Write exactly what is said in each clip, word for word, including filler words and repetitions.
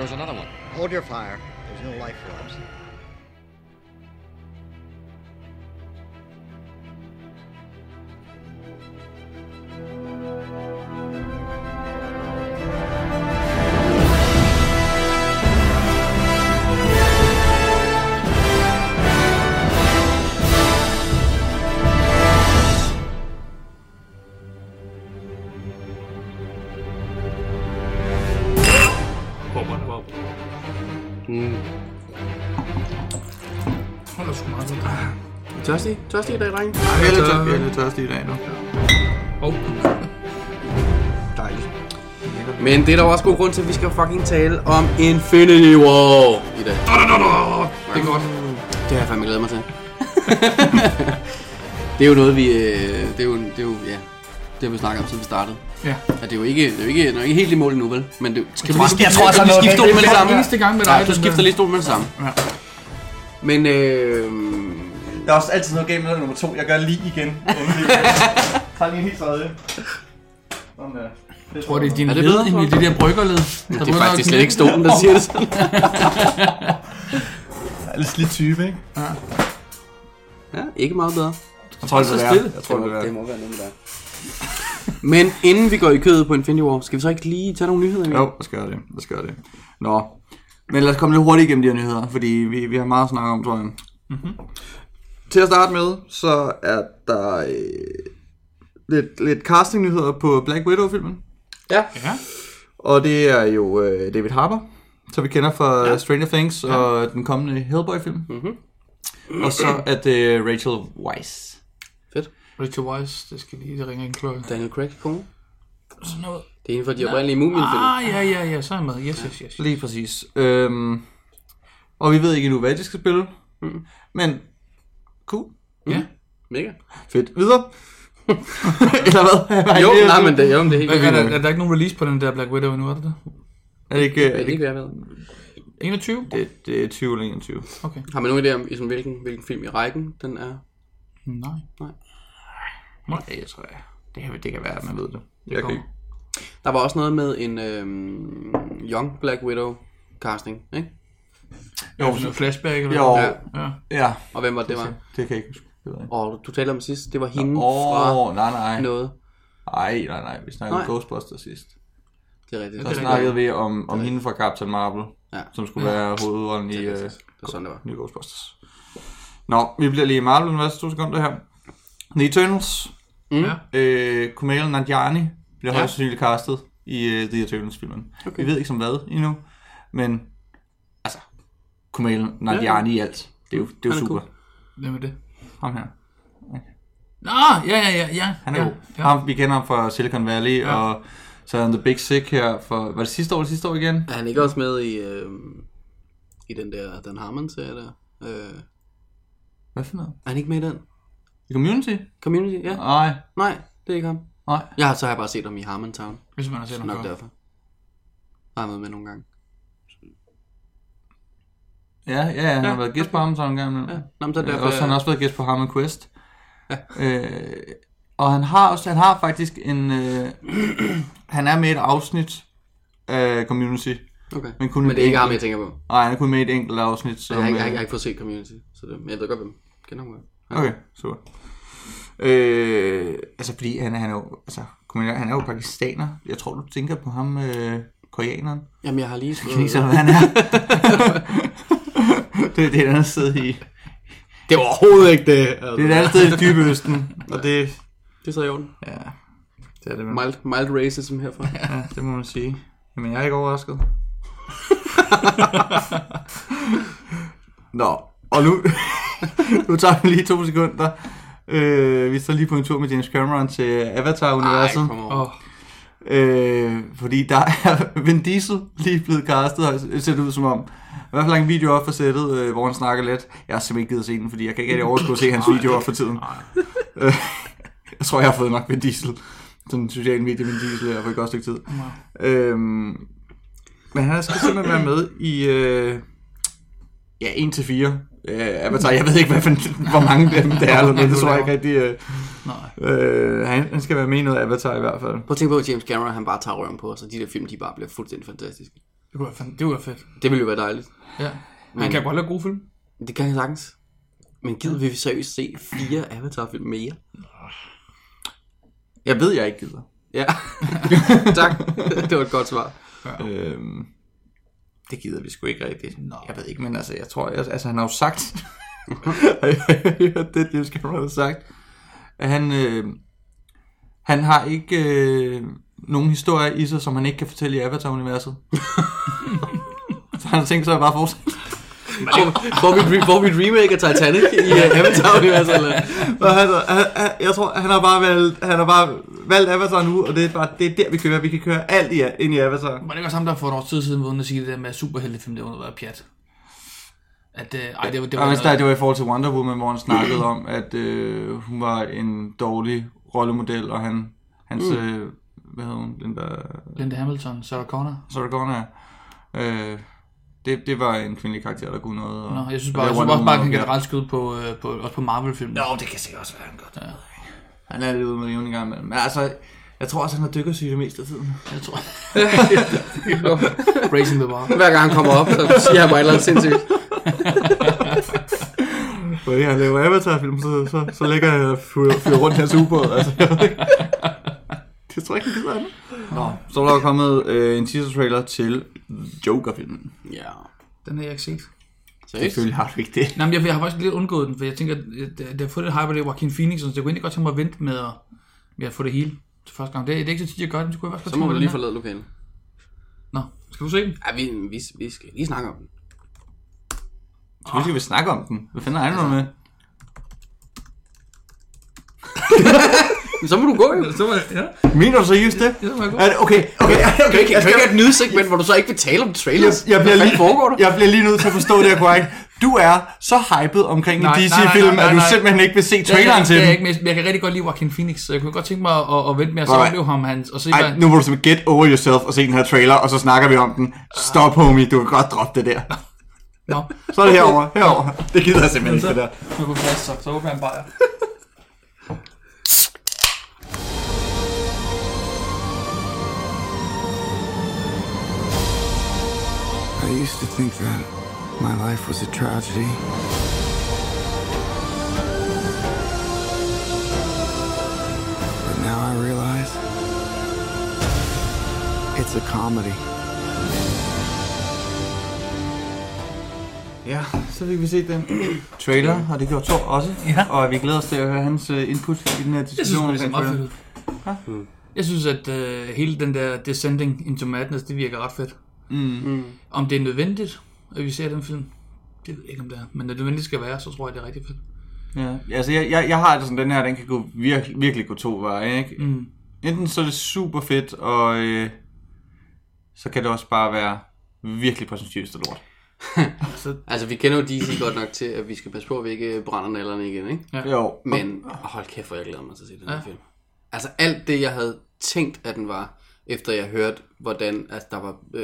goes another one. Hold your fire. There's no life forms. Tørstig? Tørstig i dag, drenge? Nej, jeg er lidt, tør, jeg er lidt tørstig i dag nu. Oh. Dejligt. Men det er der også god grund til, at vi skal fucking tale om Infinity War i dag. Da, da, da, da. Det er godt. Det har jeg fandme glædet mig til. Det er jo noget, vi... Det er jo, det er jo ja, det har vi snakket om, siden vi startede. Ja. At det er jo ikke, det er jo ikke, det er jo ikke helt i mål endnu, vel? Men det skal jeg, vi, jeg tror, skal vi skifte stol med det samme? Eneste gang med dig. Ja, du skifter lige stol med det samme. Ja. Men øh... der er også altid noget game med nummer to. Jeg gør lige igen. Tag lige en helt tredje. Sådan der. Jeg tror, det er din er det led, Emil. Det der bryggerled. Det er faktisk slet ikke stolen, der siger det sådan. Jeg er lidt slidt type, ikke? Ja. Ja, ikke meget bedre. Jeg tror, det er stille. Jeg tror, det, må, det, er. det må være noget med dig. Men inden vi går i kødet på Infinity War, skal vi så ikke lige tage nogle nyheder? Emil? Jo, lad os gøre det. Lad os gøre det. Nå. Men lad os komme lidt hurtigt igennem de her nyheder, fordi vi, vi har meget at snakke om, tror jeg. Mm-hmm. Til at starte med, så er der øh, lidt, lidt casting-nyheder på Black Widow-filmen. Ja. Ja. Og det er jo øh, David Harbour, som vi kender fra ja. Stranger Things ja. og den kommende Hellboy-film. Mm-hmm. Og så er det Rachel Weisz. Fedt. Rachel Weisz, det skal lige, det ringer en klokke. Daniel Craig kone. Sådan noget. Det er en for de oprindelige Mumien-film. Ah, ja, ja, ja, så er jeg med. Yes, yes, yes. Lige præcis. Øhm, og vi ved ikke endnu, hvad de skal spille. Mm. Men, cool. Ja. Mm. Mega. Fedt. Videre. Eller hvad? Jo, nej, men det, jo, det er helt er, er, der, er der ikke nogen release på den der Black Widow endnu, er det det? Er det ikke... Er det ikke, hvad jeg ved? enogtyve? Det, det er tyve eller enogtyve. Okay. Har man nogen idé om, i sådan, hvilken, hvilken film i rækken den er? Nej. Nej. Nej, jeg tror jeg. Det kan, det kan være, at man ved det. Det jeg kan ikke. Der var også noget med en øhm, Young Black Widow casting, ikke? Jo, sådan noget flashback eller Jo. ja. Ja. ja. Og hvem var det, det var? Det kan jeg ikke huske. Og du talte om sidst, det var hende oh, fra nej, nej. noget. Nej, nej, nej. Vi snakkede om Ghostbusters sidst. Det er rigtigt. Så snakkede vi om, om hende fra Captain Marvel, ja. som skulle ja. være hovedrollen i uh, nye Ghostbusters. Nå, vi bliver lige i Marvel, hvad to sekunder her. The Eternals. Mm. Øh, Kumail Nanjiani bliver ja. højst sandsynligt castet i uh, The Eternals-filmen. Okay. Vi ved ikke som hvad endnu, men altså, Kumail Nanjiani ja. i alt. Det er jo, det er jo super. Cool. Hvem er det? Ham her. Okay. Nå, ja, ja, ja, ja. Han er ja, god. Ja. Ham, vi kender ham fra Silicon Valley, ja. og så er han The Big Sick her for, var det sidste år eller sidste år igen? Er han ikke også med i, øh, i den der Dan Harmon-serie der? Øh, Hvad for noget? Er han ikke med i den? I Community? Community, ja. Nej. Nej, det er ikke ham. Nej. Jeg har så har jeg bare set ham i Harmontown. Hvis man har set ham nok derfor. Jeg har været med nogle gange. Ja, ja, han ja, har været gæst okay. på Harmontown en gang imellem. Ja. Nå, så derfor, også, han har også været gæst på Harmon Quest. Ja. Øh, og han har også, han har faktisk en, øh, han er med i et afsnit af Community. Okay. Men, kun men det er ikke ham, jeg tænker på. Nej, han er kun med i et enkelt afsnit. Som, jeg, har ikke, jeg, har, jeg har ikke fået set Community, så det, men jeg ved godt, hvem kender ham. Ja. Okay, super. Øh, altså fordi han, han er jo, altså, han er jo pakistaner. Jeg tror, du tænker på ham, øh, koreaneren. Jamen, jeg har lige skrevet... Jeg kan ikke han er. det, det er et andet sted i... Det var overhovedet ikke det. Altså. Det er et andet sted i Dybe Østen, og det... Det er så i orden. Ja, det er det. Mild, mild racism herfra. Ja, det må man sige. Jamen, jeg er ikke overrasket. Nå, og nu... nu tager vi lige to sekunder. Øh, vi står lige på en tur med James Cameron til Avatar-universet. Ej, øh, fordi der er Vin Diesel lige blevet castet, og det ser det ud som om. I hvert fald en video op for sættet, øh, hvor han snakker lidt. Jeg har simpelthen ikke givet at se den, fordi jeg kan ikke rigtig overskue at se hans video op for tiden. Øh, jeg tror, jeg har fået nok Vin Diesel. Sådan en social medie Vin Diesel her for et godt stykke tid. Øh, men han skal simpelthen være med i øh, ja, en til fire Uh, Avatar, jeg ved ikke, hvad for, hvor mange af dem det er, eller noget, det tror jeg ikke rigtig. Uh, uh, han, han skal være med i noget Avatar i hvert fald. Prøv at tænke på, at James Cameron han bare tager røven på os, og de der film, de bare bliver fuldstændig fantastiske. Det kunne være, fandme- det kunne være fedt. Det ville jo være dejligt. Ja. Han kan godt lave gode film. Det kan jeg sagtens. Men gider vi seriøst se fire Avatar-film mere? Jeg ved, jeg ikke gider. Ja. Tak. Det var et godt svar. Ja. Øhm, det gider vi sgu ikke rigtigt. No. Jeg ved ikke, men altså, jeg tror, jeg, altså han har jo sagt, det James Cameron har sagt, at han, øh, han har ikke øh, nogen historie i sig, som han ikke kan fortælle i Avatar-universet. Så han har tænkt sig at bare fortsætte. Får vi, får vi et remake af Titanic i uh, Avatar-universet, eller? Altså, han, han, jeg tror, han har bare valgt, han har bare valgt Avatar nu, og det er bare det er der, vi kører. Vi kan køre alt i, ind i Avatar. Var det ikke også ham, der for et års tid siden var uden at sige det der med superheltefilm, det var noget pjat? At, øh, ej, det var, det var, ja, noget... det var i forhold til Wonder Woman, hvor han snakkede om, at øh, hun var en dårlig rollemodel, og han, hans, mm. øh, hvad hedder hun, Linda... Linda Hamilton, Sarah Connor. Sarah Connor, øh, det, det var en kvindelig karakter, der kunne noget. Og, Nå, jeg synes bare, jeg synes også bare, at han kan ret skyde på, øh, på, også på Marvel-film. Nå, det kan sikkert også være, han godt. Ja. Han er lidt ude med det en gang imellem. Men altså, jeg tror også, han har dykkersyge det meste af tiden. Jeg tror. Raising the bar. Hver gang han kommer op, så siger han bare et eller andet sindssygt. Fordi han laver Avatar-film, så, så, så lægger han og fyrer rundt hans ubåd. Altså, jeg ved ikke. Det tror jeg ikke, han gider andet. Nå, så er der kommet øh, en teaser-trailer til Joker-filmen. Ja. Den har jeg ikke set. Selvfølgelig har du ikke det. Nej, men jeg, jeg har faktisk lidt undgået den, for jeg tænker, at det har fået lidt hype af det Joaquin Phoenix, så det kunne egentlig godt tænke mig at vente med at, med at få det hele til første gang. Det, det er ikke så tit, jeg gør det, så kunne jeg faktisk Så må vi lige forlade lokalet. Nå, skal du se den? Ja, vi, vi, vi skal lige snakke om den. Selvfølgelig skal vi snakke om den. Hvad fanden er det med? Så må du gå, jo. Så må jeg, ja. Mener du seriøst det? Ja, så må jeg gå. Okay, okay, okay. Kan vi ikke have et nyhedssegment, hvor du så ikke vil tale om trailers? Jeg, jeg, bliver lige, jeg bliver lige nødt til at forstå det her korrekt. Du er så hyped omkring nej, en D C-film, at du simpelthen ikke vil se traileren til den. Jeg, jeg, jeg kan rigtig godt lide Joaquin Phoenix, så jeg kunne godt tænke mig at, at, at vente med at så opleve ham. Hans, og se, Ej, hvad... nu må du simpelthen get over yourself og se den her trailer, og så snakker vi om den. Stop, homie, du kan godt droppe det der. Nå. Så er det herover, herover. Det gider jeg simpelthen ikke, det der. Nu går plads, så, så håber jeg en bajer. I used to think that my life was a tragedy. But now I realize it's a comedy. Ja, så fik vi set den trailer, har det gjort Thor også. Ja. Og vi glæder os til at høre hans input i den her diskussion. Jeg synes, det er meget fedt. Ja? Mm. Jeg synes, at uh, hele den der Descending into Madness, det virker ret fedt. Mm. Mm. Om det er nødvendigt, at vi ser den film, det ved jeg ikke, om det er. Men når det nødvendigt skal være, så tror jeg, det er rigtig fedt. Ja, altså jeg, jeg, jeg har det sådan, den her, den kan gå virkelig, virkelig gå to veje, ikke? Mm. Enten så er det super fedt, og øh, så kan det også bare være virkelig præsentøst og lort. så, altså vi kender jo D C godt nok til, at vi skal passe på, at vi ikke brænder nallerne igen, ikke? Ja. Jo. Men hold kæft, hvor jeg glæder mig til at se den her ja. film. Altså alt det, jeg havde tænkt, at den var, efter jeg hørte, hvordan altså, der var øh,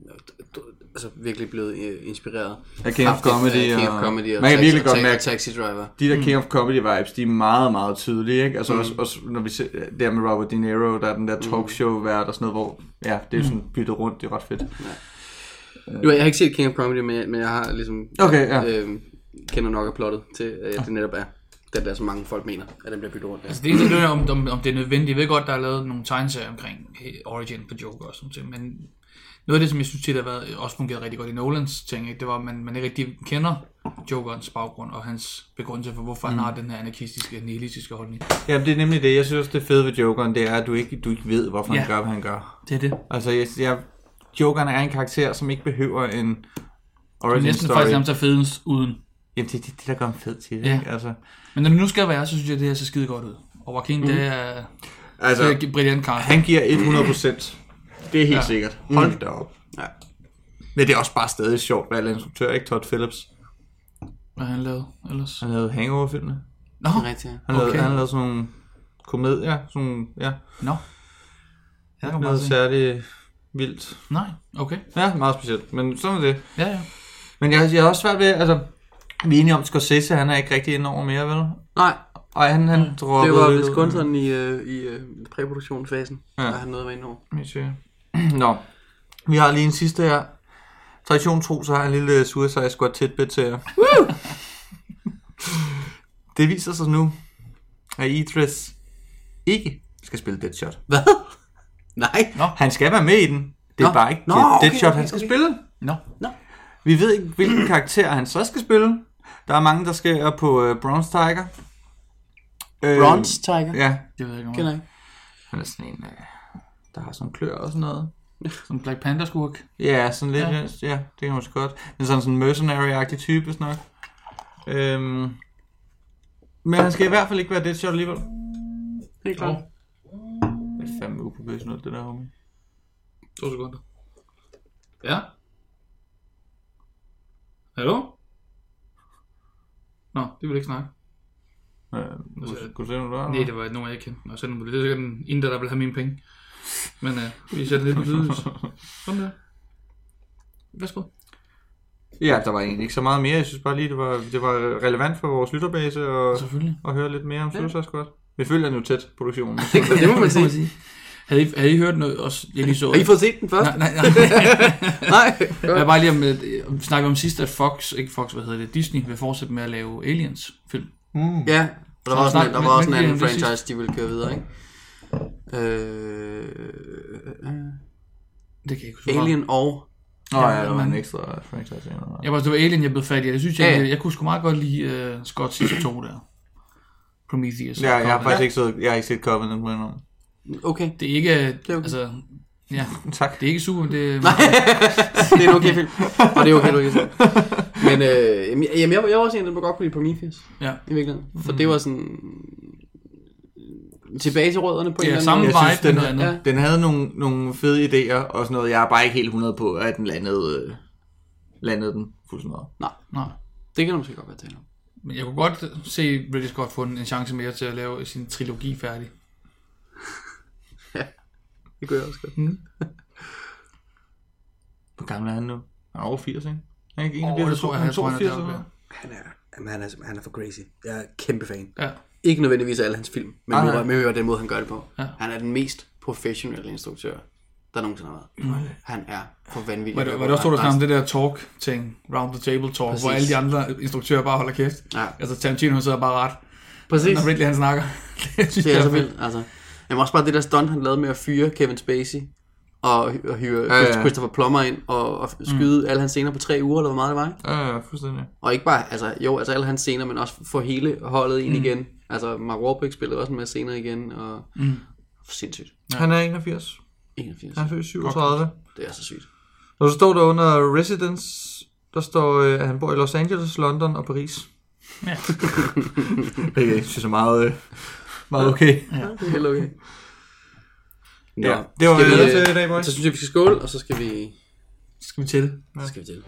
altså, virkelig blevet øh, inspireret af King of Comedy, af King of Comedy og, man kan taxi, virkelig godt mærke, Taxi Driver. De der King of Comedy vibes, de er meget, meget tydelige, ikke? Altså mm. også, også, når vi ser der med Robert De Niro, der er den der talkshow-vært og sådan noget, hvor ja, det er sådan byttet rundt, det er ret fedt. Ja. Jo, jeg har ikke set King of Comedy, men, men jeg har ligesom okay, ja. øh, kender nok af plottet til, at det netop er den der, så mange folk mener, at den bliver byttet rundt. Ja. Altså det er ikke sådan, om, om, om det er nødvendigt. Jeg ved godt, der er lavet nogle tegneserier omkring origin på Joker og sådan noget, men noget af det, som jeg synes til, der har været, også fungeret rigtig godt i Nolans ting, ikke? Det var, at man, man ikke rigtig kender Jokerens baggrund og hans begrundelse for, hvorfor mm. han har den her anarkistiske, nihilistiske holdning. Ja, det er nemlig det. Jeg synes, det fede ved Jokeren, det er, at du ikke, du ikke ved, hvorfor ja. han gør, hvad han gør. Det er det. Altså, jeg, jeg, Jokeren er en karakter, som ikke behøver en origin næsten story. faktisk nærmest er fedens uden. Jamen, det er det, det, der gør en fed til. Ja. Ikke? Altså. Men når det nu skal være, så synes jeg, det her ser skide godt ud. Og Joaquin, mm. det er... Altså, det er brilliant karakter. Han giver hundrede procent. Det er helt ja. sikkert. Hold da op. Ja. Men det er også bare stadig sjovt, hvad alle instruktører, ikke? Todd Phillips. Hvad har han lavet ellers? Han lavede Hangover-filmene. Nå, rigtigt. Han lavede, okay. han lavede sådan nogle komedier, sådan nogle, ja. Nå. Det er noget særligt vildt. Nej, okay. Ja, meget specielt, men sådan er det. Ja, ja. Men jeg, jeg er også svært ved, altså, vi er enige om, Scorsese, han er ikke rigtig inde over mere, vel? Nej. Ej, han, han mm. droppede... Det var vist kun sådan i, uh, i uh, præproduktionsfasen, ja. Der han noget var inde over. Nå. Vi har lige en sidste her. Tradition tro, så har jeg en lille Suicide Squad tidbit til jer. Det viser sig nu, at Idris ikke skal spille Deadshot. Hvad? Nej. Nå. Han skal være med i den. Det er Nå. bare ikke Nå, Deadshot, okay, okay, han skal okay. spille. Nå. Nå. Vi ved ikke, hvilken karakter han så skal spille. Der er mange, der skal på uh, Bronze Tiger. Bronze Tiger? Ja. Det ved jeg ikke, Kender om jeg ikke. Han er sådan en, uh, der har sådan klør og sådan noget. Som Black Panther-skurk. Ja, sådan lidt, Ja. ja, ja det kan måske godt. Men sådan sådan en mercenary-agtig type, sådan nok. Øhm, men han skal i hvert fald ikke være Deadshot alligevel. Helt klart. Det er fandme uprofessionelt, det der, homie. To sekunder. Ja. Hallo? Nå, det vil ikke snakke. Øh, kunne du se, noget der? Nej, det var nogen, jeg ikke kendte. Og sende på det. Det er sikkert en inder, der vil have mine penge. Men uh, vi sætter lidt på lydløs. Sådan der. Værsgo. Ja, der var egentlig ikke så meget mere. Jeg synes bare lige, det var, det var relevant for vores lytterbase at, Selvfølgelig. at høre lidt mere om Suicide Squad. Vi følger den jo tæt, produktionen. Det må man sige. Havde I, havde I hørt noget også? Jeg lige så. Har I fået set den først? Nej, nej, nej. Nej. Jeg er bare lige om, om snakke om sidst, at Fox, ikke Fox, hvad hedder det, Disney vil fortsætte med at lave Aliens-film. Mm. Ja, og der var også, snak- en, der men- var også en men- anden men- franchise, de ville køre videre, ikke? Øh, Det kan jeg ikke huske. Alien og... Nå ja, der var men- en ekstra franchise. Jeg var, det var Alien, jeg blev fat i. Jeg synes, jeg, Ja, ja. jeg, jeg kunne sgu meget godt lide uh, Scott sidste to der. Prometheus. Ja, jeg har og faktisk ikke, så, jeg har ikke set Covenant med nogen. Okay, Det er ikke, er okay. altså, ja, Tak. det er ikke super, det er, det er en okay film. Og det er okay, du ikke Men øh, jamen, jeg, jeg, jeg var også en, der godt kunne lide Prometheus. ja. I virkeligheden. For det var sådan... Tilbage til rødderne på en Ja, eller anden samme måde. Jeg synes, vibe, den, men noget andet. Ja. den havde nogle, nogle fede idéer og sådan noget. Jeg er bare ikke helt hundrede på, at den landede, øh, landede den fuldstændig. Nej, Nej. det kan du måske godt være tale om. Men jeg kunne godt se Ridley Scott få en, en chance mere til at lave sin trilogi færdig. Det gør jeg også godt. Mm. Hvor gammel er han nu? Han er over firs, ikke? Han er ikke Åh, det tror jeg, jeg tror, han er toogfirs deroppe, eller Han er, jamen, han, er, han er for crazy. Jeg er kæmpe fan. Ja. Ikke nødvendigvis af alle hans film, men Ah, med, nej. med, med den måde, han gør det på. Ja. Han er den mest professionelle instruktør, der nogensinde har været. Mm. Han er for vanvittig. Var det, var det også, du snakkede om det der talk-ting, round the table talk, Præcis. hvor alle de andre instruktører bare holder kæft. Ja. Altså Tarantino sidder bare ret, Præcis. når Ridley han snakker. det synes Det er jeg så er vildt. Altså. Jamen også bare det der stunt, han lavede med at fyre Kevin Spacey, og, og hyre Ja, ja. Christopher Plummer ind, og, og skyde mm. alle hans scener på tre uger, eller hvor meget det var, ikke? Ja, ja, fuldstændig. Og ikke bare, altså jo, altså alle hans scener, men også få hele holdet ind mm. igen. Altså Mark Wahlberg spillede også en masse scener igen, og Mm. sindssygt. Ja. Han er enogfirs. enogfirs. Han er født syvogtredive. Det er så sygt. Og så står der under Residence, der står, øh, at han bor i Los Angeles, London og Paris. Ja. Det er synes jeg meget, øh, meget okay. Ja, det er helt okay. Nå, Ja, det var skal det, vi, der til øh, i dag, boys. Så synes jeg, vi skal skåle, og så skal vi, Skal vi til det? så skal vi til.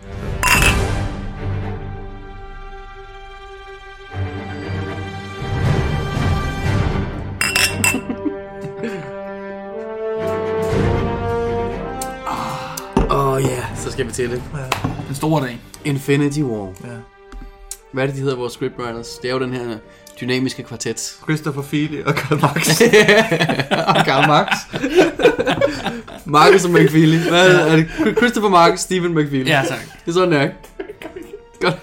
Åh oh, ja, yeah. Så skal vi til det. Den store dag. Infinity War. Ja. Hvad er det, de hedder, vores scriptwriters? Det er jo den her dynamiske kvartet. Christopher Feely og Karl Marx. Og Karl Marx. Marcus og McFeely. Hvad er, er det? Christopher Marcus, Stephen McFeely. Ja, tak. Det er sådan, det er. Godt.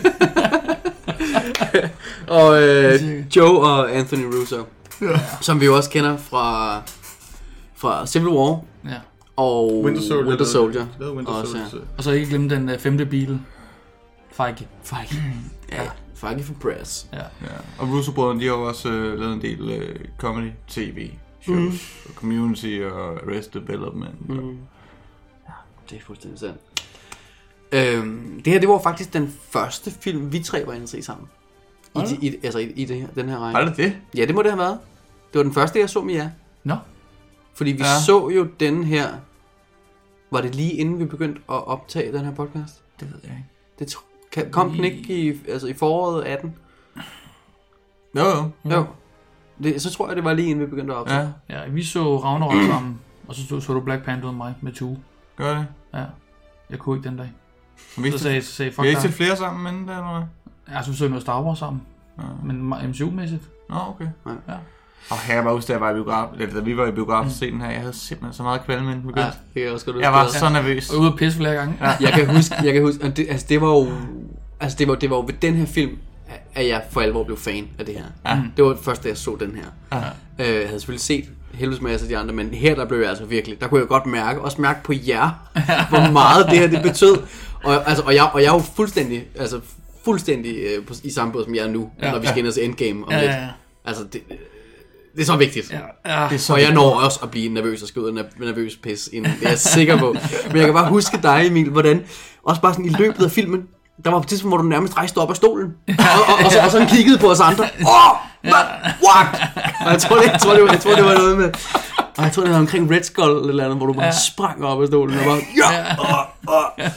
og øh, Joe og Anthony Russo. Ja. Som vi jo også kender fra, fra Civil War. Ja. Og Winter Soldier. Winter Soldier. Lavede Winter også, Soldier. ja. Og så ikke glemme den uh, femte bil. Feige. Feige. Ja, Feige for press. Ja. Ja. Og Russo-brødrene, de har jo også øh, lavet en del øh, comedy, tv, shows, mm. og Community og Arrested Development. Mm. Ja, det er fuldstændig sandt. Øhm, det her, det var faktisk den første film, vi tre var inde at se sammen. I, det? i, i, altså i, i det her, den her række. Var det det? Ja, det må det have været. Det var den første, jeg så med jer. Nå. Fordi vi Ja. ja. så jo den her... Var det lige inden vi begyndte at optage den her podcast? Det ved jeg ikke. Det tro, kan, kom den ikke i, altså i foråret atten? Jo, jo. Jo. Det, så tror jeg, det var lige inden vi begyndte at optage. Ja, Ja, vi så Ragnarok sammen. Og så så, så du Black Panther med mig med Tue. gør det. Ja. Jeg kunne ikke den dag. Vi har Så ikke sagde, så sagde vi fuck har ikke set dig. flere sammen inden der, eller hvad? Ja, så så vi noget Star Wars sammen. Ja. Men M C U-mæssigt. Nå, okay. Ja. Og her jeg var huske, da jeg var i biograf, eller da vi var i biografen til den her, jeg havde simpelthen så meget kvalme inden begyndt. Ja, det kan jeg også godt jeg var så nervøs. Og ude at pisse flere gange. Ja. Jeg kan huske, jeg kan huske, det, altså det var jo, altså det var, det var jo ved den her film, at jeg for alvor blev fan af det her. Ja. Det var først, da jeg så den her. Ja. Øh, jeg havde selvfølgelig set helvedes masse af de andre, men her der blev jeg altså virkelig, der kunne jeg godt mærke, også mærke på jer, hvor meget det her det betød. Og, altså, og, jeg, og jeg er jo fuldstændig, altså fuldstændig øh, på, i samme båd som jeg er nu, ja. Når vi skal ind og se Endgame om ja, lidt. ja, ja. Altså det, det er så vigtigt. Ja, ja. Det er så og jeg når også at blive nervøs og skal ud af nervøs pis inden. Det er jeg sikker på. Men jeg kan bare huske dig, Emil, hvordan også bare sådan i løbet af filmen, der var på et tidspunkt, hvor du nærmest rejste op af stolen. Og, og, og, så, og så kiggede på os andre. Åh! Oh, what? Og jeg tror, det, jeg, tror, det var, jeg tror, det var noget med... Og jeg tror, det var omkring Red Skull eller eller andet, hvor du bare ja. sprang op af stolen og bare... Ja! Oh, oh.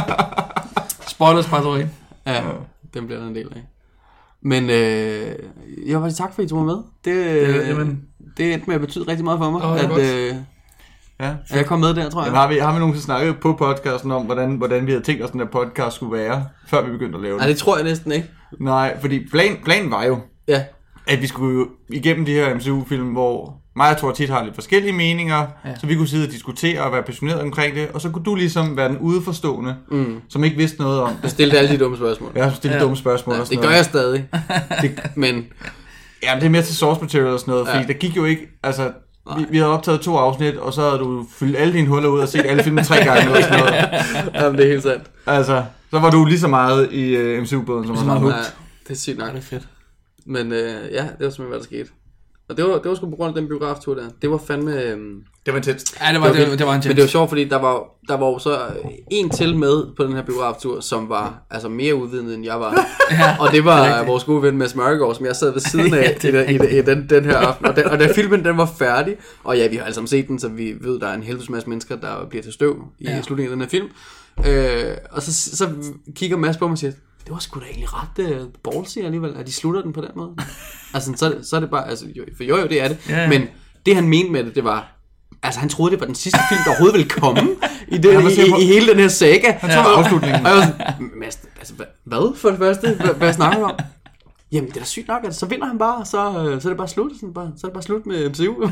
Spoilers bare så Ja, den bliver der en del af. Men øh, jeg vil tak for, at I tog mig med. Det, øh, Jamen. det endte med at betyde rigtig meget for mig, oh, at, øh, ja. at jeg kom med der, tror jeg. Jamen, har vi, har vi nogensinde snakket på podcasten om, hvordan, hvordan vi havde tænkt os, at den her podcast skulle være, før vi begyndte at lave den? Nej, det tror jeg næsten ikke. Nej, fordi plan, planen var jo, ja. at vi skulle jo igennem de her M C U-film, hvor mig og Thor tit har lidt forskellige meninger, ja. Så vi kunne sidde og diskutere og være passioneret omkring det, og så kunne du ligesom være den udeforstående, mm. som ikke vidste noget om det. Du stillede alle de dumme spørgsmål. Ja, du stillede ja. dumme spørgsmål. Ja, og sådan det gør noget. jeg stadig. det, men... Ja, men det er mere til source material og sådan noget, fordi ja. der gik jo ikke, altså... Vi, vi havde optaget to afsnit, og så havde du fyldt alle dine huller ud og set alle filmene tre gange og sådan noget. Jamen, det er helt sandt. Altså, så var du lige så meget i uh, M C U-båden, som var ja, det er sygt nok. Det er fedt. Men øh, ja, det var simpelthen, hvad der skete. Og det var, det var sgu på grund af den biograftur der. Det var fandme... Øhm, det var intenst. Ja, det var, det var, det, det var intenst. Men det var sjovt, fordi der var, der var jo så en til med på den her biograftur, som var altså mere udvidende, end jeg var. Ja, og det var det vores gode ven Mads Mørkegaard, som jeg sad ved siden af ja, i, i, i den, den her aften. Og, den, og da filmen den var færdig, og ja, vi har alle sammen set den, så vi ved, der er en helvedes masse mennesker, der bliver til støv i ja. slutningen af den her film. Øh, og så, så kigger Mads på mig og siger, det var sgu da egentlig ret uh, ballsy alligevel, at de slutter den på den måde. Altså, så, så er det bare, altså, jo, for jo, jo, det er det. Ja, ja. Men det, han mente med det, det var, altså, han troede, det var den sidste film, der overhovedet ville komme i, det, i, i, i hele den her saga. Han troede, ja. afslutningen. Og jeg var sådan, Mads, altså, hvad for det første? Hvad, hvad snakker du om? Jamen, det er da sygt nok, at så vinder han bare, så, så er det bare slut, sådan, bare, så er det bare slut med M C U.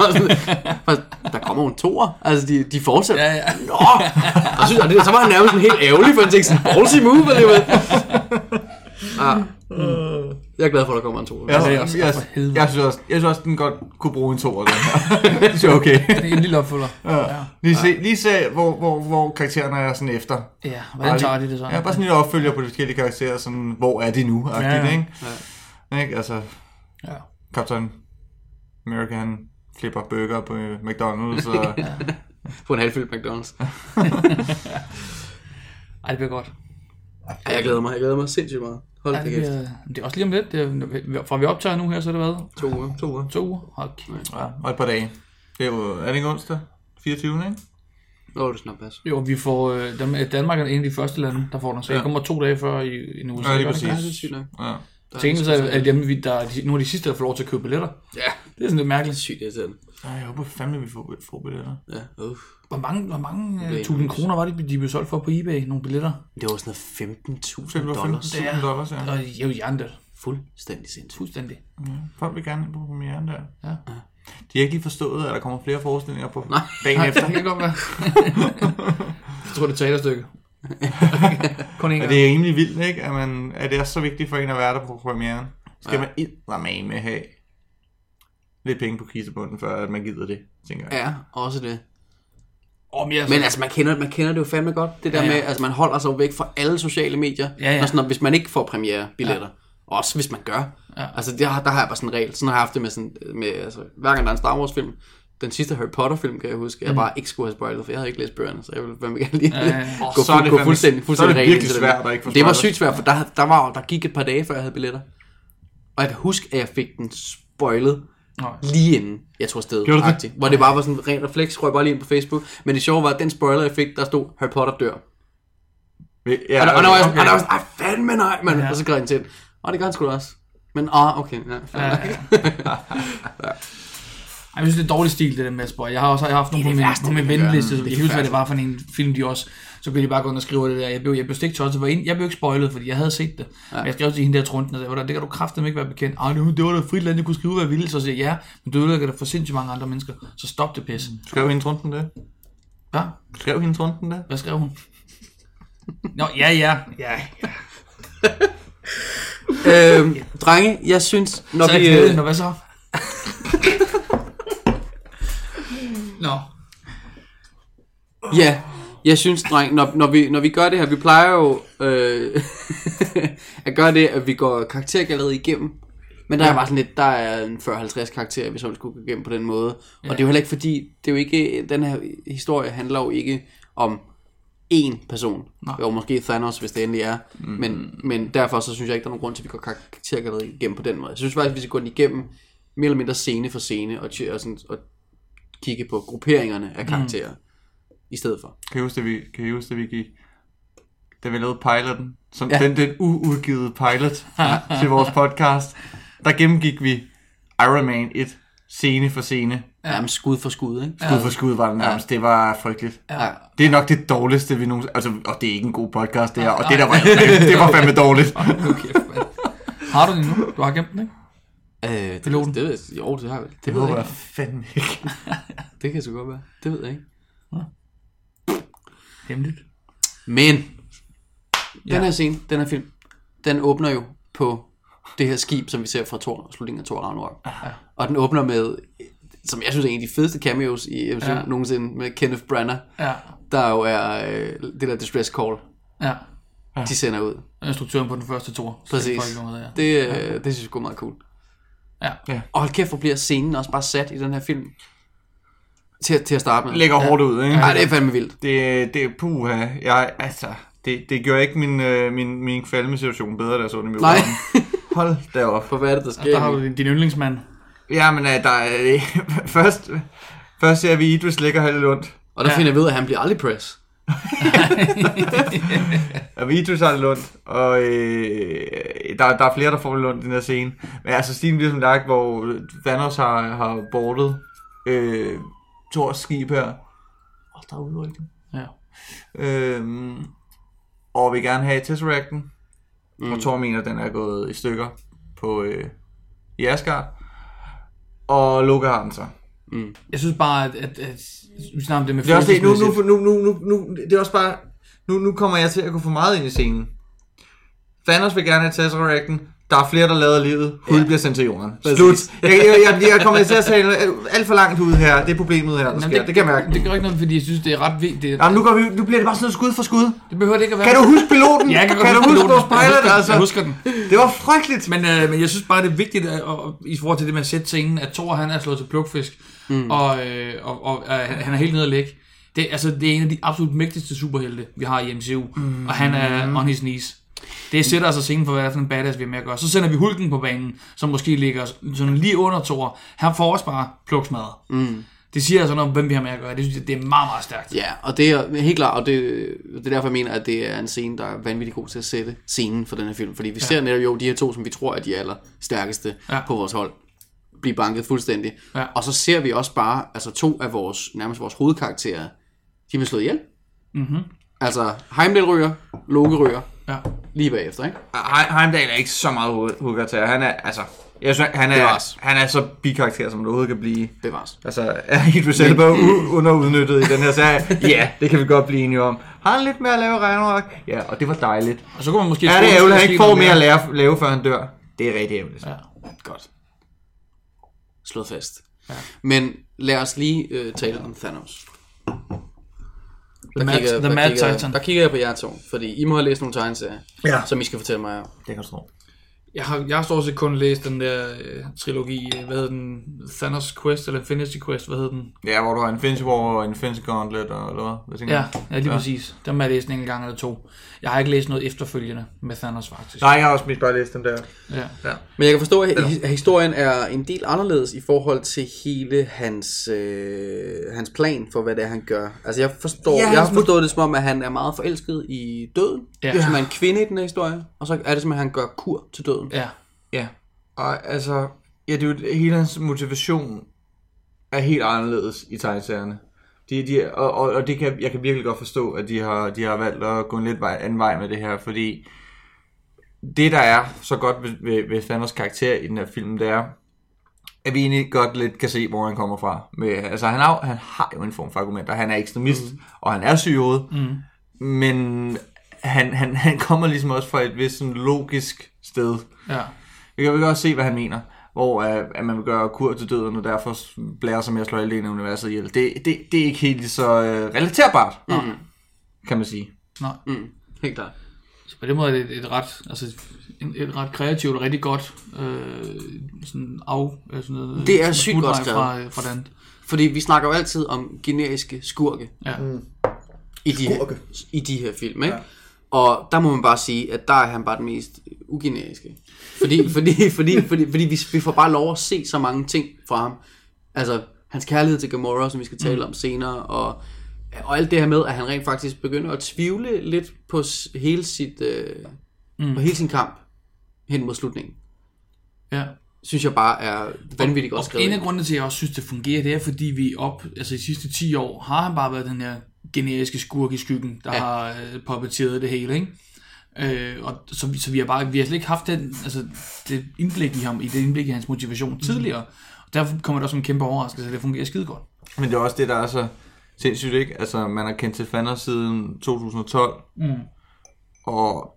Der kommer jo en toer, altså de, de fortsætter. Ja, ja. Nå! Og synes, og det, så var han nærmest sådan helt ærgerlig, for han tænkte sådan, ballsy move alligevel. Ah. Mm. Jeg er glad for, at der kommer en toer. Ja, jeg, jeg, jeg, jeg, synes også, jeg synes også, den godt kunne bruge en toer. Det synes jeg okay. Det er en lille opfølger. Ja. Ja. Lige se, lige se hvor, hvor, hvor karaktererne er sådan efter. Ja, hvordan tager de det så? Ja, bare sådan en lille opfølger på de forskellige karakterer, sådan, hvor er de nu? Ja, ja. Ikke? Ja. Ikke? Altså, ja. Captain America, han flipper burger på McDonald's. Og... ja. På en halvfyldt McDonald's. Ej, det bliver godt. Ja, jeg glæder mig, jeg glæder mig sindssygt meget. Hold ja, det, bliver, det er også lige om lidt. Det er, fra vi optager nu her, så er det hvad? To uger. To uger. To uger? Okay. Ja, og et par dage. Det er jo, er det ikke onsdag? fireogtyvende, ikke? Åh, oh, det snart pas. Jo, vi får, øh, Danmark er en af de første lande, der får den. Så ja. Jeg kommer to dage før i, i en uge. Ja, det er præcis. Ja, det er sygt nok. Ja. Tænk så er det dem, der er nogle af de sidste, der får lov til at købe billetter. Ja. Det er sådan lidt mærkeligt. Sygt, det er sådan. Nej, jeg håber fandme, vi får, får billetter. Ja, uff. Hvor mange, hvor mange uh, tusind kroner var det, de blev solgt for på eBay, nogle billetter? Det var sådan noget femten tusind dollars. femten tusind dollars, ja. Og det er jo hjernedødt. Fuldstændig sindssygt. Fuldstændig. Ja, folk vil gerne på premieren der. Ja. Ja. De har ikke lige forstået, at der kommer flere forestillinger på Nej. dagen Nej, efter. Det kan godt være. Jeg tror, det er et teaterstykke. Kun en gang. Det er rimelig vildt, ikke? At, man, at det er så vigtigt for en at være der på premieren. Skal ja. man eddermame med have lidt penge på kisebunden, før at man gider det, tænker jeg. Ja, også det. Oh, men, men altså, man kender, man kender det jo fandme godt. Det der ja, ja. med, altså man holder sig væk fra alle sociale medier. Ja, ja. Når, sådan, hvis man ikke får premierebilletter. Ja. Også hvis man gør. Ja. Altså, der, der har jeg bare sådan en regel. Sådan har jeg haft det med sådan, med, altså, hver gang der er en Star Wars film. Den sidste Harry Potter film, kan jeg huske. Jeg mm. bare ikke skulle have spoilet, for jeg havde ikke læst bøgerne. Så jeg ville være gerne lige ja, ja. gå, så gå fuldstændig, fuldstændig så er det virkelig svært at ikke få Det var sygt svært, for der, der, var, der gik et par dage, før jeg havde billetter. Og jeg kan huske, at jeg fik den spoilet lige inden jeg tog afsted. Hvor det bare var sådan en ren refleks, skrev jeg bare lige ind på Facebook. Men det sjove var, at den spoiler, jeg fik, der stod, Harry Potter dør. Ja, og, der, og der var jeg sådan, okay. og der var sådan, ej fandme nej, man. Ja. Og så skrev jeg til, og det gør han sgu da også. Men, ah, okay, ja. ja. ja. Jeg synes, det er dårlig stil, det der med at spoil. Jeg har også jeg har haft nogle på min, på min venteliste, så jeg husker, hvad det var for en film, de også så blev de bare gået og skrive det der. Jeg blev, jeg blev stik tosset. Jeg blev ikke spoilet, fordi jeg havde set det. Ja. Men jeg skrev til hende der trunden, og sagde, det kan du kraftedeme ikke være bekendt. Ej, det var da frit land, jeg kunne skrive, hvad jeg ville. Så siger jeg, ja, men du ødelægger det for sindssygt mange andre mennesker. Så stop det pis. Skrev hende trunden det? Hvad? Skrev hende trunden det? Hvad skrev hun? Nå, ja, ja. ja, ja. øhm, drenge, jeg synes, når så vi... Så er hvad så? Nå. Ja, jeg synes, dreng, når, når, vi, når vi gør det her, vi plejer jo øh, at gøre det, at vi går karaktergalleriet igennem. Men der er bare sådan lidt, der er en fyrre halvtreds karakterer, hvis vi skulle gå igennem på den måde. Ja. Og det er jo heller ikke fordi, det er jo ikke, den her historie handler jo ikke om én person. Nej. Jo, måske Thanos, hvis det endelig er. Mm. Men, men derfor så synes jeg ikke, der er nogen grund til, at vi går karaktergalleriet igennem på den måde. Jeg synes faktisk, vi skal gå den igennem mere eller mindre scene for scene, og, og, sådan, og kigge på grupperingerne af karakterer. Mm. I stedet for. Kan I huske, vi, kan I huske, det vi gik, da vi lavede piloten, som ja. den, den uudgivet pilot til vores podcast, der gennemgik vi Iron Man et scene for scene. Ja, men skud for skud, ikke? Skud for skud var det nærmest. Ja. Det var frygteligt. Ja. Det er nok det dårligste, vi nogensinde... Altså, og det er ikke en god podcast, det her. Og det der var, det var fandme dårligt. Okay, har du den nu? Du har gemt den, ikke? Øh, det, det, det, jo, det har jeg. Det, det ved jeg ikke. Fandme ikke. Det kan så godt være. Det ved jeg ikke. Ja. Hemmeligt. Men ja. Den her scene, den her film, den åbner jo på det her skib, som vi ser fra Thor, slutningen af Thor Ragnarok. Ja. Og den åbner med, som jeg synes er en af de fedeste cameos i M C U ja. nogensinde, med Kenneth Branagh, ja. der jo er øh, det der distress call, ja. Ja. de sender ud. Instruktøren på den første Thor. Præcis. Det, øh, ja. det synes jeg er meget cool. Ja. Ja. Og hold kæft, hvor bliver scenen også bare sat i den her film. Til, til at starte med. Lægger hårdt ud, ikke? Nej, det er fandme vildt. Det, det er puha. Jeg, altså, det, det gør ikke min, øh, min, min kvalme-situation bedre, der så den i Nej. Hold da op. For hvad er det, der sker? Og der har du din, din yndlingsmand. Ja, men der er... først, først ser vi Idris lægger halvt ondt. Og der ja. finder jeg ved, at han bliver aldrig press. Og vi Idris har lidt ondt. Og øh, der, der er flere, der får lidt ondt i den her scene. Men altså, stigen bliver som lagt, hvor Thanos har, har bordet... Øh, Thors skib her. Åh, oh, der er udrykning. Ja. Øhm, og vil gerne have Tesseracten. Mm. Og Thor mener, at den er gået i stykker på øh, i Asgard. Og Loke har den så. Mm. Jeg synes bare, at, at, at vi snakker om det med det er også det, nu, nu, nu, nu, nu, nu, det er også bare, nu, nu kommer jeg til at gå for meget ind i scenen. Thanos vil gerne have Tesseracten. Der er flere, der lader livet. Hud ja. bliver sendt til jorden. Slut. Jeg, jeg, jeg, jeg kommer til at tale alt for langt ud her. Det er problemet her, der sker. Det, det kan jeg mærke. Det gør ikke noget, fordi jeg synes, det er ret vigtigt. Jamen, nu, går vi, nu bliver det bare sådan noget skud for skud. Det behøver det ikke at være. Kan du huske piloten? Ja, jeg kan, kan du huske vores pilot? Altså? Jeg husker den. Det var frygteligt. Men, øh, men jeg synes bare, det er vigtigt, at, og, i forhold til det med at sætte scenen, at Thor, han er slået til plukfisk. Mm. Og, øh, og, og øh, han er helt nede at lægge. Det, altså, det er en af de absolut mægtigste superhelte, vi har i M C U. Mm. Og han er on his knees. Det sætter altså scenen for, hvad det er for en badass, vi er med at gøre. Så sender vi Hulken på banen, som måske ligger sådan lige under Thor. Han får også bare pluksmadret. Mm. Det siger altså noget om, hvem vi har med at gøre. Det synes jeg, det er meget, meget stærkt. Ja, og det er helt klart, og det, det er derfor, jeg mener, at det er en scene, der er vanvittigt god til at sætte scenen for den her film. Fordi vi ja. ser netop jo de her to, som vi tror er de aller stærkeste ja. på vores hold, blive banket fuldstændig. Ja. Og så ser vi også bare, altså to af vores, nærmest vores hovedkarakterer, de bliver slået ihjel. Mm-hmm. Altså, Heimdall ryger, Loke ryger. Ja. Lige bagefter, ikke? Heimdall er ikke så meget hovedkarakter. Han er, altså... Jeg synes, han er, han er så bikarakter, som det overhovedet kan blive. Bevares. Altså, er Idris Elba underudnyttet i den her serie? Ja, det kan vi godt blive enige om. Har han lidt mere at lave Ragnarok? Ja, og det var dejligt. Og så kunne man måske... Er det ærgerligt, at han ikke får mere at lave, lave, før han dør? Det er rigtig ærgerligt. Ja, godt. Slået fast. Ja. Men lad os lige øh, tale om Thanos. Der, Mad, kigger, der, Mad kigger, der kigger jeg på jer to, fordi I må have læst nogle tegneserier, ja. som I skal fortælle mig om. Det kan du tro. Jeg har, jeg har stort set kun læst den der øh, trilogi, hvad hedder den, Thanos Quest, eller Infinity Quest, hvad hedder den? Ja, hvor du har Infinity War og Infinity Gauntlet, og, eller hvad? Ja, ja, lige ja. præcis. Dem har jeg læst en gang eller to. Jeg har ikke læst noget efterfølgende med Thanos, faktisk. Nej, jeg har også mest bare læst den der. Ja. Ja. Men jeg kan forstå, at historien er en del anderledes i forhold til hele hans, øh, hans plan for, hvad det er, han gør. Altså, jeg, forstår, ja, jeg har forstået det som om, at han er meget forelsket i døden, ja. som er en kvinde i den her historie, og så er det som, at han gør kur til døden. Ja. Ja, og altså, ja, det er jo, hele hans motivation er helt anderledes i tegneserierne. De, de, og, og, og det kan, jeg kan virkelig godt forstå, at de har, de har valgt at gå en lidt vej, anden vej med det her, fordi det, der er så godt ved, ved, ved Thanos karakter i den her film, det er, at vi egentlig godt lidt kan se, hvor han kommer fra. Med, altså, han har, han har jo en form for argumenter. Han er ekstremist, mm. og han er syg i hovedet, mm. men han, han, han kommer ligesom også fra et vist sådan logisk sted. Ja. Vi kan jo også se, hvad han mener. Hvor uh, at man vil gøre kur til døden, og derfor blærer sig med at slå alle i universet ihjel. Det, det, det er ikke helt så uh, relaterbart, mm. kan man sige. Nej, mm. helt klart. Så på den måde er det et, et ret, altså et, et ret kreativt og rigtig godt øh, sådan af, sådan noget, det er sygt godt skrevet. Fra, fra den. Fordi vi snakker jo altid om generiske skurke. Ja. Mm. I, de her, I de her film, ikke? Ja. Og der må man bare sige, at der er han bare den mest ugeneriske. Fordi, fordi, fordi, fordi, fordi vi, vi får bare lov at se så mange ting fra ham. Altså, hans kærlighed til Gamora, som vi skal tale mm. om senere, og, og alt det her med, at han rent faktisk begynder at tvivle lidt på hele, sit, øh, mm. på hele sin kamp hen mod slutningen. Ja. Synes jeg bare er vanvittigt godt skrevet. Og en af grundene til, at jeg også synes, det fungerer, det er, fordi vi op, altså i de sidste ti år, har han bare været den her generiske skurk i skyggen, der ja. har øh, puppetteret det hele, ikke? Øh, og så, så vi har bare, vi har slet ikke haft den, altså, det indblik i ham, i det indblik i hans motivation mm. tidligere. Og derfor kommer det også som en kæmpe overraskelse, at det fungerer skide godt. Men det er også det, der er så sindssygt, ikke? Altså, man har kendt til Thanos siden to tusind og tolv, mm. og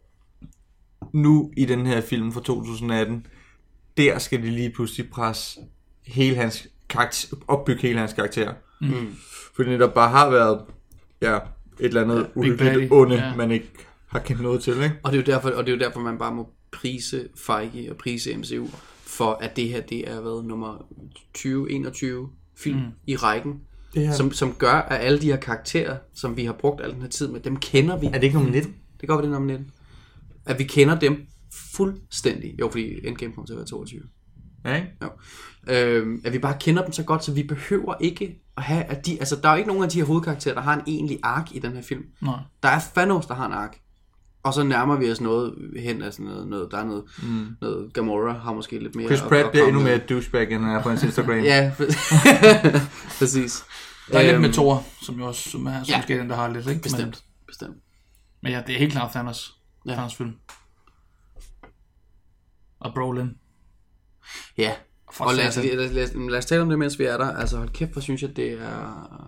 nu i den her film fra to tusind atten, der skal de lige pludselig presse hele hans karakter, opbygge hele hans karakter. Mm. Fordi det der bare har været ja, et eller andet ja, uhyggeligt onde, ja. man ikke har kendt noget til, ikke? Og det er jo derfor, og det er jo derfor man bare må prise Feige og prise M C U for at det her det er været nummer tyve enogtyve film mm. i rækken, som som gør at alle de her karakterer, som vi har brugt al den her tid med, dem kender vi. Er det ikke nummer nitten? Det går ved det nummer nitten. At vi kender dem fuldstændig. Jo, fordi Endgame kommer til at være toogtyve. Ja, ikke? Jo. Øhm, at vi bare kender dem så godt, så vi behøver ikke at have, at de, altså der er jo ikke nogen af de her hovedkarakterer, der har en egentlig ark i den her film. Nej. Der er Thanos, der har en ark. Og så nærmer vi os noget hen af sådan noget, noget der er noget, mm. noget Gamora har måske lidt mere. Chris Pratt bliver endnu mere douchebag, end han er på hans Instagram. Ja, præcis. Der er øhm, lidt med Thor, som jo også som er, som ja, måske den, der har lidt, ikke? Bestemt, men, bestemt. Men ja, det er helt klart Thanos. Ja. Thanos film. Og Brolin. Ja, og lad os, lad, os, lad, os, lad os tale om det, mens vi er der. Altså, hold kæft, hvor synes jeg, det er...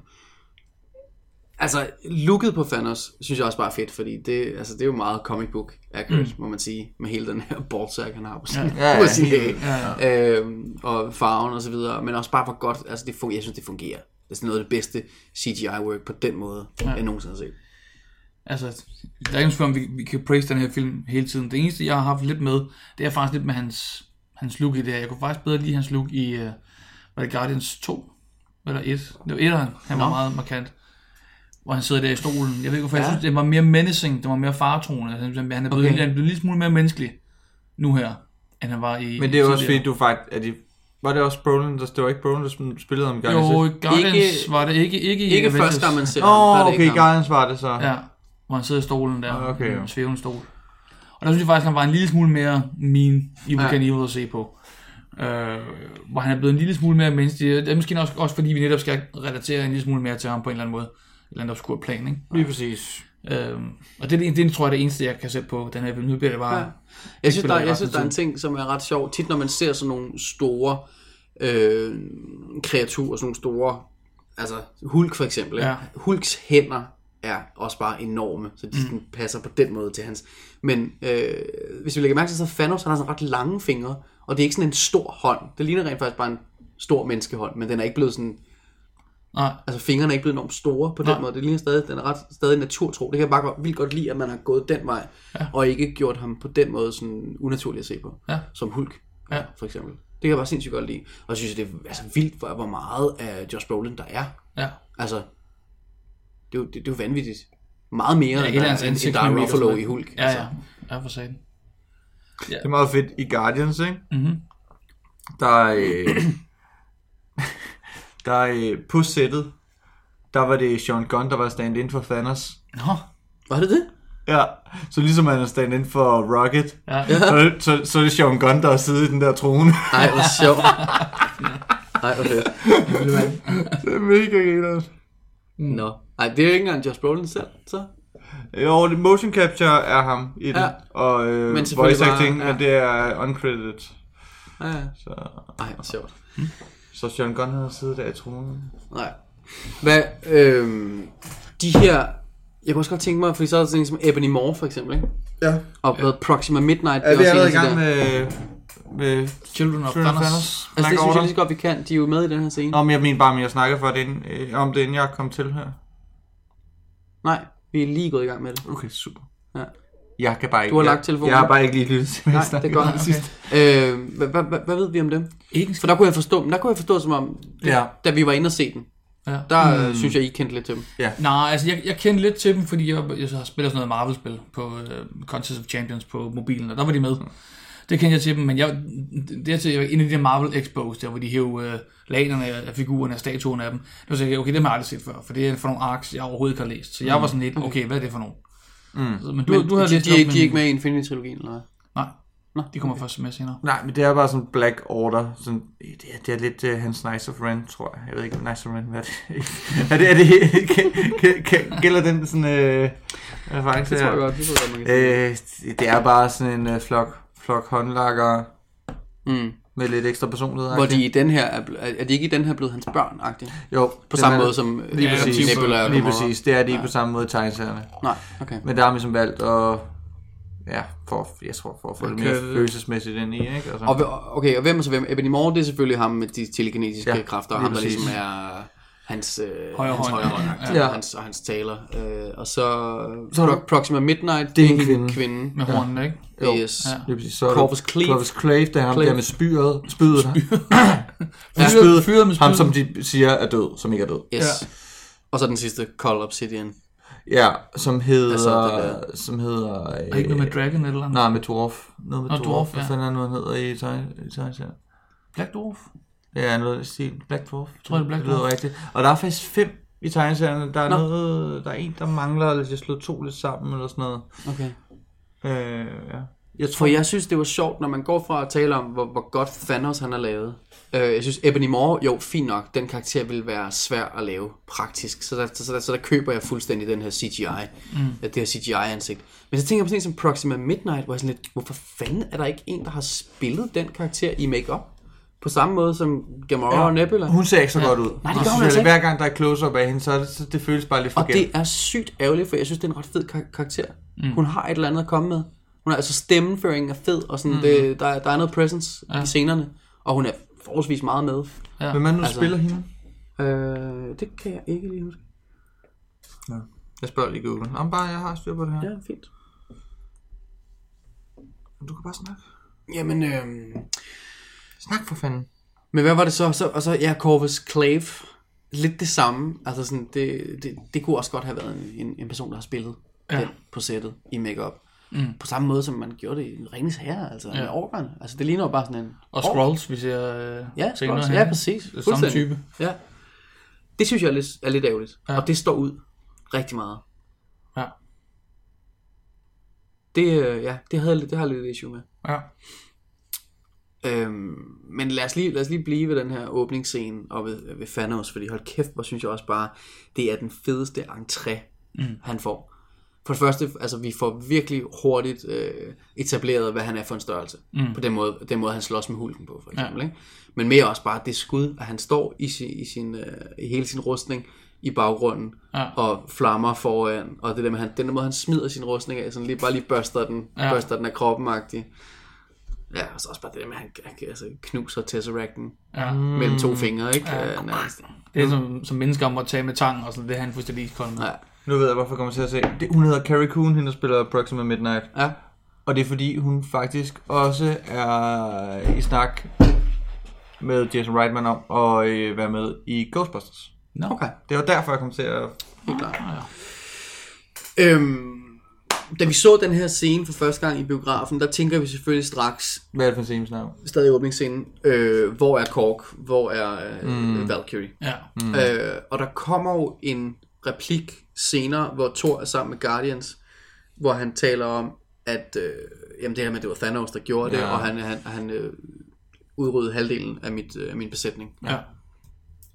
Altså, looket på Thanos, synes jeg også bare er fedt, fordi det, altså, det er jo meget comic book accurate, mm. må man sige, med hele den her ballsack, han har på sin, ja, ja, på sin ja, ja, ja. Øhm, og farven og så videre, men også bare hvor godt, altså, det fungerer, jeg synes, det fungerer. Det er sådan noget af det bedste C G I-work på den måde, ja. jeg nogensinde har set. Altså, der er ingen tvivl om, vi, vi kan praise den her film hele tiden. Det eneste, jeg har haft lidt med, det er faktisk lidt med hans, hans look i det her. Jeg kunne faktisk bedre lide hans look i, uh, var det Guardians to? Eller et? Det var etteren, han var meget markant. Hvor han sidder der i stolen. Jeg ved ikke, hvorfor ja. jeg synes, det var mere menacing, det var mere faretroende. Han er blevet, okay. han er blevet lidt smule mere menneskelig nu her, end han var i... Men det er også fordi, du faktisk... Er de, var det også Brolin, der, det var ikke Brolin, der spillede om Guardians? Jo, Guardians ikke, var det ikke... Ikke, ikke først, da man ser Åh, oh, okay, Guardians var det så. Ja, hvor han sidder i stolen der, okay, en svævende stol. Og der synes jeg faktisk, han var en lille smule mere mean, Evil ja. Knievel at se på. Uh, hvor han er blevet en lille smule mere menneskelig. Det er måske også, også fordi, vi netop skal relatere en lille smule mere til ham på en eller anden måde. Et eller andet obskur plan, ikke? Lige præcis. Øhm, og det, det, det tror jeg er det eneste, jeg kan sætte på den her film. Nu bliver det bare... Ja. Jeg synes, der, jeg synes der er en ting, som er ret sjov. Tit når man ser sådan nogle store øh, kreaturer, sådan nogle store... Altså Hulk for eksempel. Ja. Hulks hænder er også bare enorme, så de mm. passer på den måde til hans. Men øh, hvis vi lægger mærke til, så Thanos han har sådan ret lange fingre, og det er ikke sådan en stor hånd. Det ligner rent faktisk bare en stor menneskehånd, men den er ikke blevet sådan... Nej. Altså fingrene er ikke blevet enormt store på den Nej. måde. Det ligner stadig, den er ret stadig naturtro. Det kan jeg bare godt, vildt godt lide, at man har gået den vej, ja. og ikke gjort ham på den måde sådan unaturligt at se på. Ja. Som Hulk, ja. for eksempel. Det kan jeg bare sindssygt godt lide. Og jeg synes, det er altså vildt, for hvor meget af Josh Brolin der er. Ja. Altså, det er jo, det, det er jo vanvittigt. Meget mere, ja, end, der, end, end der er Ruffalo i Hulk. Ja, ja. Ja, for sagen. Ja. Det er meget fedt i Guardians, ikke? Mhm. Der er... Øh, der er på sættet, der var det Sean Gunn, der var stand-in for Thanos. Nå, var det det? Ja, så ligesom han er stand-in for Rocket, ja. så, så, så er det Sean Gunn, der er siddet i den der trone. Ej, hvor sjovt. Ej, hvor fedt. Det er mega grineren. Mm. Nå. Ej, det er jo ikke engang Josh Brolin selv, så? Jo, det motion capture er ham i det, ja. og øh, men voice acting, ja. men det er uncredited. Ja, ja. Så... Ej, hvor sjovt. Hmm? Så Sean Gunn havde siddet der i tronen. Nej. Hvad, øh, de her... Jeg kunne også godt tænke mig, fordi så er der sådan som Ebony Maw for eksempel, ikke? Ja. Og ja. Proxima Midnight. Er vi allerede i gang med, med Children of Thanos? Altså det synes jeg lige så godt, vi kan. De er jo med i den her scene. Nå, men jeg mener bare, at jeg snakker for det, øh, om det, inden jeg kom til her. Nej, vi er lige gået i gang med det. Okay, super. Ja. Jeg kan bare ikke... Du har jeg, lagt telefonen. Jeg har bare ikke lige lyttet til, Nej, det er godt. Okay. Øh, hvad, hvad, hvad ved vi om dem? Ikke. For der kunne jeg forstå, der kunne jeg forstå som om, det, ja. da vi var inde og se den. Ja. Der mm. synes jeg, I kendte lidt til dem. Ja. Nej, altså jeg, jeg kendte lidt til dem, fordi jeg, jeg har spillet sådan noget Marvel-spil på uh, Contest of Champions på mobilen, og der var de med. Mm. Det kendte jeg til dem, men jeg, det er til en af de der Marvel Expos, der hvor de hæver uh, lagerne af figurerne og statuerne af dem. Det var så, okay, det har jeg aldrig set før, for det er for nogle arcs, jeg overhovedet ikke har læst. Så jeg mm. var sådan lidt, okay, hvad er det for nogle? Mm. Så, men du, men, du har de, de, de, de er ikke med i Infinity-trilogien, eller hvad? Nej. Nå, de kommer okay. først med senere. Nej, men det er bare sådan Black Order. Sådan, det, er, det er lidt uh, hans Knights of Ren, tror jeg. Jeg ved ikke, Knights of Ren, hvad er det? er det, er det kan, kan, kan, gælder den sådan... Øh, hvad faktisk det tror jeg godt, det tror jeg godt, man kan sige. Øh, det er bare sådan en uh, flok, flok håndlakker mm. med lidt ekstra personlighed. Hvor de i den her, er, er de ikke i den her blevet hans børn-agtige? Jo. På samme er, måde som lige ja, præcis, Nebula. Lige præcis, det er de ikke på samme måde i tegneserierne. Nej, okay. Men der har vi som valgt at... Ja, for, jeg tror, for at få det mere følelsesmæssigt ind i, ikke? Altså. Og, okay, og hvem er så hvem? Ebony Maw, det er selvfølgelig ham med de telekinetiske ja, kræfter, og ham der ligesom er hans øh, højre hans hånd, højre hånd ja. og, hans, og hans taler. Øh, og så, så er der Proxima Midnight, det er en kvinde. kvinde. Med hornene, ikke? Jo, yes. Ja. Det er så Corvus Cleave. Corvus Cleave, det er ham Cleave. Der med spyret, spydet. Spyret. ja, spydet, fyret med spydet. Ham, som de siger er død, som ikke er død. Yes. Ja. Og så den sidste, Call Obsidian. Ja, som hedder... Altså, som hedder... Øh, ikke noget med Dragon eller noget? Nej, med Dwarf. Noget med Nå, Dwarf. Dwarf, Hvad ja. fanden er noget, han hedder i tegneserier? Black Dwarf? Ja, noget i stil. Black Dwarf. Jeg tror, det er Black Dwarf. Det rigtigt. Og der er faktisk fem i tegneserierne. Der er Nå. noget... Der er en, der mangler, eller jeg slår to lidt sammen, eller sådan noget. Okay. Øh, ja. Jeg tror, For jeg synes, det var sjovt, når man går fra at tale om, hvor, hvor godt Thanos han har lavet. Uh, jeg synes, Ebony Maw, jo, fint nok, den karakter vil være svær at lave praktisk. Så der, så der, så der køber jeg fuldstændig den her C G I, mm. det her C G I-ansigt. Men så tænker jeg på sådan en som Proxima Midnight, hvor jeg sådan lidt, hvorfor fanden er der ikke en, der har spillet den karakter i make-up? På samme måde som Gamora ja. og Nebula. Hun ser ikke så ja. godt ud. Nej, det gør hun altså ikke. Hver gang der er close-up af hende, så det, så det føles bare lidt forkert. Og det er sygt ærgerligt, for jeg synes, det er en ret fed kar- karakter. Mm. Hun har et eller andet at komme med. Hun er altså stemmeføringen er fed, og sådan, mm. det, der, der er noget presence ja. i scenerne, og hun er forholdsvis meget med. Ja. Hvem er nu altså, spiller hende? Øh, det kan jeg ikke lige huske. Ja. Jeg spørger lige Google. Nå, bare jeg har styr på det her. Ja, fint. Du kan bare snakke. Jamen, øh... snak for fanden. Men hvad var det så? så og så, ja, Corvus Cleave. Lidt det samme. Altså sådan, det, det, det kunne også godt have været en, en, en person, der har spillet ja. den på sættet i make-up. Mm. På samme måde, som man gjorde det i Ringens Herre, altså ja. med orkerne. Altså det ligner jo bare sådan en... Og Skrulls, vi ser øh, ja, senere her. Ja, præcis. Samme type. Ja. Det synes jeg er lidt, er lidt ærgerligt. Ja. Og det står ud rigtig meget. Ja. Det, øh, ja, det, havde, det har jeg lidt issue med. Ja. Øhm, men lad os, lige, lad os lige blive ved den her åbningsscene og ved, ved Thanos, fordi hold kæft, hvor synes jeg også bare, det er den fedeste entré, mm. han får. For det første, altså vi får virkelig hurtigt øh, etableret, hvad han er for en størrelse. Mm. På den måde, den måde, han slås med Hulken på, for eksempel. Ja. Ikke? Men mere også bare det skud, at han står i, sin, i, sin, øh, i hele sin rustning i baggrunden, ja. og flammer foran, og det der med, han, den der måde, han smider sin rustning af, sådan lige, bare lige børster den, ja. børster den af kroppen-agtigt. Ja, og så også bare det der med, at han, han altså, knuser Tesseracten ja. mellem to fingre, ikke? Ja. Uh, det er som, som mennesker må tage med tang, og sådan, det er han fuldstændig kold med. Ja. Nu ved jeg, hvorfor jeg kommer til at se. Det, hun hedder Carrie Coon, hende der spiller Proxima Midnight. Ja. Og det er fordi, hun faktisk også er i snak med Jason Reitman om at øh, være med i Ghostbusters. No. Okay. Det var derfor, jeg kom til at... Helt klart. Ja. Øhm, da vi så den her scene for første gang i biografen, der tænker vi selvfølgelig straks... Hvad er det for en scene, vi snakker? Stadig åbningsscenen. Øh, hvor er Korg? Hvor er øh, mm. Valkyrie? Ja. Mm. Øh, og der kommer jo en replik senere, hvor Thor er sammen med Guardians, hvor han taler om, at øh, jamen det her med, det var Thanos, der gjorde det, ja. og han, han, han øh, udryddede halvdelen af, mit, øh, af min besætning. Ja.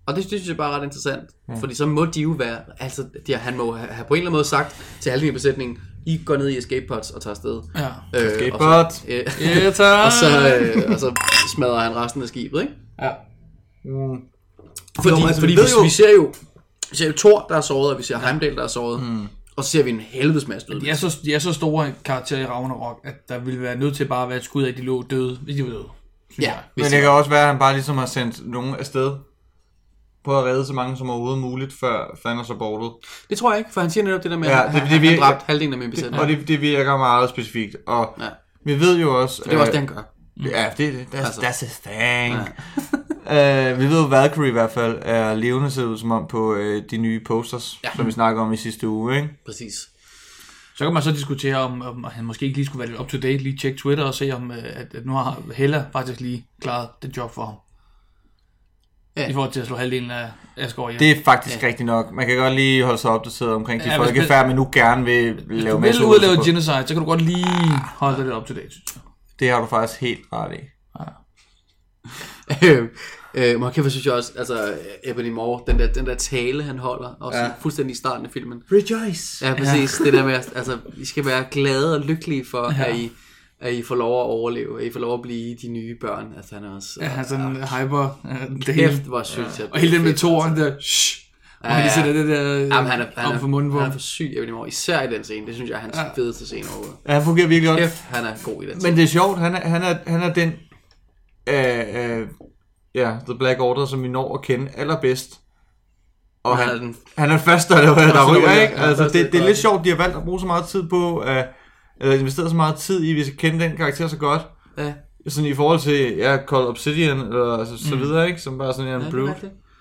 Og det, det synes jeg bare er ret interessant, ja. Fordi så må de jo være, altså de, han må have, have på en eller anden måde sagt til halvdelen af besætningen, I går ned i escape pods og tager afsted. Ja. Øh, escape pods. Øh, yeah, og, så, øh, og så smadrer han resten af skibet, ikke? Ja. Mm. Fordi, jo, altså, fordi vi, vi, jo... vi ser jo, vi ser jo Thor, der er såret, og vi ser Heimdall, der er såret. Mm. Og så ser vi en helvedes masse døde. De er, så, de er så store karakterer i Ragnarok, at der ville være nødt til bare at være et skud af, at de lå døde, hvis de var døde. Ja, men det kan også være, at han bare ligesom har sendt nogen afsted på at redde så mange som overhovedet muligt, før Thanos er bortet. Det tror jeg ikke, for han siger netop det der med, ja, at det, han, det virker, han dræbt halvdelen af min besætning. Og det, det virker meget specifikt. Og ja. Vi ved jo også... For det er også det, han gør. Ja, det, that's, altså. that's his thing. Ja. uh, vi ved jo, Valkyrie i hvert fald er levende, ser ud som om på uh, de nye posters, ja. Som vi snakker om i sidste uge, ikke? Præcis. Så kan man så diskutere, om, om han måske ikke lige skulle være lidt up-to-date, lige tjekke Twitter og se, om at, at nu har Hela faktisk lige klaret det job for ham. Ja. I forhold til at slå halvdelen af Asgård hjem. Det er faktisk ja. Rigtigt nok. Man kan godt lige holde sig opdateret omkring de ja, folkefærd, men nu gerne vil lave masser af... Hvis du vil ud og lave genocide, så kan du godt lige holde dig lidt up-to-date, synes jeg. Det har du faktisk helt ret i. Ja. Øh, man kan synes jeg også, altså Ebony Moore, den der, den der tale, han holder, også ja. Fuldstændig i starten af filmen. Rejoice! Ja, præcis. Ja. Det der med, altså, I skal være glade og lykkelige for, ja. at, I, at I får lov at overleve, at I får lov at blive de nye børn. Altså, han er også... Ja, han er sådan ja. Hyper. Det hele var sygt. Ja. Og hele den med toren der, shh, og ja, ja. Han sætter det der Jamen, han er, han er, for munden på. Han er for syg, Ebony Moore. Især i den scene, det synes jeg er hans ja. Fedeste scene overhovedet. Ja, han fungerer virkelig godt. Kæft, han er god i den scene. Men det er sjovt, han er, han er, han er den... Øh, øh, Ja, The Black Order, som vi når at kende allerbedst. Og han, han, er, den... han er første, der, der, der ryger, ikke? Altså, det, det er lidt sjovt, de har valgt at bruge så meget tid på, uh, eller investeret så meget tid i, hvis vi kender den karakter så godt. Ja. Sådan i forhold til, ja, Call Obsidian, eller altså, så mm. videre, ikke? Som bare sådan en ja, brute.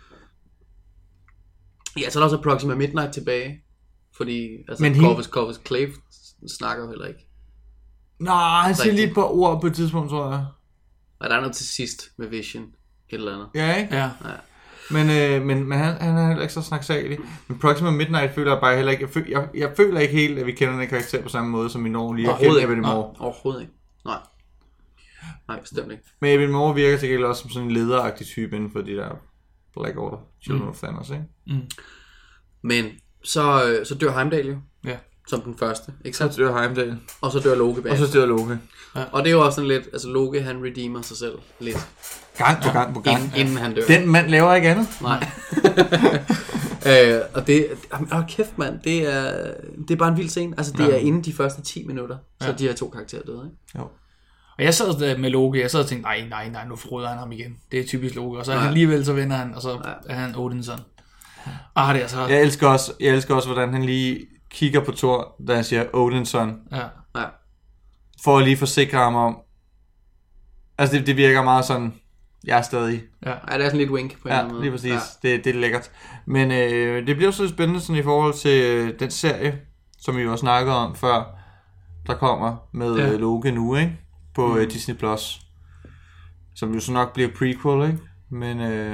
Ja, så er der også Proxima Midnight tilbage. Fordi, altså, Men Corvus, hende... Corvus Clave snakker jo heller ikke. Nej, han siger lige et par ord på et tidspunkt, tror jeg. Og der er noget til sidst med Vision. Et eller andet. Ja, ikke? Ja. ja. Men, øh, men, men han, han er heller ikke så snaksalig. Men Proxima Midnight føler jeg bare heller ikke... Jeg føler, jeg, jeg føler ikke helt, at vi kender den karakter på samme måde, som vi når lige at kende Ebony Moore. Overhovedet ikke. Nej. Nej, bestemt ikke. Men Ebony Moore virker til gengæld også som sådan en lederagtig type inden for de der Black Order. Children mm. of Thanos, ikke? Mm. Men så, så dør Heimdall jo. Ja. Som den første, ikke sant? Så dør Heimdall. Og så dør Loke bag. Og så dør Loke. Ja. Og det er jo også sådan lidt, altså Loke han redeemer sig selv lidt. Gang på gang på gang. Inden, inden han dør. Den mand laver ikke andet. Nej. øh, og det, åh kæft mand, det er, det er bare en vild scene. Altså det ja. Er inden de første ti minutter, så ja. De her to karakterer døde, ikke? Jo. Og jeg sad med Loke, jeg sad og tænkte, nej, nej, nej, nu forråder han ham igen. Det er typisk Loke. Og så ja. Alligevel så vinder han, og så ja. Er han Odinson. Ah, det er så... Jeg elsker også, jeg elsker også, hvordan han lige kigger på Thor, da han siger Odinson. Ja. Ja. For at lige forsikre ham om... Altså, det, det virker meget sådan... Jeg er stadig... Ja, ja det er sådan lidt wink på en ja, måde. Lige præcis. Ja. Det, det er lækkert. Men øh, det bliver så spændende sådan i forhold til øh, den serie, som vi jo også snakkede om før, der kommer med ja. øh, Loke nu, ikke? På mm. øh, Disney Plus. Som jo så nok bliver prequel, ikke? Men... Øh,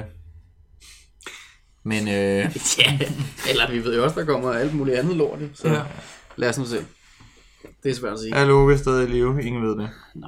men... Øh, ja, eller vi ved jo også, der kommer alt muligt andet lort, så ja. Lad os nu se. Det er svært at sige. Er Loke stadig i live? Ingen ved det. Nej.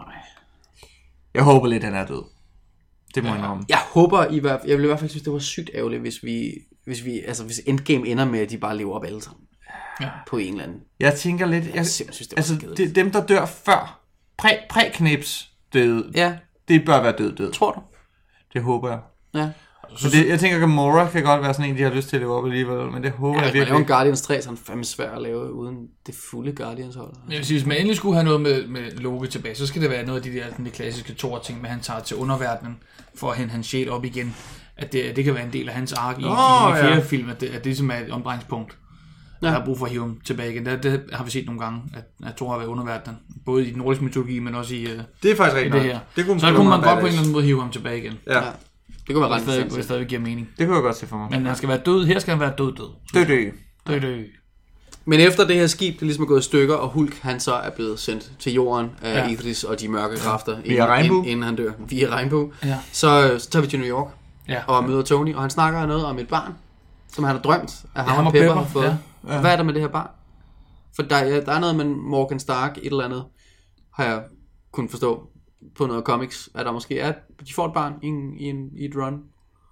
Jeg håber lidt, han er død. Det må ja. jeg nok om. Jeg håber i hvert fald, jeg ville i hvert fald synes, det var sygt ærgerligt, hvis vi, hvis vi, altså hvis Endgame ender med, at de bare lever op alle sammen. Ja. På en eller anden. Jeg tænker lidt, jeg, jeg synes, det altså det, dem der dør før, præ, præ-knips døde, ja. Det bør være død død. Tror du? Det håber jeg. Ja. Så det, jeg tænker, at Gamora kan godt være sådan en, de har lyst til at leve op alligevel, men det håber ja, jeg virkelig. Hvis man laver en Guardians tre, så er det fandme svært at lave uden det fulde Guardians hold. Jeg vil sige, hvis man endelig skulle have noget med, med Loke tilbage, så skal det være noget af de der de klassiske Thor-ting, med han tager til underverdenen for at hente hans sjæl op igen. At det, det kan være en del af hans ark i, oh, i de fjerde ja. Film, at det, at det ligesom er et omdrejningspunkt. Ja. Der er brug for at hive ham tilbage igen. Det, det har vi set nogle gange, at, at Thor har været underverdenen. Både i den nordiske mytologi, men også i, det er faktisk rigtigt det her. Det kunne så kunne man godt på en eller anden måde hive ham tilbage igen. Ja. Ja. Det kunne være ret interessant. Det stadig giver mening. Det kunne jeg godt se for mig. Men han skal være død. Her skal han være død død. Død død. Død død. Men efter det her skib, det ligesom er gået i stykker, og Hulk han så er blevet sendt til jorden af ja. Idris og de mørke kræfter, inden, inden, inden han dør, via Regnbue, ja. så, så tager vi til New York ja. Og møder Tony, og han snakker noget om et barn, som han har drømt, at ham og Pepper har fået. Ja. Ja. Hvad er der med det her barn? For der, der er noget med Morgan Stark, et eller andet, har jeg kunnet forstå på noget comics, at der måske er, de får et barn i, en, i, en, i et run.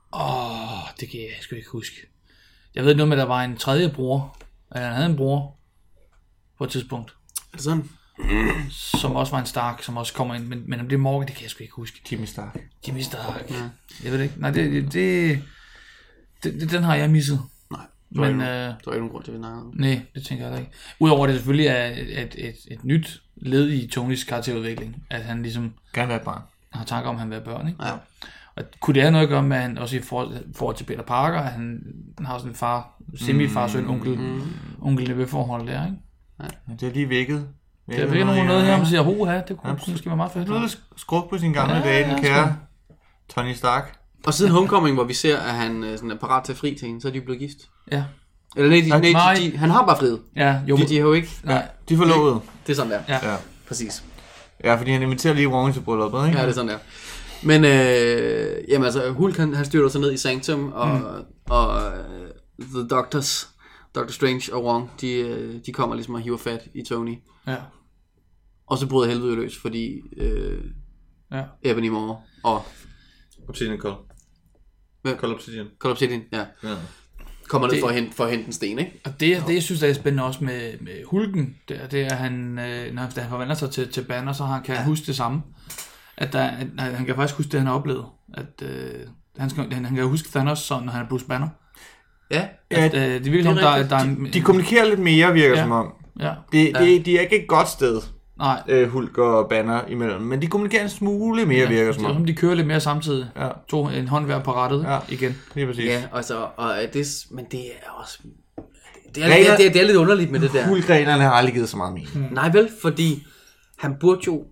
Åh, oh, det kan jeg sgu ikke huske. Jeg ved noget med, at der var en tredje bror. Eller han havde en bror på et tidspunkt. Er det sådan? Som også var en Stark, som også kommer ind. Men, men om det er Morgan, det kan jeg sgu ikke huske. Jimmy Stark. Jimmy Stark. Ja. Jeg ved det ikke. Nej, det, det, det, det, den har jeg misset. Nej, men der er øh, ikke nogen grund til, at vi snakker om. Nej, det tænker jeg da ikke. Udover det selvfølgelig er et, et, et, et nyt led i Tonys karakterudvikling. At han ligesom Gerne være et barn. har tanker om, at han vil være børn, ikke? Ja. Og kunne det have noget at gøre med, at han også i forhold, forhold til Peter Parker, at han har sådan en far, semi-far, søn, onkel, mm. onkel ved forhold der, ikke? Ja. Det er lige vækket. Det er virkelig nogen noget her, man siger, hoha, det kunne ja. måske være meget fedt. Nu er det skruk på sin gamle ja, dage, den ja, kære Tony Stark. Og siden Homecoming, hvor vi ser, at han sådan er parat til at fri til hende, så er de blevet gift. Ja. Eller nej, de, nej, nej. De, de, han har bare friet. Ja, jo. De, de har jo ikke... Nej. De er forlovet. Det er sådan der. Ja. ja. Præcis. Ja, fordi han inviterer lige Wong til brylluppet, ikke? Ja, det er sådan der. Men, øh, jamen altså, Hulk, han, han styrter sig ned i Sanctum, og, mm. og uh, The Doctors, Doctor Strange og Wong, de, de kommer ligesom og hiver fat i Tony. Ja. Og så bryder helvede løs, fordi øh, ja. Ebony Maw og... Obsidian Call. Hvem? Call Obsidian. Call Obsidian, ja. ja. Kommer ned det, for, at hente, for at hente en sten, ikke? Og det, det jeg synes, der er spændende også med, med Hulken, det er, det er at han, øh, når han forvandler sig til, til Banner, så han, kan ja. han huske det samme. At, der, at han kan faktisk huske det, han har oplevet. At, øh, han, skal, han, han kan huske Thanos, sådan, når han er Bruce Banner. Ja. At, øh, det er virkelig, det er der, der er en, de, de kommunikerer lidt mere, virker ja. som om. Ja. Det, det, ja. de er ikke et godt sted. Nej. Øh, Hulk og Banner imellem. Men de kommunikerer en smule mere, ja, virker som om. De kører lidt mere samtidig. Ja. To en håndværk på rettet ja. igen. Lige præcis. Ja, og så, og det, men det er også... Det er, Regler, det, er, det er lidt underligt med det der. Hulk-reglerne har aldrig givet så meget mening. Mm. Nej vel, fordi han burde jo...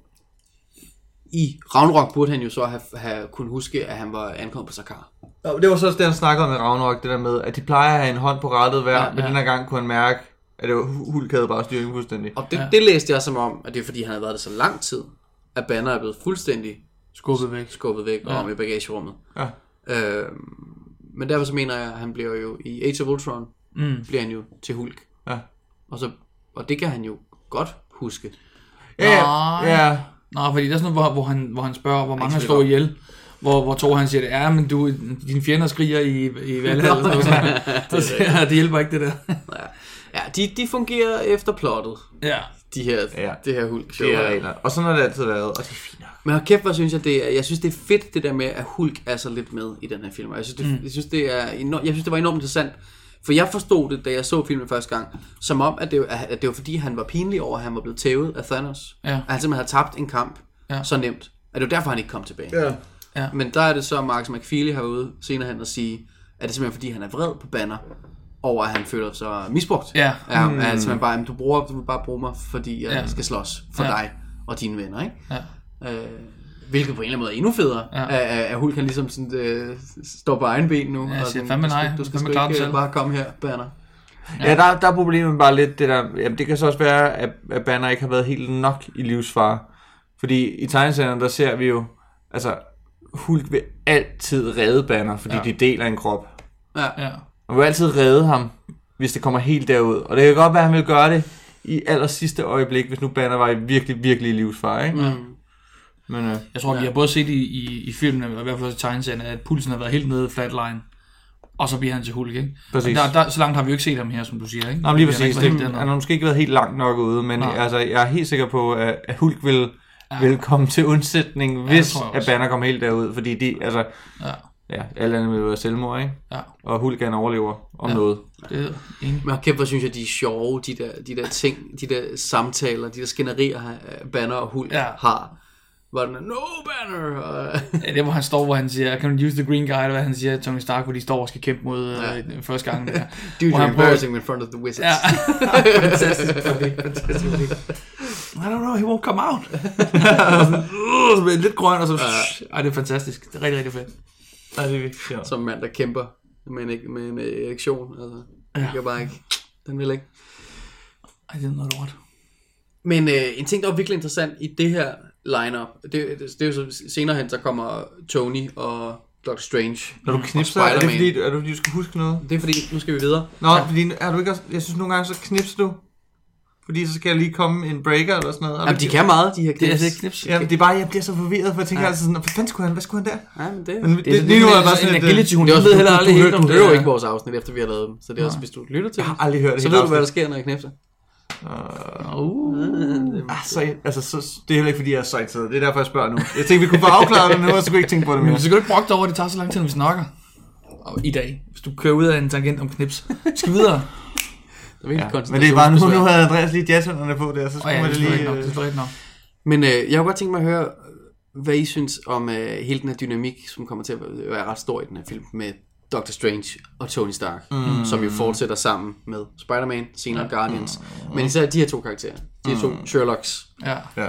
I Ragnarok burde han jo så have, have kunne huske, at han var ankommet på Sakaar. Ja, det var så også det, han snakkede om med Ragnarok, det der med, at de plejer at have en hånd på rettet hver, ja, men ja. den her gang kunne han mærke, at det var Hulk havde bare styringen fuldstændig. Og det, ja. det læste jeg som om, at det er fordi, han havde været det så lang tid, at Banner er blevet fuldstændig skubbet væk, skubbet væk ja. og om i bagagerummet. Ja. Øh, men derfor så mener jeg, at han bliver jo i Age of Ultron, mm. bliver han jo til Hulk. Ja. Og, så, og det kan han jo godt huske. Ja, ja. ja. Nå, fordi der er sådan noget, hvor, hvor, han, hvor han spørger, hvor mange han står ihjel. Hvor, hvor Thor han siger, ja, men du, dine fjender skriger i, i Valhall. Og så, så siger, det hjælper ikke det der. ja, ja de, de fungerer efter plottet. Ja. De her, ja. det her Hulk-show. Det er regler. Og sådan har det altid været, og det er fint. Men kæft, hvor synes jeg, det er, jeg synes, det er fedt, det der med, at Hulk er så lidt med i den her film. Jeg synes, det, mm. jeg synes, det, er enormt, jeg synes, det var enormt interessant. For jeg forstod det, da jeg så filmen første gang, som om, at det, at det var fordi, han var pinlig over, at han var blevet tævet af Thanos. Ja. At han simpelthen havde tabt en kamp ja. så nemt. At det var derfor, han ikke kom tilbage. Ja. Ja. Men der er det så, Marcus McFeely har været ude senere hen og sige, at det er simpelthen fordi, han er vred på Banner, over at han føler sig misbrugt. Ja. Ja, mm. At simpelthen bare, du, bruger, du vil bare bruge mig, fordi jeg ja. skal slås for ja. dig og dine venner, ikke? Ja. Øh, hvilket på en eller anden måde er endnu federe, ja. at, at Hulk kan ligesom sådan, øh, stå på egen ben nu. Ja, og sådan, fandme nej, du skal, du skal ikke bare komme her, Banner. Ja, ja der, der er problemet bare lidt det der, jamen det kan så også være, at, at Banner ikke har været helt nok i livsfare. Fordi i tegneserien, der ser vi jo, altså Hulk vil altid redde Banner, fordi ja. de deler en krop. Ja. Ja. Og vil altid redde ham, hvis det kommer helt derud. Og det kan godt være, at han vil gøre det i aller sidste øjeblik, hvis nu Banner var i virkelig, virkelig i livsfare, ikke? Mm. Men, øh, jeg tror, ja. vi har både set i, i, i filmen, og i hvert fald i tegneserien, at pulsen har været helt nede i flatline. Og så bliver han til Hulk, ikke? Præcis. Der, der, så langt har vi jo ikke set ham her, som du siger, ikke? Nej, lige præcis. Det, han har måske ikke været helt langt nok ude, men altså, jeg er helt sikker på, at, at Hulk vil, ja. vil komme til undsætning, hvis ja, at Banner kommer helt derud, fordi de, altså, ja, ja alle andre vil jo være selvmord, ikke? Ja. Og Hulk han overlever om ja. noget. Det er enig. Men kæft, hvor synes jeg, de er sjove, de der, de der ting, de der samtaler, de der skænderier, Banner og Hulk ja. har. Var den, no Banner! Og ja, det hvor han står, hvor han siger, I can use the green guy, hvad han siger, Tony Stark, hvor de står og skal kæmpe mod ja. øh, første gang der. Dude, you're embarrassing in front of the wizards. Ja, fantastisk fordi, fantastisk fordi. I don't know, he won't come out. og sådan, uh, så bliver lidt grøn, og så, ja. ej, det er fantastisk. Det er rigtig, rigtig fedt. Nej, det er virkelig sjovt. Som mand, der kæmper med, en, med, med erektion, altså, ja. det kan bare ikke, den vil ikke. Ej, det er noget lort. Men øh, en ting, der var virkelig interessant i det her line-up, det, det, det er jo så senere hen, så kommer Tony og Doctor Strange. Når du knipser, er det, fordi, er det fordi, du skal huske noget? Det er fordi, nu skal vi videre. Nå, ja. fordi er du ikke også, jeg synes nogle gange, så knipser du. fordi så skal jeg lige komme en breaker eller sådan noget. Jamen, de kan meget, de her knips. Det er altså ikke knips. Jamen, det er bare, jeg bliver så forvirret, for jeg tænker ja. altid sådan, hvad fanden skulle han, hvad skulle han der? Ja, men det, men det, det, det, lige nu er jeg bare sådan sådan en et... agility, hun det er også, ved heller aldrig helt, du, om du, det du hører jo er. ikke vores afsnit, efter vi har lavet dem. Så det er også, hvis du lytter til Jeg har aldrig hørt det. så ved du, hvad der sker, når jeg knipser. Uh, uh, ah, så, altså, så, det er heller ikke, fordi jeg er så interesseret. Det er derfor, jeg spørger nu. Jeg tænkte, vi kunne få afklaret det nu, og så kunne jeg ikke tænke på det mere. Men så kan du ikke brokke dig over, at det tager så lang tid, når vi snakker. Og i dag, hvis du kører ud af en tangent om knips. Vi skal videre. Det ja, men det er bare nu, nu havde Andreas lige jazzhånderne på der, så skulle oh, ja, man det lige... Nok, det er nok. Men øh, jeg kunne godt tænke mig at høre, hvad I synes om øh, hele den her dynamik, som kommer til at være ret stor i den her film, med Doctor Strange og Tony Stark, mm. som jo fortsætter sammen med Spider-Man, senere ja. Guardians. Mm. Men især de her to karakterer, de her to mm. Sherlocks. Ja. ja.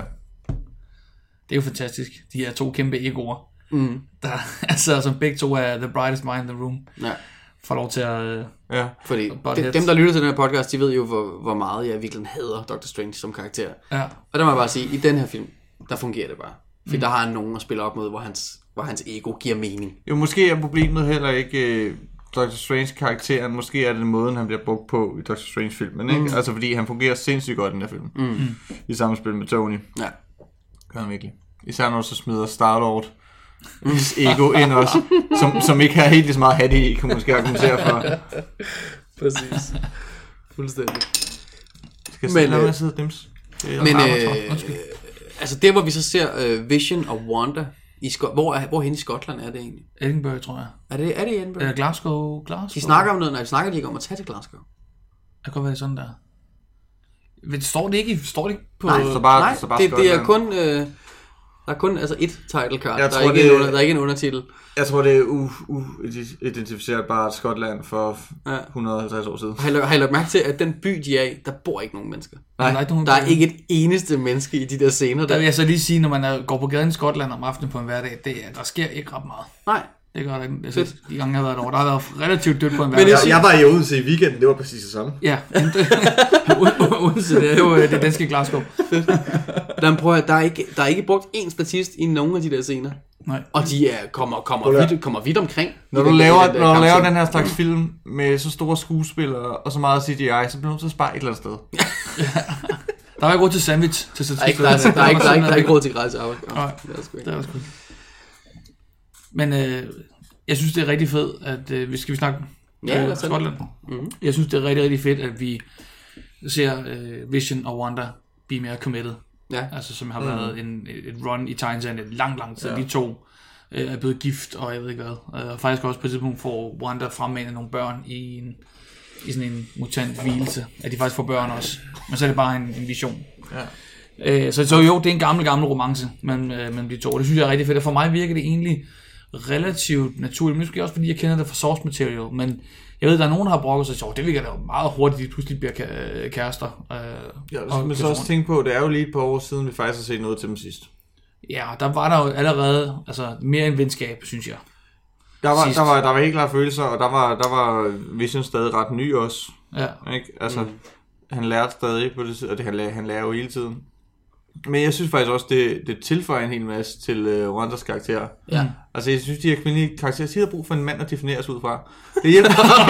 Det er jo fantastisk, de her to kæmpe egoer, mm. der altså, som begge to er the brightest mind in the room. Ja. Får lov til at... Øh, ja. Fordi de, dem, der lytter til den her podcast, de ved jo, hvor, hvor meget jeg virkelig hader Doctor Strange som karakter. Ja. Og der må jeg bare sige, i den her film, der fungerer det bare. Fordi mm. der har han nogen at spille op mod, hvor hans, hvor hans ego giver mening. Jo, måske er problemet heller ikke uh, Doctor Strange-karakteren. Måske er det måden, han bliver brugt på i Doctor Strange-filmen. Ikke? Mm. Altså fordi han fungerer sindssygt godt i den her film. Mm. I samspil med Tony. Ja. Gør han virkelig. Især når du så smider Star-Lord ego ind også, som, som ikke har helt så meget hat i, kan måske argumentere for. Præcis. Fuldstændig. Skal jeg lade mig sidde og dims? Men øh, altså der, hvor vi så ser uh, Vision og Wanda, i Sko- hvor, er, hvor hen i Skotland er det egentlig? Edinburgh, tror jeg. Er det, er det Edinburgh? Eller Glasgow, Glasgow? De snakker om noget, nej, de snakker de ikke om at tage til Glasgow. Det kan godt være sådan der. Men står det ikke, står det ikke på... Nej, så bare, nej så bare det, det er kun... Øh, Der er kun altså et title card. Der, tror, er ikke det, under, der er ikke en undertitel. Jeg tror, det er uidentificerbart Skotland for ja. et hundrede og halvtreds år siden. Har I lagt mærke til, at den by, de er i, der bor ikke nogen mennesker? Nej, der er, ikke, nogen, der er ikke et eneste menneske i de der scener. Der, der vil jeg så lige sige, når man er, går på gaden i Skotland om aftenen på en hverdag, det, der sker ikke ret meget. Nej. Det gør det ikke. Jeg synes, de gange, jeg har været over, der har været relativt dødt på en hverdag. Jeg, jeg var i Odense i weekenden, det var præcis det samme. Ja, Odense, det er jo det danske Glasgow. Der, prøver, der, er ikke, der er ikke brugt én statist i nogen af de der scener. Nej. Og de er, kommer, kommer, vidt, kommer vidt omkring. Når du, laver, den, når du laver den her slags film med så store skuespillere og så meget C G I, så bliver du nødt til at spare et eller andet sted. Der er ikke råd til sandwich til statist. Der er ikke, der er ikke, der er ikke, der er ikke råd til gratis arbejde. Nej, det er sgu ikke. Det er sgu ikke. Men øh, jeg synes, det er rigtig fedt, at øh, vi skal vi snakke ja, øh, Skotland. Mm-hmm. Jeg synes, det er rigtig, rigtig fedt, at vi ser øh, Vision og Wanda blive mere committed. Ja. Altså, som har mm. været en, et run i tegneserien en lang, lang tid. Ja. De to øh, er blevet gift, og jeg ved ikke hvad. Og faktisk også på et tidspunkt får Wanda fremmanet nogle børn i, en, i sådan en mutant hvilelse. At de faktisk får børn også. Men så er det bare en, en vision. Ja. Øh, så, så jo, det er en gammel, gammel romance mellem, øh, mellem de to. Og det synes jeg er rigtig fedt. Og for mig virker det egentlig relativt naturligt. Måske også fordi jeg kender det fra source material. Men jeg ved, der er nogen, der har brokket sig, så det virker da jo meget hurtigt, at de pludselig bliver kærester. Øh, ja, så skal man så også tænke på, det er jo lige et par år siden, vi faktisk har set noget til dem sidst. Ja, der var der jo allerede altså, mere en venskab, synes jeg. Der var, der var, der var helt klart følelser, og der var, der var Vision stadig ret ny også. Ja. Ikke? Altså, mm. han lærte stadig på det, og det, han, lærer, han lærer jo hele tiden. Men jeg synes faktisk også, det, det tilføjer en hel masse til uh, Wandas karakter. Ja. Altså, jeg synes, de her kvindelige karakterer, de har brug for en mand at defineres ud fra. Det hjælper.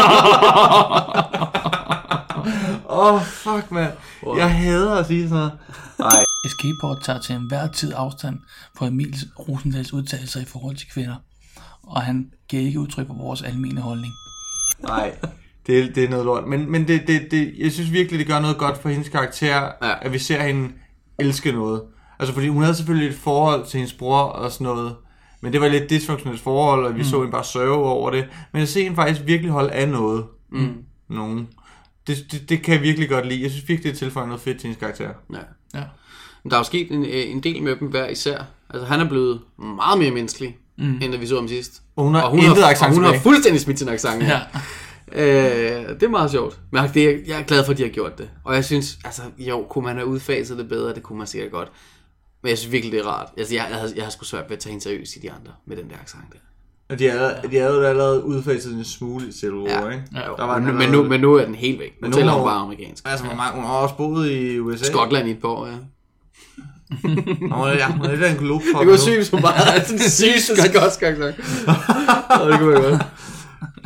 Åh, oh, fuck, man. Wow. Jeg hader at sige sådan noget. Nej. Escapeport tager til enhver tid afstand fra Emil Rosendals udtalelser i forhold til kvinder. Og han giver ikke udtryk for vores almene holdning. Nej, det, det er noget lort. Men, men det, det, det, jeg synes virkelig, det gør noget godt for hendes karakter, ja. At vi ser hende elske noget. Altså, fordi hun havde selvfølgelig et forhold til hendes bror og sådan noget, men det var lidt dysfunktionelt forhold, og vi mm. så hende bare sørge over det. Men at se hende faktisk virkelig holde af noget. Mm. Nogen. Det, det, det kan jeg virkelig godt lide. Jeg synes virkelig, det tilføjer noget fedt til hendes karakter. Ja. Ja. Men der er jo sket en, en del med dem hver især. Altså, han er blevet meget mere menneskelig, mm. end da vi så ham sidst. Og hun har, og hun har, og hun har fuldstændig smidt sin accent. Ja. Øh, det er meget sjovt. Men det er, jeg er glad for, at de har gjort det. Og jeg synes, altså, jo, kunne man have udfaset det bedre, det kunne man sikkert godt. Men jeg synes virkelig, det er rart. Altså, jeg, jeg, havde, jeg har sgu svært ved at tage hende seriøst i de andre, med den der accent der. Og de havde, de havde jo allerede udfaset en smule i Civil War, ja. Ikke? Ja, der var men, men, nu, men nu er den helt væk. Nu tæller hun bare amerikansk. Altså, ja. Hun har også boet i U S A. Skotland i et par år, ja. Nå ja, hun er lidt af en globetrotter. Det kunne syge, hvis hun bare havde den sygeste skotsk accent. Nå, det kunne jeg godt.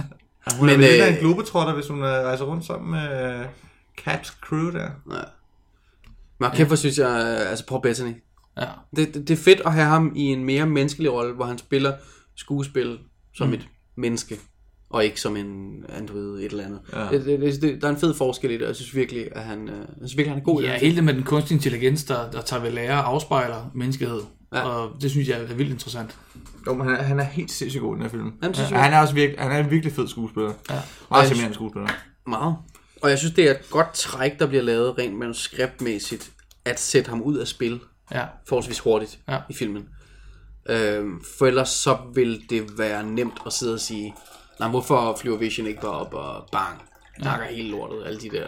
Hun er lidt af en globetrotter, hvis hun rejser rundt sammen med Caps crew der. Ja. Mark Kemper, ja. synes jeg, altså Paul Bettany. Ja. Det, det, det er fedt at have ham i en mere menneskelig rolle, hvor han spiller skuespil som mm. et menneske, og ikke som en android et eller andet. Ja. Det, det, det, der er en fed forskel i det, og jeg synes virkelig, at han, jeg synes virkelig, han er god i det. Ja, hele det med den kunstige intelligens, der, der tager ved lære og afspejler menneskehed. Ja. Og det synes jeg er vildt interessant. Jo, men han er, han er helt sindssygt god i den her film. Han, ja, han er også virkelig, han er en virkelig fed skuespiller. Ja. Meget charmerende skuespiller. Meget. Og jeg synes, det er et godt træk, der bliver lavet rent manuskriptmæssigt, at sætte ham ud af spil ja. forholdsvis hurtigt ja. i filmen. Øhm, for ellers så vil det være nemt at sidde og sige, nej, hvorfor flyver Vision ikke bare op og bang, nakker ja. hele lortet, alle de der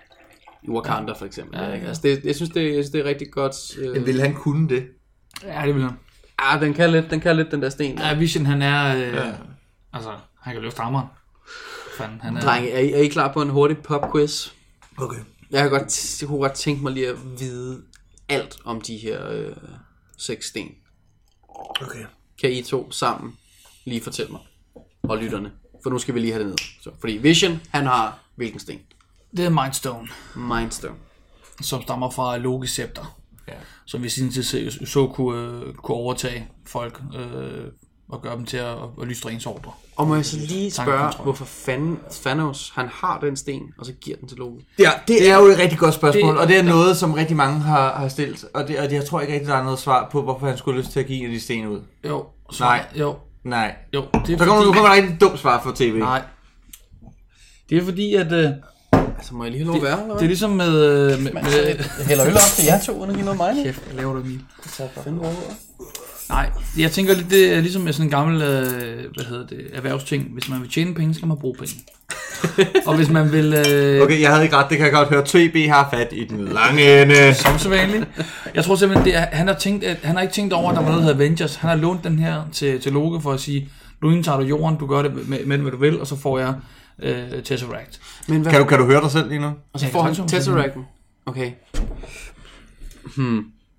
i Wakanda for eksempel. Ja, ja. Altså det, jeg, synes, det, jeg synes, det er rigtig godt. Øh... Vil han kunne det? Ja, det vil han. Ja, den kan lidt, den kan lidt den der sten. Ja, Vision, han er, øh, ja. altså, han kan løfte hammeren. Fanden, han er... Drenge, er I, er I klar på en hurtig pop-quiz? Okay. Jeg kan godt, jeg kunne godt tænke mig lige at vide alt om de her øh, seks sten. Okay. Kan I to sammen lige fortælle mig, og lytterne, for nu skal vi lige have det ned. Så, fordi Vision, han har hvilken sten? Det er Mindstone. Mindstone. Som stammer fra Lokis scepter. Ja. Som vi siden til så kunne, uh, kunne overtage folk øh, og gøre dem til at, at lystre ens ordre. Og må jeg så lige spørge, hvorfor fanden Thanos han har den sten, og så giver den til Loki? Ja, det, det er jo et rigtig godt spørgsmål, det, og det er noget, som rigtig mange har, har stillet. Og, det, og det, jeg tror ikke rigtig, der er noget svar på, hvorfor han skulle lyst til at give en af de sten ud. Jo. Svar, Nej. Jo. Nej. Jo. Det er så kommer, nu kommer der rigtig dumt svar for tv. Nej. Det er fordi, at... Øh, altså, må jeg lige have lov at være? Eller? Det er ligesom med... med, med, med jeg hælder øl op til jer to, uden at give noget mig. Kæft, hvad laver du, Emil? Det tager fandme over. Nej, jeg tænker lidt, det er ligesom med sådan en gammel, øh, hvad hedder det, erhvervsting. Hvis man vil tjene penge, skal man bruge penge. Og hvis man vil... Øh... Okay, jeg havde ikke ret, det kan jeg godt høre. T B har fat i den lange ende. Som så vanligt. Jeg tror simpelthen, det er, han, har tænkt, at, han har ikke tænkt over, at der var noget, der hedder Avengers. Han har lånt den her til, til Loki for at sige, nu indtager du jorden, du gør det med, med hvad du vil, og så får jeg øh, Tesseract. Men hvad... kan, du, kan du høre dig selv lige nu? Og så får han Tesseracten. Okay. Hmm.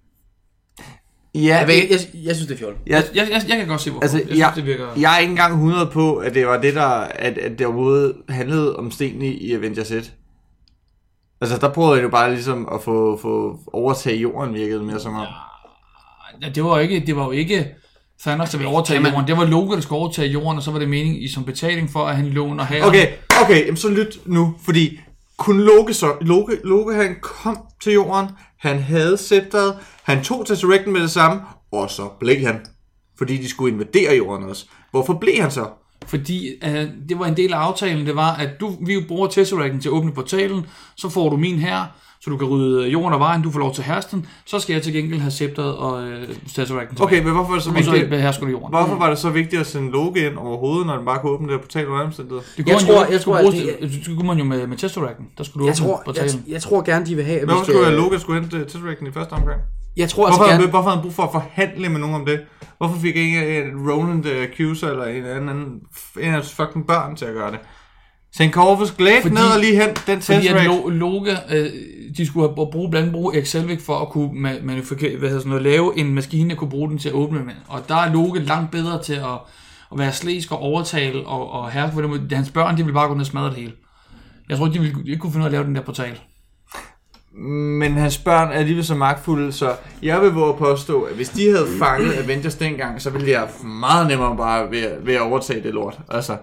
Ja, jeg, jeg, jeg, jeg synes det er fjol. Jeg, jeg, jeg, jeg kan godt se hvorfor. Altså, jeg, synes, jeg, det virker... jeg er ikke engang hundrede på, at det var det der, at, at det overhovedet handlede om stenene i Avengers et. Altså der prøvede jeg jo bare ligesom at få, få overtage jorden, virkede mere som om. Ja, det var ikke, det var jo ikke Thanos, der ville overtage man... jorden. Det var Loki, der skulle overtage jorden, og så var det meningen i som betaling for, at han låner her. Okay, okay, jamen, så lyt nu, fordi kunne Loki så, Loki, Loki han kom til jorden, han havde scepteret, han tog Tesseracten med det samme, og så blev han. Fordi de skulle invadere jorden også. Hvorfor blev han så? Fordi uh, det var en del af aftalen, det var, at du, vi bruger Tesseracten til at åbne portalen, så får du min her, så du kan rydde jorden af vejen, du får lov til hersten, så skal jeg til gengæld have scepteret og uh, Tesseracten tilbage. Okay, men hvorfor er det så vigtigt? Og så jorden. Hvorfor var det så vigtigt at sende Loki ind overhovedet, når den bare kunne åbne det portal under omstændigheder? Det kunne jeg, jeg tror, at det, det kunne man jo med, med Tesseracten. Der skulle du jeg åbne tror, portalen. Jeg, jeg tror gerne, de vil have, at hvorfor skulle Loki skulle hente Tesseracten i første omgang? Jeg tror hvorfor, altså gerne... hvorfor havde han brug for at forhandle med nogen om det? Hvorfor fik ikke en Roland the Accuser eller en anden en af fucking børn til at gøre det? Send Corvus Glade ned og lige hente den Tesseract. Fordi at Loki, øh, de skulle have bruge, blandt andet bruge Excelvic for at kunne manufacture, hvad hedder sådan noget, lave en maskine, der kunne bruge den til at åbne med. Og der er Loki langt bedre til at, at være slæsk og overtale og, og herre for det. Hans børn, de ville bare gå ned og smadre det hele. Jeg tror ikke, de ville ikke kunne finde ud af at lave den der portal. Men hans børn er alligevel så magtfulde, så jeg vil våge at påstå, at hvis de havde fanget Avengers dengang, så ville de have meget nemmere bare ved, ved at overtage det lort. Altså.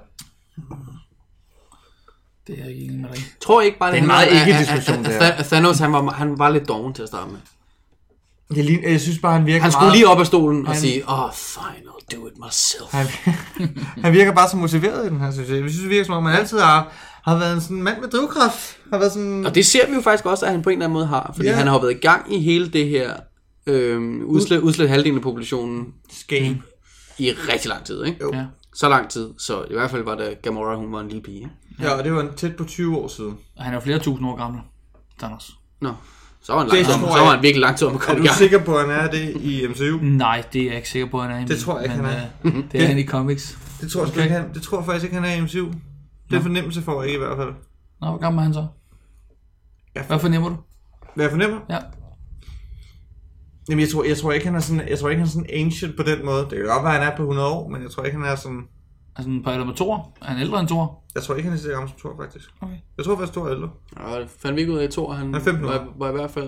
Det er ikke en rigtig. Tror ikke bare, det er en meget ikke-diskussion, det her. Thanos, han var, han var lidt doven til at starte med. Jeg, lige, jeg synes bare, han virker Han skulle meget... lige op af stolen og han... sige, oh, fine, I'll do it myself. Han, han virker bare så motiveret i den her, synes jeg. Jeg synes, det virker som om, han altid har... har været en sådan mand med drivkraft. Har været sådan... Og det ser vi jo faktisk også, at han på en eller anden måde har. Fordi yeah. han har været i gang i hele det her øhm, udslæt, udslæt halvdelen af populationen Game. I rigtig lang tid, ikke? Ja. Så lang tid, så i hvert fald var det Gamora, hun var en lille pige, ikke? Ja, og det var tæt på tyve år siden. Og han er jo flere tusind år gammel, Thanos. Nå, så var han, lang, så, så var han virkelig lang tid om at komme i gang. Er du sikker på, at han er det i M C U? Nej, det er jeg ikke sikker på, at han er. Det tror jeg ikke, men, han er. Uh, det er han i comics. Det tror, okay. jeg, det tror jeg faktisk ikke, han er i M C U. Det er fornemmelse for ikke i hvert fald. Nå, hvor gammel er han så? For... Hvad fornemmer du? Hvad jeg fornemmer? Ja. Jamen, jeg tror, jeg tror ikke, han er sådan, jeg tror ikke, han er sådan ancient på den måde. Det kan godt være, han er på hundrede år, men jeg tror ikke, han er sådan... Altså på alder med Thor? Er han ældre end Thor? Jeg tror ikke, han er så gammel som Thor, faktisk. Okay. Jeg tror faktisk, Thor er ældre. Ja, det fandt vi ikke ud af, at Thor, han, han er femten år. var, var i hvert fald...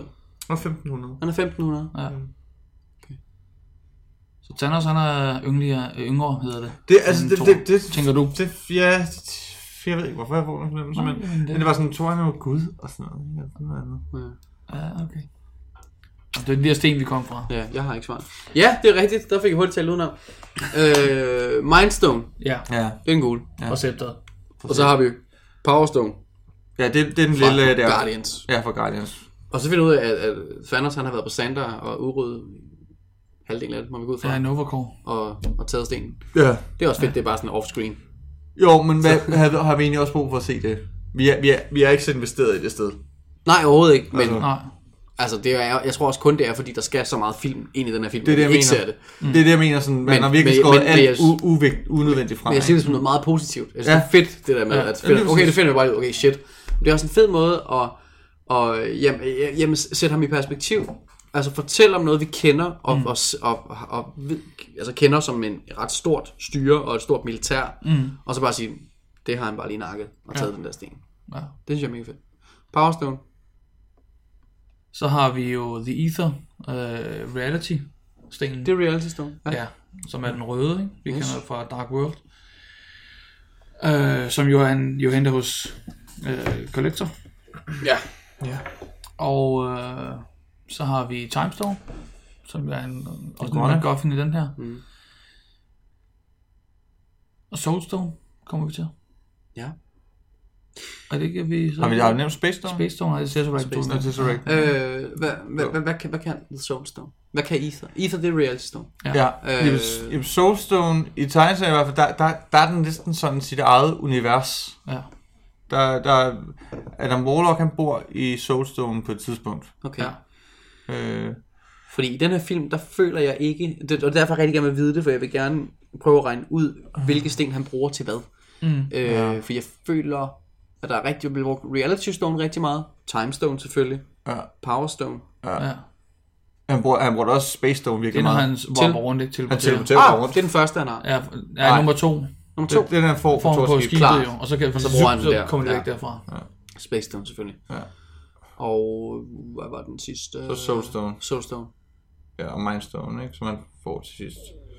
Og femten hundrede. Han er femten hundrede. Ja. Okay. Så Thanos, han er yngre, yngre hedder det. Det, altså, det, det, det, tænker du? Det, ja, det, jeg ved ikke, hvorfor jeg får den fornemmelse, men, men det, det var sådan, tror han var Gud og sådan noget. Ja, sådan noget andet. Ja, okay. Det er de der sten, vi kom fra. Ja, jeg har ikke svaret. Ja, det er rigtigt. Der fik jeg hurtigt talt udenom. Øh, Mindstone. Ja. Ja. Det er en gul. Ja. Og scepteret. Og så har vi Powerstone. Ja, det, det er den fra lille der. Guardians. Ja, fra Guardians. Og så finder vi ud af, at, at Thanos han har været på Xandar og udryddet halvdelen af det, må vi gå ud fra. Ja, Nova Corps. Og, og taget stenen. Ja. Det er også fedt, ja. Det er bare sådan off-screen. Jo, men hvad, har, har vi egentlig også brug for at se det? Vi er, vi er, vi er ikke så investeret i det sted. Nej, overhovedet ikke. Men altså, nej. Altså, det er, jeg tror også kun, det er, fordi der skal så meget film ind i den her film. Det er det, jeg ikke mener. ser det. Mm. Det er det, jeg mener. Sådan, man har virkelig skåret alt u- uvigt, unødvendigt fra. Men jeg siger det som noget meget positivt. Jeg synes, ja. det er fedt, det der med, ja. at fedt, okay, det finder jeg bare ud. Okay, shit. Det er også en fed måde at, at jamen, jamen, sætte ham i perspektiv. Altså fortælle om noget, vi kender, og, mm. og, og, og, og altså, kender som en ret stort styre og et stort militær. Mm. Og så bare sige, det har han bare lige nakket og taget ja. den der sten. Ja. Det synes jeg er mega fedt. Powerstone. Så har vi jo The Ether, uh, Reality-stenen. Det er Reality Stone. Ja. ja, som er den røde, ikke? Vi yes. kender det fra Dark World. Uh, som jo, han, jo henter hos uh, Collector. Ja. ja. Og uh, så har vi Timestone, som er en, også en MacGuffin i den her. Mm. Og Soulstone kommer vi til. Ja. Er det ikke, vi... Så har vi har nævnt Space Stone? Space Stone, nej, det er Tesseract. Tesseract. Øh, hvad, hvad, hvad, hvad, kan, hvad kan The Soulstone? Hvad kan Ether? Ether, det er Reality Stone. Ja, ja. Øh, Soulstone, i tegneserien i hvert fald, der, der, der er den næsten sådan sit eget univers. Ja. Der, der, Adam Warlock, han bor i Soulstone på et tidspunkt. Okay. Ja. Øh, Fordi i den her film, der føler jeg ikke, det, og derfor rigtig gerne vil vide det, for jeg vil gerne prøve at regne ud, hvilke sten han bruger til hvad. Mm. Øh, ja. For jeg føler, at der er rigtig blevet brugt Reality Stone rigtig meget, Timestone selvfølgelig, ja. Power Stone. Ja. Ja. Han bruger, han bruger også Space Stone virkelig meget. Det er hans hvor rundt, ikke teleporterer. Ah, rundt. Det er den første, han har. Ja, ja nummer to. Nummer to. Det, det er den får for på skibet jo, og så kan og så bruger han den der. Så kommer det væk derfra. Ja. Space Stone selvfølgelig. Ja. Og hvad var den sidste? Så Soulstone. Soulstone. Ja, og Mindstone, ikke? Som han får til sidst.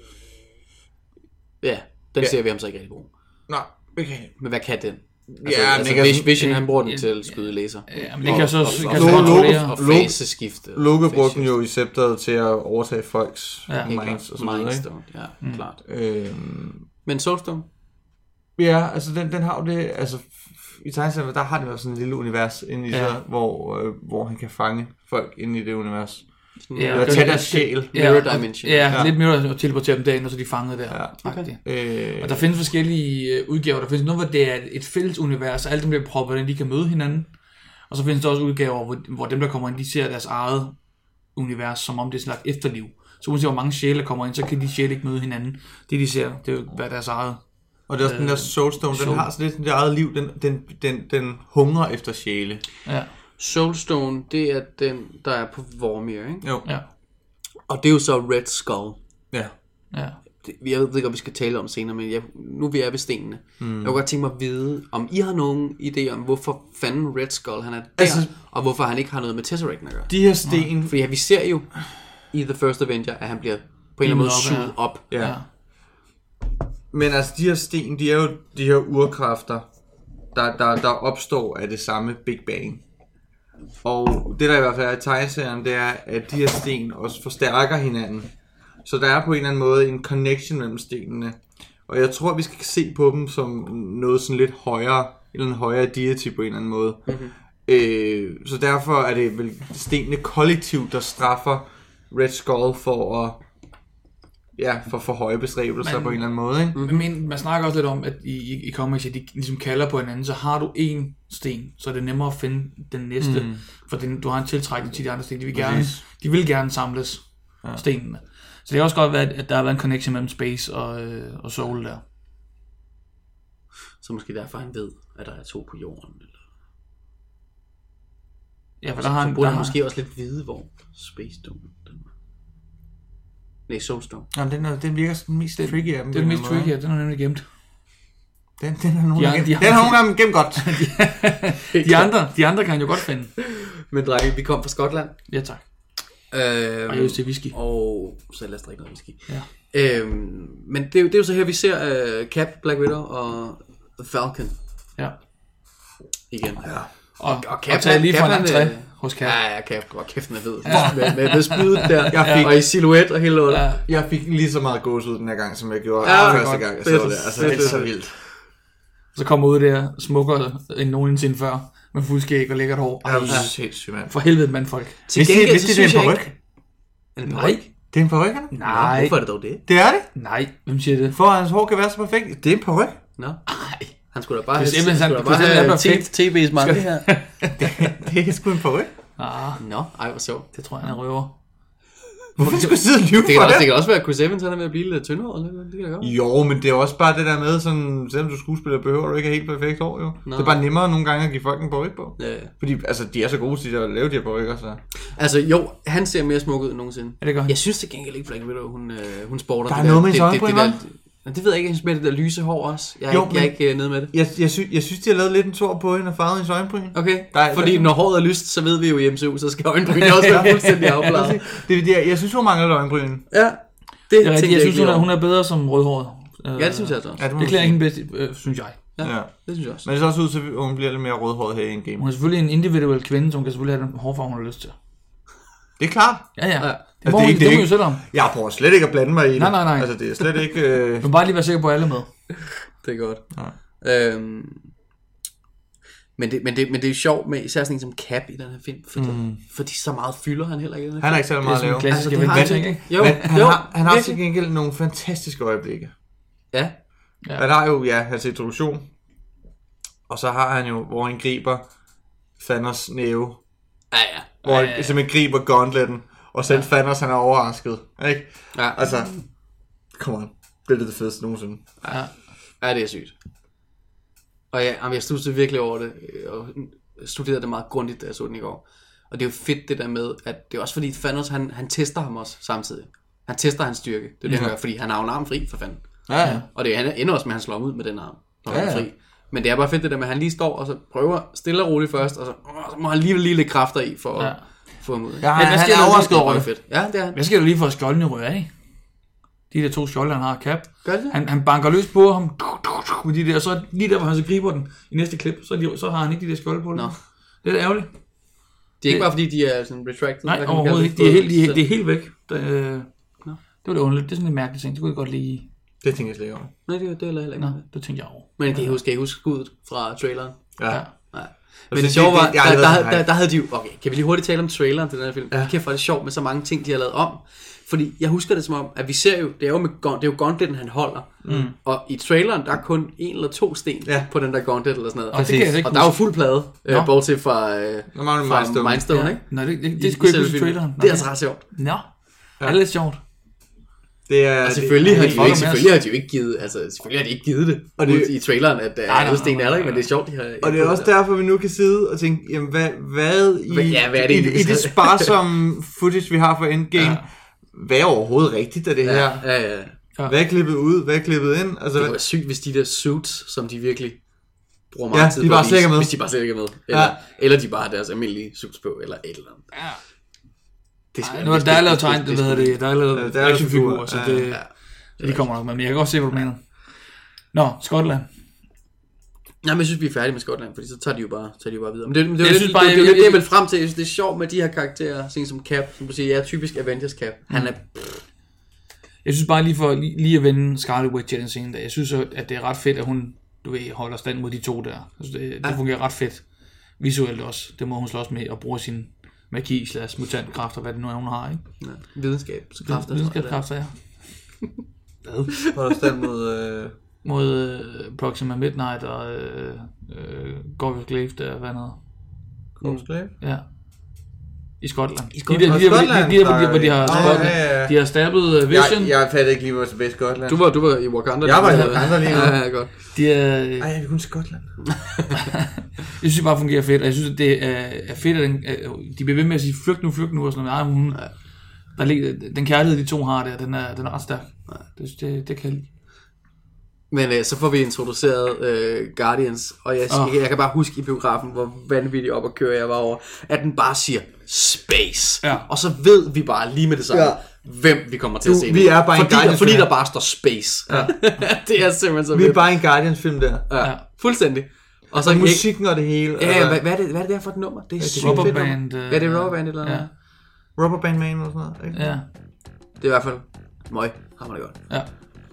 Ja, den ja. ser vi ham så ikke rigtig bruge. Nej, okay. Men hvad kan den? Altså, ja, altså, altså Vision, han bruger den til at skyde laser. Ja, men det kan så... Og faseskifte. Loke brugte den jo i scepteret til at overtage folks ja. minds og så videre, Mindstone, ja, mm. klart. Øhm, men Soulstone? Ja, altså den, den har jo det... Altså, i tegneserien, der har det jo sådan et lille univers inde i ja. sig, hvor, øh, hvor han kan fange folk inde i det univers. Ja, eller tage deres sjæl. Ja, Mirror Dimension. Ja, ja, lidt mere at teleportere dem derind, og så de fanget der. Ja. Okay. Øh, og der findes forskellige udgaver. Der findes noget, hvor det er et fælles univers, og alle dem bliver proppet ind, de kan møde hinanden. Og så findes der også udgaver, hvor, hvor dem, der kommer ind, de ser deres eget univers, som om det er sådan et efterliv. Så uanset hvor mange sjæle kommer ind, så kan de sjæle ikke møde hinanden. Det de ser, det er jo hvad deres eget. Og det er også øh, den der Soulstone, den har så lidt det eget liv, den, den, den, den hungrer efter sjæle. Ja. Soulstone, det er den, der er på Vormir, ikke? Jo. Ja. Og det er jo så Red Skull. Ja. Ja. Det, jeg ved ikke, om vi skal tale om senere, men jeg, nu vi er ved stenene. Mm. Jeg kunne godt tænke mig at vide, om I har nogen idé om, hvorfor fanden Red Skull han er der, altså, og hvorfor han ikke har noget med Tesseract at gøre. De her sten... Fordi ja, vi ser jo i The First Avenger, at han bliver på en eller anden måde suget op. Ja. ja. Men altså, de her sten, de er jo de her urkræfter, der, der, der opstår af det samme Big Bang. Og det der i hvert fald er i tegneserien, det er, at de her sten også forstærker hinanden. Så der er på en eller anden måde en connection mellem stenene. Og jeg tror, vi skal se på dem som noget sådan lidt højere, eller en højere deity på en eller anden måde. Mm-hmm. Øh, så derfor er det vel stenene kollektivt, der straffer Red Skull for at... Ja, for for høje bestræbelser man, på en eller anden måde, ikke? Men man snakker også lidt om, at i, i, i comics, at de ligesom kalder på hinanden, så har du en sten, så er det nemmere at finde den næste, mm. for den, du har en tiltrækning til de andre sten. De vil gerne, de vil gerne samles, ja. Stenene. Så det kan også godt være, at der har været en connection mellem Space og, øh, og Soul der. Så måske derfor han ved, at der er to på jorden, eller... Ja, for der har han... Så burde der han har... måske også lidt vide, hvor Space Stone den var. Nej, Soulstone. Ja, den, er, den virker sådan mest den, tricky af dem. Det er den mest tricky af, den er nemlig gemt. Den, den har nogen de, gemt. De, den har nogen gemt godt. de, de, andre, de andre kan jo godt finde. Men drenge, vi kom fra Skotland. Ja, tak. Øhm, og jeg til whisky. Og så lad os drikke noget whisky. Ja. Øhm, men det er, jo, det er jo så her, vi ser uh, Cap, Black Widow og Falcon. Ja. Igen. Ja. Og, og Cap, og tager lige fra en entré øh, hos Cap. Ja, ja, Cap. Og kæft, den er ved. Ja. Med, med, med spydet der. Jeg fik, og i silhuet og hele lortet. Ja. Jeg fik lige så meget gåsehud den her gang, som jeg gjorde ja, første gang, jeg så det. Altså, det er så vildt. Så kommer ud der, smukker end nogensinde før, med fuldskæg og lækkert hår. Ja, det er sindssygt, mand. For helvede, mandfolk. Til gengæld, hvis det, det er en paryk? Nej. Det er en paryk, eller? Nej. Hvorfor er det dog det? Det er det? Nej, hvem siger det? For at hans hår kan være så perfekt. Det er en paryk. Nå. Nej. Han skulle da bare Hvis have, han, skulle da bare have T B's mange her. det, det er sgu en paryk. Ah. Nå, ej, hvor sjovt. Det tror jeg, han er røver. Hvorfor skulle sidde og lyve for det? Kan også, det? det kan også være, at Chris Evans han er ved at blive lidt tyndere. Eller? Det kan det jo, men det er også bare det der med, sådan, selvom du skuespiller, behøver du ikke have helt perfekt hår, jo. Nå. Det er bare nemmere nogle gange at give folk en paryk på. Ja, ja. Fordi altså, de er så gode til at lave de her parykker, så... Altså jo, han ser mere smuk ud end nogensinde. Ja, det gør han. Jeg synes det gengæld ikke, Black Widow, hun, øh, hun sporter. Der er noget med en øjenbryn, hva'? Det ved jeg ikke, jeg synes med det der lyse hår også. Jeg er jo, ikke, jeg er ikke uh, nede med det. Jeg, jeg, sy- jeg synes, de har lavet lidt en tår på hende og farvet hendes øjenbryn. Okay, der, fordi der, når håret er lyst, så ved vi jo i M C U, så skal øjenbryn også være fuldstændig afbladet. det, det, jeg synes, hun mangler øjenbryn. Ja, det, det er rigtigt. Jeg synes, hun er, hun er bedre som rødhåret. Ja, det synes jeg også. Ja, det, det klæder hende bedst, øh, synes jeg. Ja, ja, det synes jeg også. Men det ser også ud til, at hun bliver lidt mere rødhåret her i en game. Hun er selvfølgelig en individuel kvinde, så hun kan selvfølgelig have den hårfarve, hun har lyst til. Det er klart. Ja, ja. ja. Det må altså, hun, det, det, det jo selv om. Jeg prøver slet ikke at blande mig i det. Nej, nej, nej. Altså, det er slet ikke... Øh... Du må bare lige være sikker på, at alle er med. Det er godt. Ja. Øhm, men, det, men, det, men det er jo sjovt med især sådan en som Cap i den her film, fordi, mm. fordi så meget fylder han heller ikke i den her Han er ikke så meget at lave. Altså, det har ting, ikke? Jo, men han, jo, har, han har til gengæld nogle fantastiske øjeblikke. Ja. ja. Han har jo, ja, hans introduktion, og så har han jo, hvor han griber Thanos næve. Ja, ja. Hvor han ja, ja, ja. simpelthen griber gauntletten, og selv ja. Thanos, han er overrasket. Ikke? Ja. Altså, come on. Det er det fedeste nogensinde. Ja. Ja, det er sygt. Og ja, jeg studerede virkelig over det, og studerede det meget grundigt, da jeg så den i går. Og det er jo fedt det der med, at det er også fordi Thanos, han, han tester ham også samtidig. Han tester hans styrke. Det er det, han gør, fordi han har jo en arm fri for fanden. Ja, ja. Og det ender også med, at han slår ham ud med den arm, når ja, han er fri. Men det er bare fedt det der med, at han lige står, og så prøver stille og roligt først, og så, åh, så må han lige lige lidt kræfter i, for at ja. få ham ud. Ja, han, han er overrasket over det. Fedt. Ja, det er han. Hvad sker der lige for at skjoldene ryger af? De der to skjolde, han har, Cap. Gør det? Han, han banker løs på ham, med de der, og så lige der, hvor han så griber den i næste klip, så, de, så har han ikke de der skjolde på den. No. Det er da ærgerligt. Det er ikke bare fordi, de er sådan retracted? Nej, overhovedet ikke. De er helt, de er, de er helt væk. Det, øh, no. det var det underligt. Det er sådan en mærkelig ting. Det kunne jeg godt lide. Det tænker jeg slet ikke over. Nej, det, det er heller ikke. Nå, det tænkte jeg over. Men kan I huske, kan I huske skuddet fra traileren? Ja. ja. Nej. Men det sjove var, der, der, der, der havde de jo... Okay, kan vi lige hurtigt tale om traileren til den her film? Ja. Kæft, hvor er det sjovt med så mange ting, de har lavet om. Fordi jeg husker det som om, at vi ser jo, det er jo, med, det er jo Gauntletten, han holder. Mm. Og i traileren, der er kun en eller to sten ja. på den der Gauntlet eller sådan noget. Og, det og der er jo fuld plade, øh, bortset fra, øh, fra Mindstone, Mindstone ja. ikke? Nej, det, det, det skulle ikke huske traileren. Det er altså ret sjovt. Nå, ja. det er lidt sjovt. Det er, og selvfølgelig, det, har de jo ikke, selvfølgelig har de jo ikke givet, altså selvfølgelig har de ikke givet det, og det i traileren, at uh, alle sten er der, men det er sjovt, de har. Og det er også derfor, vi nu kan sidde og tænke, jamen hvad, hvad i, ja, hvad er det, i, i det sparsomme footage, vi har for Endgame, ja. hvad er overhovedet rigtigt af det ja, her? Ja, ja, ja. Hvad er klippet ud, hvad er klippet ind? Altså, det var sygt, hvis de der suits, som de virkelig bruger meget ja, tid de på, bare hvis, med. hvis de bare slet ikke er med, eller, ja. eller de bare har deres almindelige suits på, eller et eller andet. Ja. Det er, Ej, der er lavet tegn, det hedder det, der er lavet actionfigurer, så det... Så de kommer nok med, men jeg kan godt se, hvad du mener. Nå, Skotland. Nej, men jeg synes, vi er færdige med Skotland, fordi så tager de jo bare, tager de jo bare videre. Men det, det, det, det, det, bare, det, det, det, det, det er vel frem til, jeg synes, det er sjovt med de her karakterer, sådan som Cap, som du siger, jeg er typisk Avengers Cap. Han er... Jeg synes bare lige for lige, lige at vende Scarlet Witch i den scene der, jeg synes, at det er ret fedt, at hun, du ved, holder stand mod de to der. Altså, det, det fungerer ret fedt. Visuelt også. Det må hun slås med og bruge sin magi slash mutantkræfter, hvad det nu er, hun har, ikke? Ja, videnskabskræfter. Videnskabskræfter, ja. Hvad? Holder stand mod... Øh... Mod uh, Proxima Midnight og øh, øh, Gorgos Glaive der, hvad noget? Gorgos Glaive? Ja. I Skotland. I Skotland? De der, de der, de der, hvor de har Skotland. Ja, ja, ja. De har stablet uh, Vision. Jeg, jeg fattede ikke lige, hvor jeg tilbage i Skotland. Du var, du var i Wakanda. Jeg var i Wakanda lige nu. Ja, ja, godt. De er... Ej, jeg vil kun Skotland. Jeg synes, det bare fungerer fedt, og jeg synes, at det er fedt, at den, de bliver ved med at sige, flygt nu, flygt nu, og sådan noget. Ej, hun, ja. Der ligger, den kærlighed, de to har der, den er, den er ret stærk. Ja. Det, det, det kan jeg lide. Men øh, så får vi introduceret øh, Guardians, og jeg, oh. jeg, jeg kan bare huske i biografen, hvor vanvittigt op at køre jeg var over, at den bare siger space. Ja. Og så ved vi bare lige med det samme, ja. hvem vi kommer til du, at se. Vi er bare fordi, en Guardians fordi der bare står space. Ja. Det er simpelthen så vi vildt. er bare en Guardians film der. Ja, fuldstændig. Og så og musikken og det hele. Ja, ja hvad, hvad, er det, hvad er det der for et nummer? Det er ja, sygt fedt fedt. Uh, ja, det er Rubberband eller noget. Ja. Rubberband Man eller sådan noget. Ikke? Ja. Det er i hvert fald møg. Har man det godt. Ja.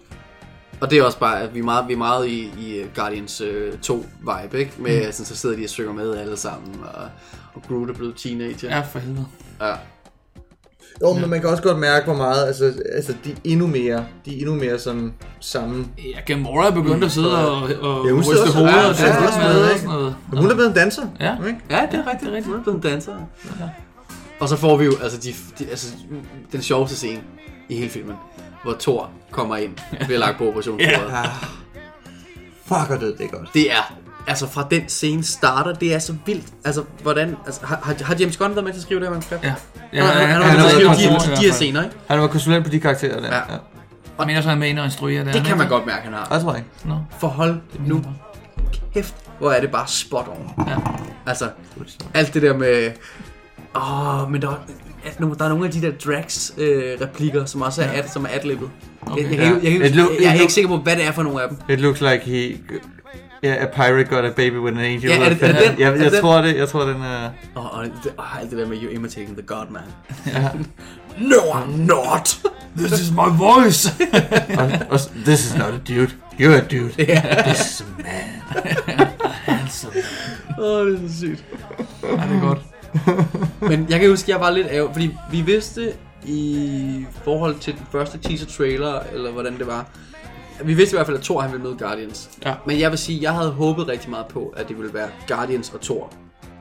Og det er også bare, at vi er meget, vi er meget i, i Guardians øh, to vibe, ikke? Med, mm. sådan, så sidder de og synger med alle sammen, og, og Groot er blevet teenager. Ja, for helvede. Ja. Jo, men man kan også godt mærke, hvor meget, altså, altså de er endnu mere, de er endnu mere sådan sammen. Ja, Gamora er begyndt at sidde og, og ja, ryste hovedet og ja, danse ja, med ja, og sådan noget. Men hun er blevet en danser, ja. Ikke? Ja, det er rigtigt, rigtigt. Hun er blevet en danser. Ja. Og så får vi jo, altså, de, de, altså den sjoveste scene i hele filmen, hvor Thor kommer ind og bliver lagt på operationsbordet. Ja. Fuck, og det, det er godt. Det er, altså fra den scene starter, det er så vildt. Altså, hvordan, altså, har, har James Gunn været med til at skrive det her manuskript? Ja. Ja, han, han, han, han har været med til at skrive de, de her scener, ikke? Han var konsulent på de karakterer der. Ja. Ja. Og mener så, han er med ind og instruerer det. Det kan man godt mærke, han har. Jeg tror ikke. No. For hold nu kæft, hvor er det bare spot on. Ja. Altså, alt det der med... Åh, oh, men der, der er nogle af de der Drax-replikker, som også er, ad, som er adlibbet. Okay. Jeg, jeg, jeg, jeg, jeg, jeg, jeg er ikke sikker på, hvad det er for nogle af dem. It looks like he... Yeah, a pirate got a baby with an angel. Ja, er det, er det den? Jeg, jeg, jeg den? tror det, jeg tror den er... Åh, oh, og det, oh, alt det der med you imitating the god man. Ja. No, I'm not. This is my voice. og, og, this is not a dude. You're a dude. Yeah. This is a man. Handsome. Åh, oh, det er så sygt. Ja, det er godt. Men jeg kan huske, at jeg var lidt ærger, fordi vi vidste i forhold til den første teaser trailer, eller hvordan det var, vi vidste i hvert fald, at Thor han ville møde Guardians. Ja. Men jeg vil sige, jeg havde håbet rigtig meget på, at det ville være Guardians og Thor,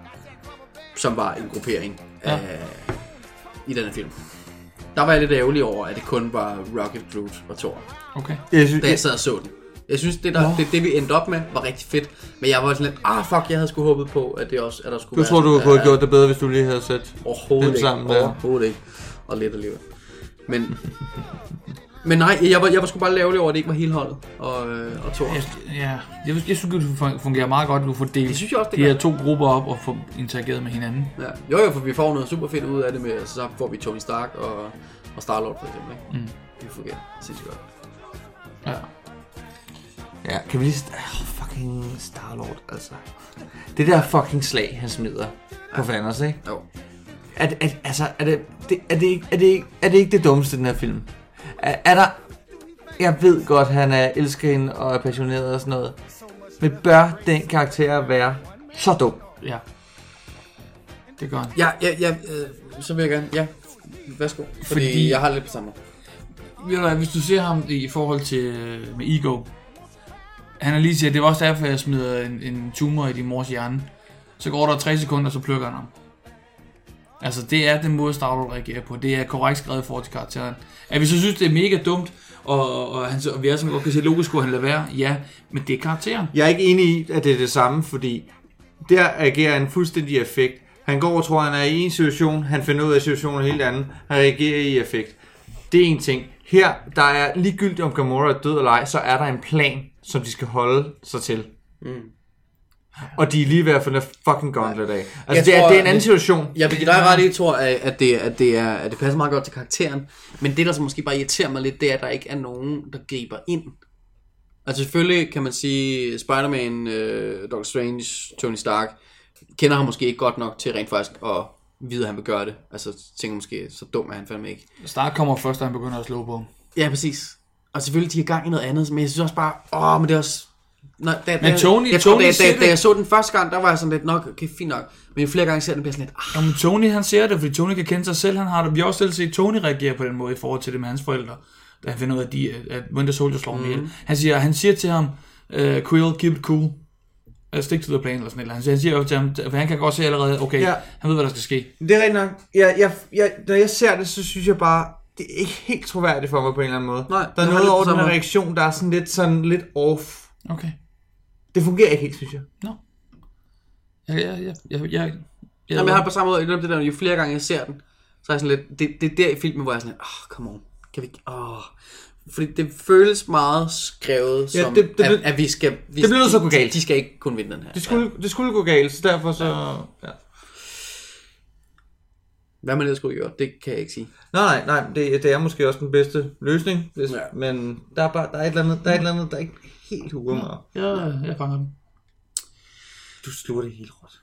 som var en gruppering ja. af, i denne film. Der var jeg lidt ærgerlig over, at det kun var Rocket, Groot og Thor. Okay. Jeg synes, da jeg sad og så den. Jeg synes, det, der, det, det vi endte op med, var rigtig fedt. Men jeg var sådan lidt, ah fuck, jeg havde sgu håbet på, at det også, at der skulle du være... tror, du sådan, kunne have gjort det bedre, hvis du lige havde set overhovedet dem ikke, sammen der. Overhovedet ikke. Og lidt alligevel. Men, men nej, jeg var, jeg var sgu bare ærgerlig over, at det ikke var hele holdet og, øh, og Thor. Jeg, ja, jeg, jeg synes, det fungerer meget godt, at du får delt det synes jeg også, det de gør. her to grupper op og får interageret med hinanden. Ja. Jo jo, for vi får noget super fedt ud af det med, altså, så får vi Tony Stark og, og Star-Lord for eksempel. Ikke? Mm. Det fungerer sindssygt godt. Ja. Ja, kan vi lige... Oh, fucking Star-Lord, altså. Det der fucking slag, han smider på Thanos, ikke? Jo. Er det, er, altså, er det, det, er, det ikke, er, det ikke, er det ikke det dummeste, den her film? Er, er der... Jeg ved godt, han er elskerinde og er passioneret og sådan noget. Men bør den karakter være så dum? Ja. Det gør han. Ja, ja, ja, øh, så vil jeg gerne... Ja, værsgo. Fordi, Fordi jeg har lidt på samme måde. Hvis du ser ham i forhold til med Ego, han har lige sagt, det var også derfor, jeg smider en, en tumor i din mors hjerne. Så går der tre sekunder, så plukker han ham. Altså, det er den måde, Star-Lord reagerer på. Det er korrekt skrevet for til karakteren. At vi så synes, det er mega dumt, og, og, han, og vi er sådan godt kan se logisk, hvor han lader være. Ja, men det er karakteren. Jeg er ikke enig i, at det er det samme, fordi der agerer en fuldstændig effekt. Han går og tror, han er i en situation, han finder ud af situationen helt anden. Han reagerer i effekt. Det er en ting. Her, der er ligegyldigt om Gamora er død eller ej, så er der en plan, som de skal holde sig til. Mm. Og de er lige ved at få den fucking gauntlet af. Altså, det, tror, er, det er en anden situation. Jeg vil give dig ret i, tror, at det, at, det er, at det passer meget godt til karakteren. Men det, der så måske bare irriterer mig lidt, det er, at der ikke er nogen, der griber ind. Altså selvfølgelig kan man sige, Spider-Man, uh, Doctor Strange, Tony Stark, kender ham måske ikke godt nok til rent faktisk at vide, at han vil gøre det. Altså tænker måske, så dum er han fandme ikke. Stark kommer først, da han begynder at slå på. Ja, præcis. Og selvfølgelig, de er i gang i noget andet, men jeg synes også bare, åh, men det er også... Nå, da, men Tony, jeg Tony tror, da, da, da, da jeg så den første gang, der var jeg sådan lidt nok, okay, fint nok. Men jo flere gange jeg ser den, bliver sådan lidt, ah. Jamen, Tony han ser det, fordi Tony kan kende sig selv, han har det. Vi har også selv set Tony reagere på den måde i forhold til det med hans forældre, da han finder ud af, at, de, at Winter Soldier slår ham ihjel. Mm. Han siger, han siger til ham, uh, Quill, keep it cool. Uh, stick to the plan, eller sådan noget. Han siger jo til ham, for han kan godt se allerede, okay, ja. Han ved, hvad der skal ske. Det er rigtigt nok. Jeg, jeg, jeg, når jeg ser det, så synes jeg bare, det er ikke helt troværdigt for mig på en eller anden måde. Nej, der er noget over den her reaktion, der er sådan lidt, sådan lidt off. Okay. Det fungerer ikke helt, synes jeg. Nå. No. Jeg, jeg, jeg, jeg, jeg, jeg, Jamen, jeg har på samme måde, det der, jo flere gange jeg ser den, så er jeg sådan lidt, det, det er der i filmen, hvor jeg er sådan lidt, åh, oh, come on, kan vi ikke, åh. Oh. fordi det føles meget skrevet Ja, som, det- det at, blev- at vi skal... Vi, det blev nødt til at gå de, galt. de skal ikke kun vinde den her. Det skulle, det skulle gå galt, så derfor så... Ja. Hvad man ellers skulle gøre, det kan jeg ikke sige. Nej, nej, nej, det, det er måske også den bedste løsning, hvis, Ja. men der er, bare, der, er et eller andet, der er et eller andet, der ikke helt huer mig. Ja, jeg fanger den. Du sluger det helt råt.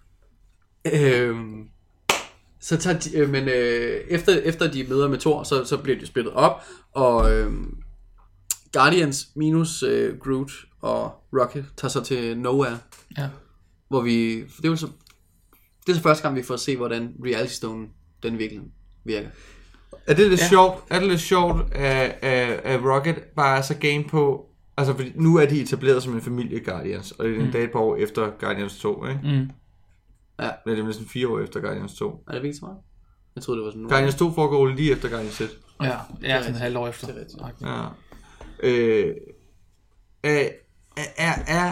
Øhm, så tager de, øh, men øh, efter, efter de møder med Thor, så, så bliver de splittet op, og øh, Guardians minus øh, Groot og Rocket tager så til Nowhere, Ja. hvor vi, det er jo så, det er så første gang, vi får at se, hvordan Reality Stone, den virkelig virker. Er det lidt Ja. ja. sjovt, er det lidt sjovt, at, at, at Rocket bare er så game på, altså fordi nu er de etableret som en familie Guardians, og det er en mm. dag et par år efter Guardians to, ikke? Mm. Ja. Det er næsten fire år efter Guardians to. Er det virkelig så meget? Jeg troede, det var sådan nu. Guardians to foregår lige efter Guardians et. Ja, det er sådan et halvt år efter. Det er rigtigt. Ja. Øh, er, er, er,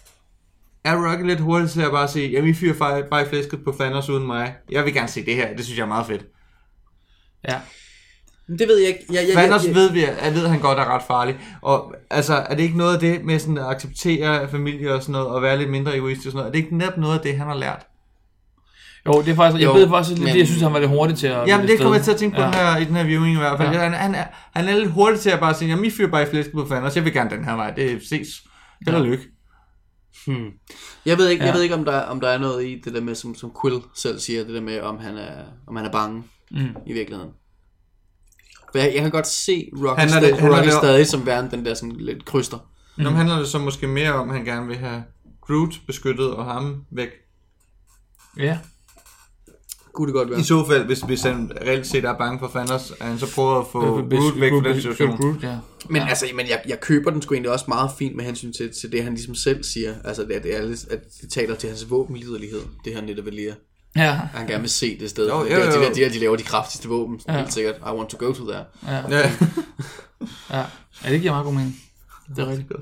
er Rocket lidt hurtigt til at bare sige, jamen I fyrer bare, bare i flæsket på Thanos uden mig. Jeg vil gerne se det her, det synes jeg er meget fedt. Ja. Men det ved jeg ikke. Jeg, jeg, Thanos jeg, ved vi, jeg ved han godt er ret farlig. Og altså, er det ikke noget af det med sådan at acceptere familie og sådan noget, og være lidt mindre egoistisk og sådan noget? Er det ikke netop noget af det, han har lært? Jo, det er faktisk, jeg Jo, ved faktisk lidt, men- det, jeg synes, han var lidt hurtigt til at... Jamen det kommer jeg til at tænke på ja. den her, i den her viewing i hvert fald. Ja. Ja. Han, han, er, han er lidt hurtig til at bare sige, jamen I fyrer bare i flæsket på Thanos, jeg vil gerne den her vej, det ses. Held og Ja. lykke. hmm. jeg ved ikke, Ja. jeg ved ikke om, der, om der er noget i det der med, som, som Quill selv siger, det der med, om han er, om han er bange Mm. i virkeligheden. For jeg, jeg kan godt se Rocket, Han er stadig, det- han er Rocket det- stadig som værende den der sådan lidt kryster. Mm. Nu handler det så måske mere om, at han gerne vil have Groot beskyttet og ham væk. Ja. Kunne det godt være. I så fald, hvis, hvis han reelt set er bange for Thanos, at han så prøver at få Groot væk fra den situation. Groot, ja. Men ja. altså, men jeg, jeg køber den sgu egentlig også meget fint med hensyn til, til det, han ligesom selv siger. Altså, det, det er lidt, at det taler til hans våbenliderlighed, det her Nidavellir. Ja. Han gerne vil se det sted. Jo, Det jo, er de, jo. der, de der, de laver de kraftigste våben. Ja. Ja. Helt sikkert. I want to go to there. Ja. Ja. Ja. Ja, det giver meget god mening. Det er rigtig godt.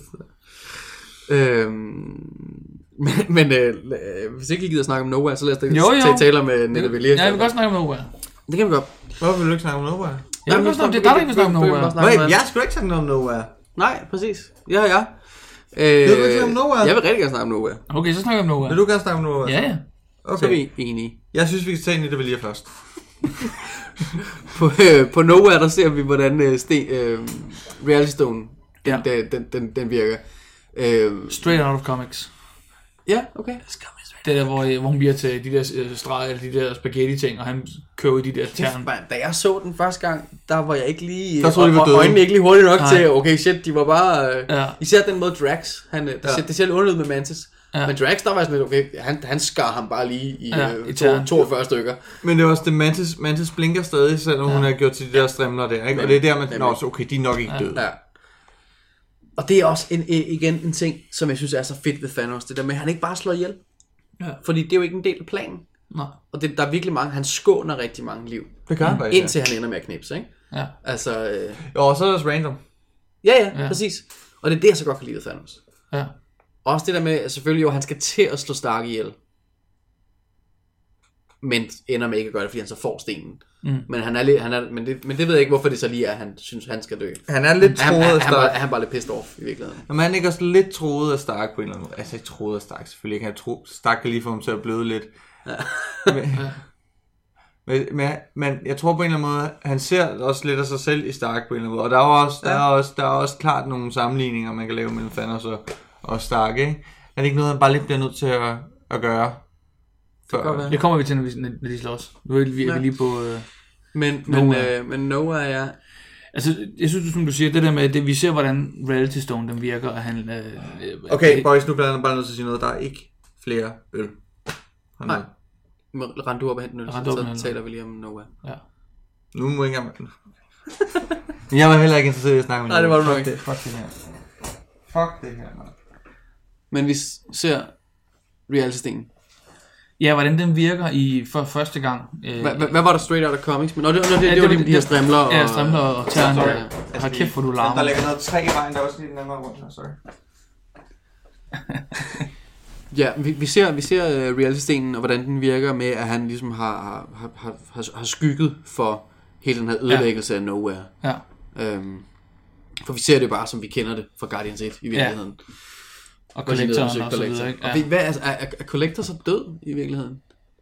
Øhm, men men øh, hvis ikke I gider snakke om Nowhere, så lad os da Jo, jo. tage taler med Nidavellir. Ja, jeg vil godt snakke om Nowhere. Det kan vi godt. Hvorfor vil du ikke snakke om Nowhere? Jeg vil godt snakke om det. Der er der ikke, vi snakker om Nowhere. Nej, jeg skulle ikke snakke om Nowhere. Nej, præcis. Ja, ja. Øh, Vil du ikke snakke om Nowhere? Jeg vil rigtig gerne snakke om Nowhere. Okay, så snakker vi om Nowhere. Vil du gerne snakke om Nowhere? Ja, ja. Okay. Så er vi enige. Jeg synes, vi skal tage Nidavellir først. På, øh, på Nowhere, der ser vi, hvordan øh, sten, øh, Reality Stone, den, Ja. ja. den, den, den, den virker. Øh, Straight out of comics. ja, okay. Det der, hvor, hvor hun bliver til de der øh, streger, eller de der spaghetti-ting, og han kører i de der tern. Da jeg så den første gang, der var jeg ikke lige... Der troede, de var og- døde. og øjnene ikke lige hurtigt nok Nej. til, okay shit, de var bare... Øh, Ja. Især den måde Drax, han, det, Ja. ja. det ser lidt underligt med Mantis. Ja. Ja. Men Drax, der var sådan lidt, okay, han, han skar ham bare lige i, Ja, ja, i øh, tæerne. to, toogfyrre stykker. Men det er også det, Mantis, Mantis blinker stadig, selvom ja. hun har gjort til de der strimler der, ikke? Og det er der, man... Nemlig. Nå, så okay, de er nok ikke døde. Ja. Og det er også en, igen en ting, som jeg synes er så fedt ved Thanos, det der med, at han ikke bare slår ihjel. Ja. Fordi det er jo ikke en del af planen. Nå. Og det, der er virkelig mange, han skåner rigtig mange liv. Det gør han bare Indtil han ender med at knipse, ikke? Ja. Altså, øh, Jo, og så er det også random. ja, ja, Ja. ja, præcis. Og det er det, jeg så godt kan lide ved Thanos. Ja. Også det der med, at selvfølgelig jo, han skal til at slå Stark ihjel. Men ender med ikke at gøre det, fordi han så får stenen. Mm. Men, han er lidt, han er, men, det, men det ved jeg ikke, hvorfor det så lige er, at han synes, han skal dø. Han er lidt Er han, troet er, af er, han, bare, Stark. er han bare lidt pissed off i virkeligheden? Men han er ikke også lidt troet af Stark på en eller anden måde? Altså ikke troet af Stark, selvfølgelig ikke. Han tro... Stark kan lige få ham til at bløde lidt. Ja. Men, men, men, men jeg tror på en eller anden måde, han ser også lidt af sig selv i Stark på en eller anden måde. Og der er også, der er også, der er også klart nogle sammenligninger, man kan lave mellem Thanos og, og Stark, ikke? Er det ikke noget, han bare lidt bliver nødt til at, at gøre? kan godt være. Det kommer vi til, når, vi, når de slås. Nu er vi, er vi lige på... Øh... Men, men, Nowhere. øh, men Nowhere er... Altså, jeg synes, som du siger, det der med, det, vi ser, hvordan Reality Stone den virker, og han... Øh, Okay, boys, nu bliver jeg bare nødt til at sige noget. Der er ikke flere øl. Nej. Rend du op og hente den, Rend du op og så hente taler vi lige om Nowhere. Ja. Nu må jeg ikke engang... Men jeg var heller ikke interesseret i at snakke med Nej, det var du nok Fuck ikke. det, fuck det her. Fuck det her, man. Men vi ser reality-stenen. Ja, hvordan den virker i for første gang. Øh, Hvad, hvad, hvad var der straight out of comics? Men, nå, det, nå, det, Ja, det, det var de, de her strimler og... Ja, strimler og tern. Sorry. Ja. Hold kæft, hvor du larmer. Der ligger noget træ i vejen, der er også lige den anden rundt her, sorry. Ja, vi, vi ser, vi ser uh, reality-stenen, og hvordan den virker med, at han ligesom har, har, har, har, har skygget for hele den her ødelæggelse ja. af Nowhere. Ja. Øhm, For vi ser det bare, som vi kender det fra Guardians et i virkeligheden. Ja. Og Collector og så videre, ikke? Ja. Og hvad, altså, er, er Collector så død i virkeligheden?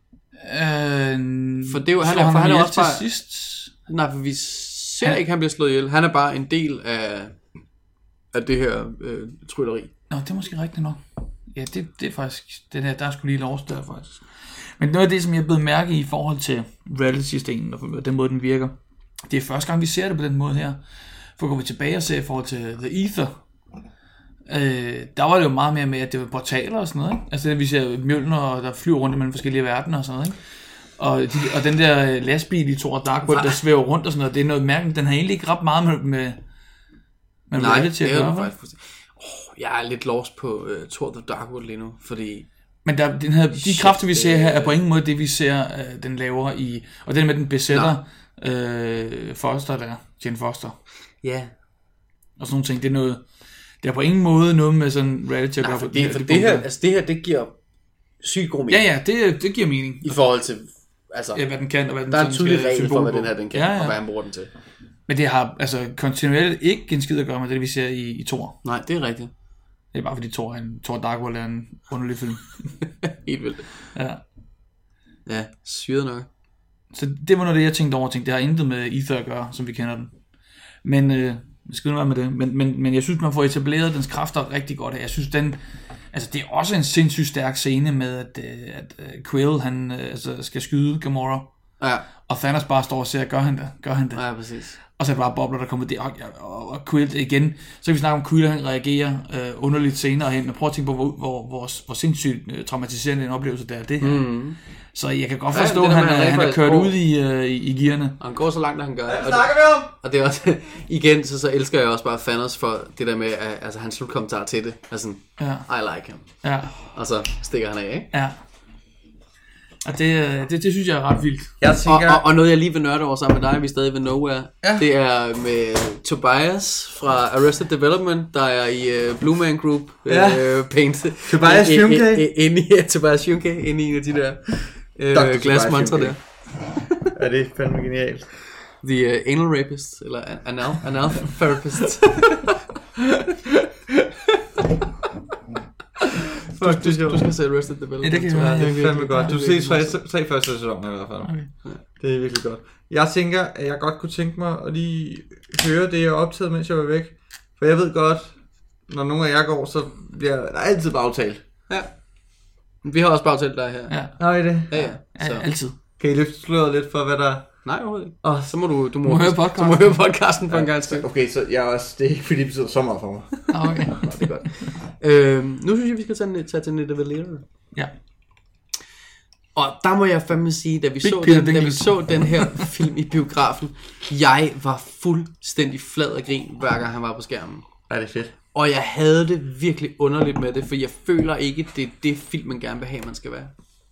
Øh, for det er jo, han er, for han er også bare... sidst? Nej, for vi ser han... ikke, han bliver slået ihjel. Han er bare en del af, af det her øh, trylleri. Nå, det er måske rigtigt nok. Ja, det, det er faktisk... Den her, der er sgu lige lov der faktisk. Men noget af det, som jeg er blevet mærke i forhold til reality-stenen, og den måde, den virker, det er første gang, vi ser det på den måde her. For går vi tilbage og ser i forhold til The Ether, øh, der var det jo meget mere med, at det var portaler og sådan noget, ikke? Altså, vi ser Mjølner, der flyver rundt mellem forskellige verdener og sådan noget, ikke? Og, de, og den der lastbil i Thor Dark World, der svæver rundt og sådan noget, det er noget mærkeligt. Den har egentlig ikke ret meget med, med, med Nej, reality at gøre. Nej, det er jo faktisk... Oh, jeg er lidt lost på uh, Thor The Dark World lige nu, fordi... Men der, den her, de kræfter, vi ser her, er på ingen måde det, vi ser, uh, den laver i... Og den med, den besætter uh, Foster der, Jane Foster. Ja. Og sådan nogle ting, det er noget... Det er på ingen måde noget med sådan reality at gøre. Nej, for, det, for det, det, her, altså det her, det giver sygt god mening. Ja, ja, det, det giver mening. I forhold til... Altså, ja, hvad den kan, og hvad den der er en tydelig regel for, hvad den her den kan, ja, ja. Og hvad han bruger den til. Men det har altså kontinuerligt ikke en skid at gøre med det, vi ser i, i Thor. Nej, det er rigtigt. Det er bare fordi Thor, en, Thor Dark World er en underlig film. Helt vildt. Ja. Ja, syret nok. Så det var noget det, jeg tænkte over. Tænkte, det har intet med Ether at gøre, som vi kender den. Men, øh, jeg skal være med det. Men, men, men jeg synes, man får etableret dens kræfter rigtig godt. Jeg synes, den... Altså, det er også en sindssygt stærk scene med, at, at, at Quill, han altså, skal skyde Gamora. Ja. Og Thanos bare står og siger, gør han det? Gør han det? Ja, præcis. Og så er det bare bobler, der kommer det. Og, og, og Quill igen. Så kan vi snakke om, Quill, han reagerer øh, underligt senere hen. Men prøv at tænke på, hvor, hvor, hvor, hvor sindssygt øh, traumatiserende en oplevelse der er det her. Mm. Så jeg kan godt forstå, ja, at han, han, han er kørt ud i, øh, i, i gearne. Og han går så langt, at han gør. Hvad snakker vi om? Og det er også, igen, så, så elsker jeg også bare Thanos for det der med, at altså, hans slutkommentar til det. Altså, ja. I like him. Ja. Og så stikker han af, ikke? Ja. Og det, det, det synes jeg er ret vildt. Jeg tænker... og, og, og noget jeg lige vil nørde over sammen med dig, vi er stadig ved Nowhere, ja. Det er med Tobias fra Arrested Development, der er i uh, Blue Man Group, ja. uh, paint. Tobias Shunke. Inde i Tobias Shunke, inde i en af de der uh, glasmontre der. Ja, det er fandme genialt. The uh, Anal Rapist, eller Anal, anal Therapist. Du, du, du skal se Arrested Development. Ja, det kan jeg det er fandme godt. Du ser tre, tre første sæsoner i hvert fald. Okay. Ja. Det er virkelig godt. Jeg tænker, at jeg godt kunne tænke mig at lige høre det, jeg optaget, mens jeg var væk. For jeg ved godt, når nogen af jer går, så bliver der altid bagtalt. Ja. Vi har også bagtalt dig her. Ja. Har I det? Ja, ja. Så. Ja, altid. Kan I løfte sløret lidt for, hvad der... Nej, overhovedet ikke. Oh, så må du, du må, må høre podcasten. Du må høre podcasten for ja. En gang til. Okay, så jeg også, det er ikke fordi, det betyder så meget for mig. Okay. Nå, det er godt. Øhm, nu synes jeg, vi skal tage, tage til Nita Valera. Ja. Og der må jeg fandme sige, da vi, så den, da vi så den her film i biografen, jeg var fuldstændig flad af grin, hver gang han var på skærmen. Ja, det er fedt. Og jeg havde det virkelig underligt med det, for jeg føler ikke, det er det film, man gerne vil have, man skal være.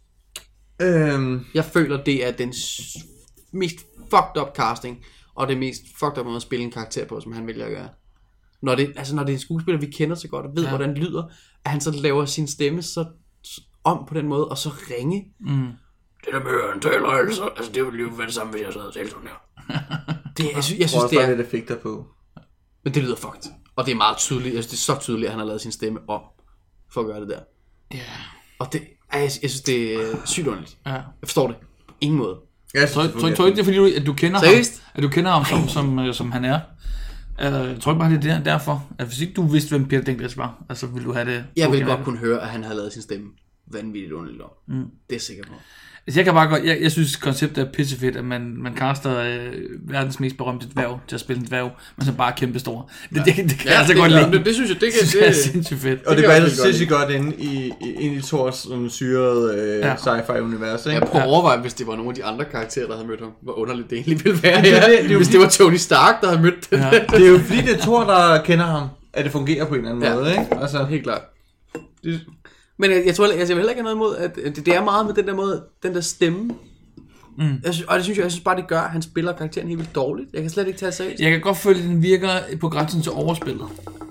Øhm. Jeg føler, det er den mest fucked up casting, og det mest fucked up måde at spille en karakter på, som han vælger at gøre. Når det, altså når det er en skuespiller, vi kender så godt, og ved, ja. Hvordan det lyder, at han så laver sin stemme så om på den måde, og så ringe. Mm. Det der med, han taler altså, altså det ville jo være det samme, hvis jeg sad og talte sådan her. Det, jeg, synes, jeg synes, det er... lidt effekter på. Men det lyder fucked. Og det er meget tydeligt, jeg synes, det er så tydeligt, at han har lavet sin stemme om, for at gøre det der. Ja. Yeah. Og det, jeg, jeg synes, det er sygt underligt. Ja. Jeg forstår det. På ingen måde. Jeg tror, tror, tror ikke, det er fordi, du, at du kender Seriøst? ham, at du kender ham som, som, som han er. Jeg tror ikke bare, det er derfor. At hvis ikke du vidste, hvem Peter Dinklage var, altså ville du have det... Jeg ville godt kunne høre, at han havde lavet sin stemme vanvittigt underligt om. Mm. Det er sikkert på. Altså, jeg kan bare godt, jeg, jeg synes konceptet er pissefedt, at man, man kaster øh, verdens mest berømte dværg til at spille en dværg, men så bare kæmpe stor. Det, ja. det, det, det kan ja, jeg altså det, godt lide. Det, det synes jeg, det, kan, det, det er sindssygt fedt. Og det, det er bare sindssygt godt inde i, ind i Thors syrede øh, ja. Sci-fi univers, ikke? Jeg prøver at overveje, hvis det var nogle af de andre karakterer, der havde mødt ham, hvor underligt det egentlig ville være. Ja. Det, det, det, hvis det var Tony Stark, der havde mødt det. Ja. Det er jo fordi, det er Thor, der kender ham, at det fungerer på en eller anden ja. Måde, ikke? Altså, helt klart. Det, men jeg, jeg tror, jeg, jeg vil heller ikke have noget imod, at det, det er meget med den der måde, den der stemme. Mm. Jeg synes, og det synes jeg, jeg synes bare, det gør, at han spiller karakteren helt vildt dårligt. Jeg kan slet ikke tage seriøst. Jeg kan godt føle, at den virker på grænsen til overspillet.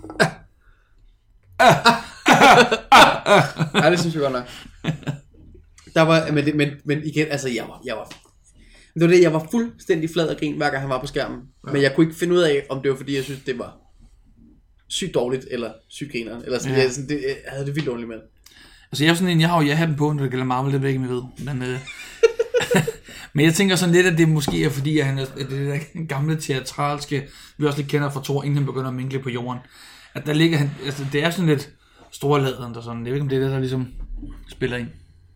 Ja, det synes jeg godt nok. Der var, men, men, men igen, altså, jeg var, jeg var, det var det, jeg var fuldstændig flad af grin, hver gang han var på skærmen. Ja. Men jeg kunne ikke finde ud af, om det var, fordi jeg synes, det var sygt dårligt, eller sygt grineren, eller sådan, Ja. ja. sådan det, jeg havde det vildt ordentligt med. Altså jeg er sådan en, jeg har jo ja-hatten på, når det gælder Marvel, det ved jeg ikke, om jeg ved. Men, øh, men jeg tænker sådan lidt, at det måske er fordi, at han er at det der gamle teatralske, vi også lidt kender fra Thor, inden han begynder at minkle på jorden. At der ligger han, altså det er sådan lidt storladent og sådan, jeg ved ikke, om det er det, der ligesom spiller ind.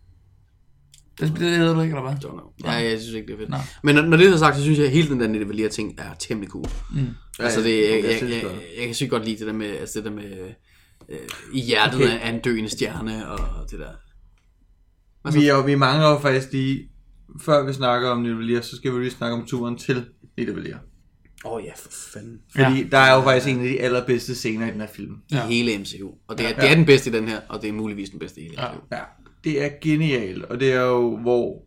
Det hedder du ikke, eller hvad? Nej, jeg synes ikke, det er fedt. Nej. Men når, når det er sagt, så synes jeg, at hele den der Nidavellir ting er temmelig cool. Mm. Altså, det, jeg, jeg, jeg, jeg, jeg kan sygt godt lide det der med, altså det der med øh, i hjertet okay. af en døende stjerne og det der. Altså, vi, er, vi mangler jo faktisk lige, før vi snakker om Nidavellir, så skal vi lige snakke om turen til Nidavellir. Åh oh, ja, for fanden. Fordi ja. Der er jo faktisk en af de allerbedste scener i den her film. Ja. I hele M C U. Og det er, ja. det er den bedste i den her, og det er muligvis den bedste i hele M C U. Ja. Ja. Det er genialt, og det er jo, hvor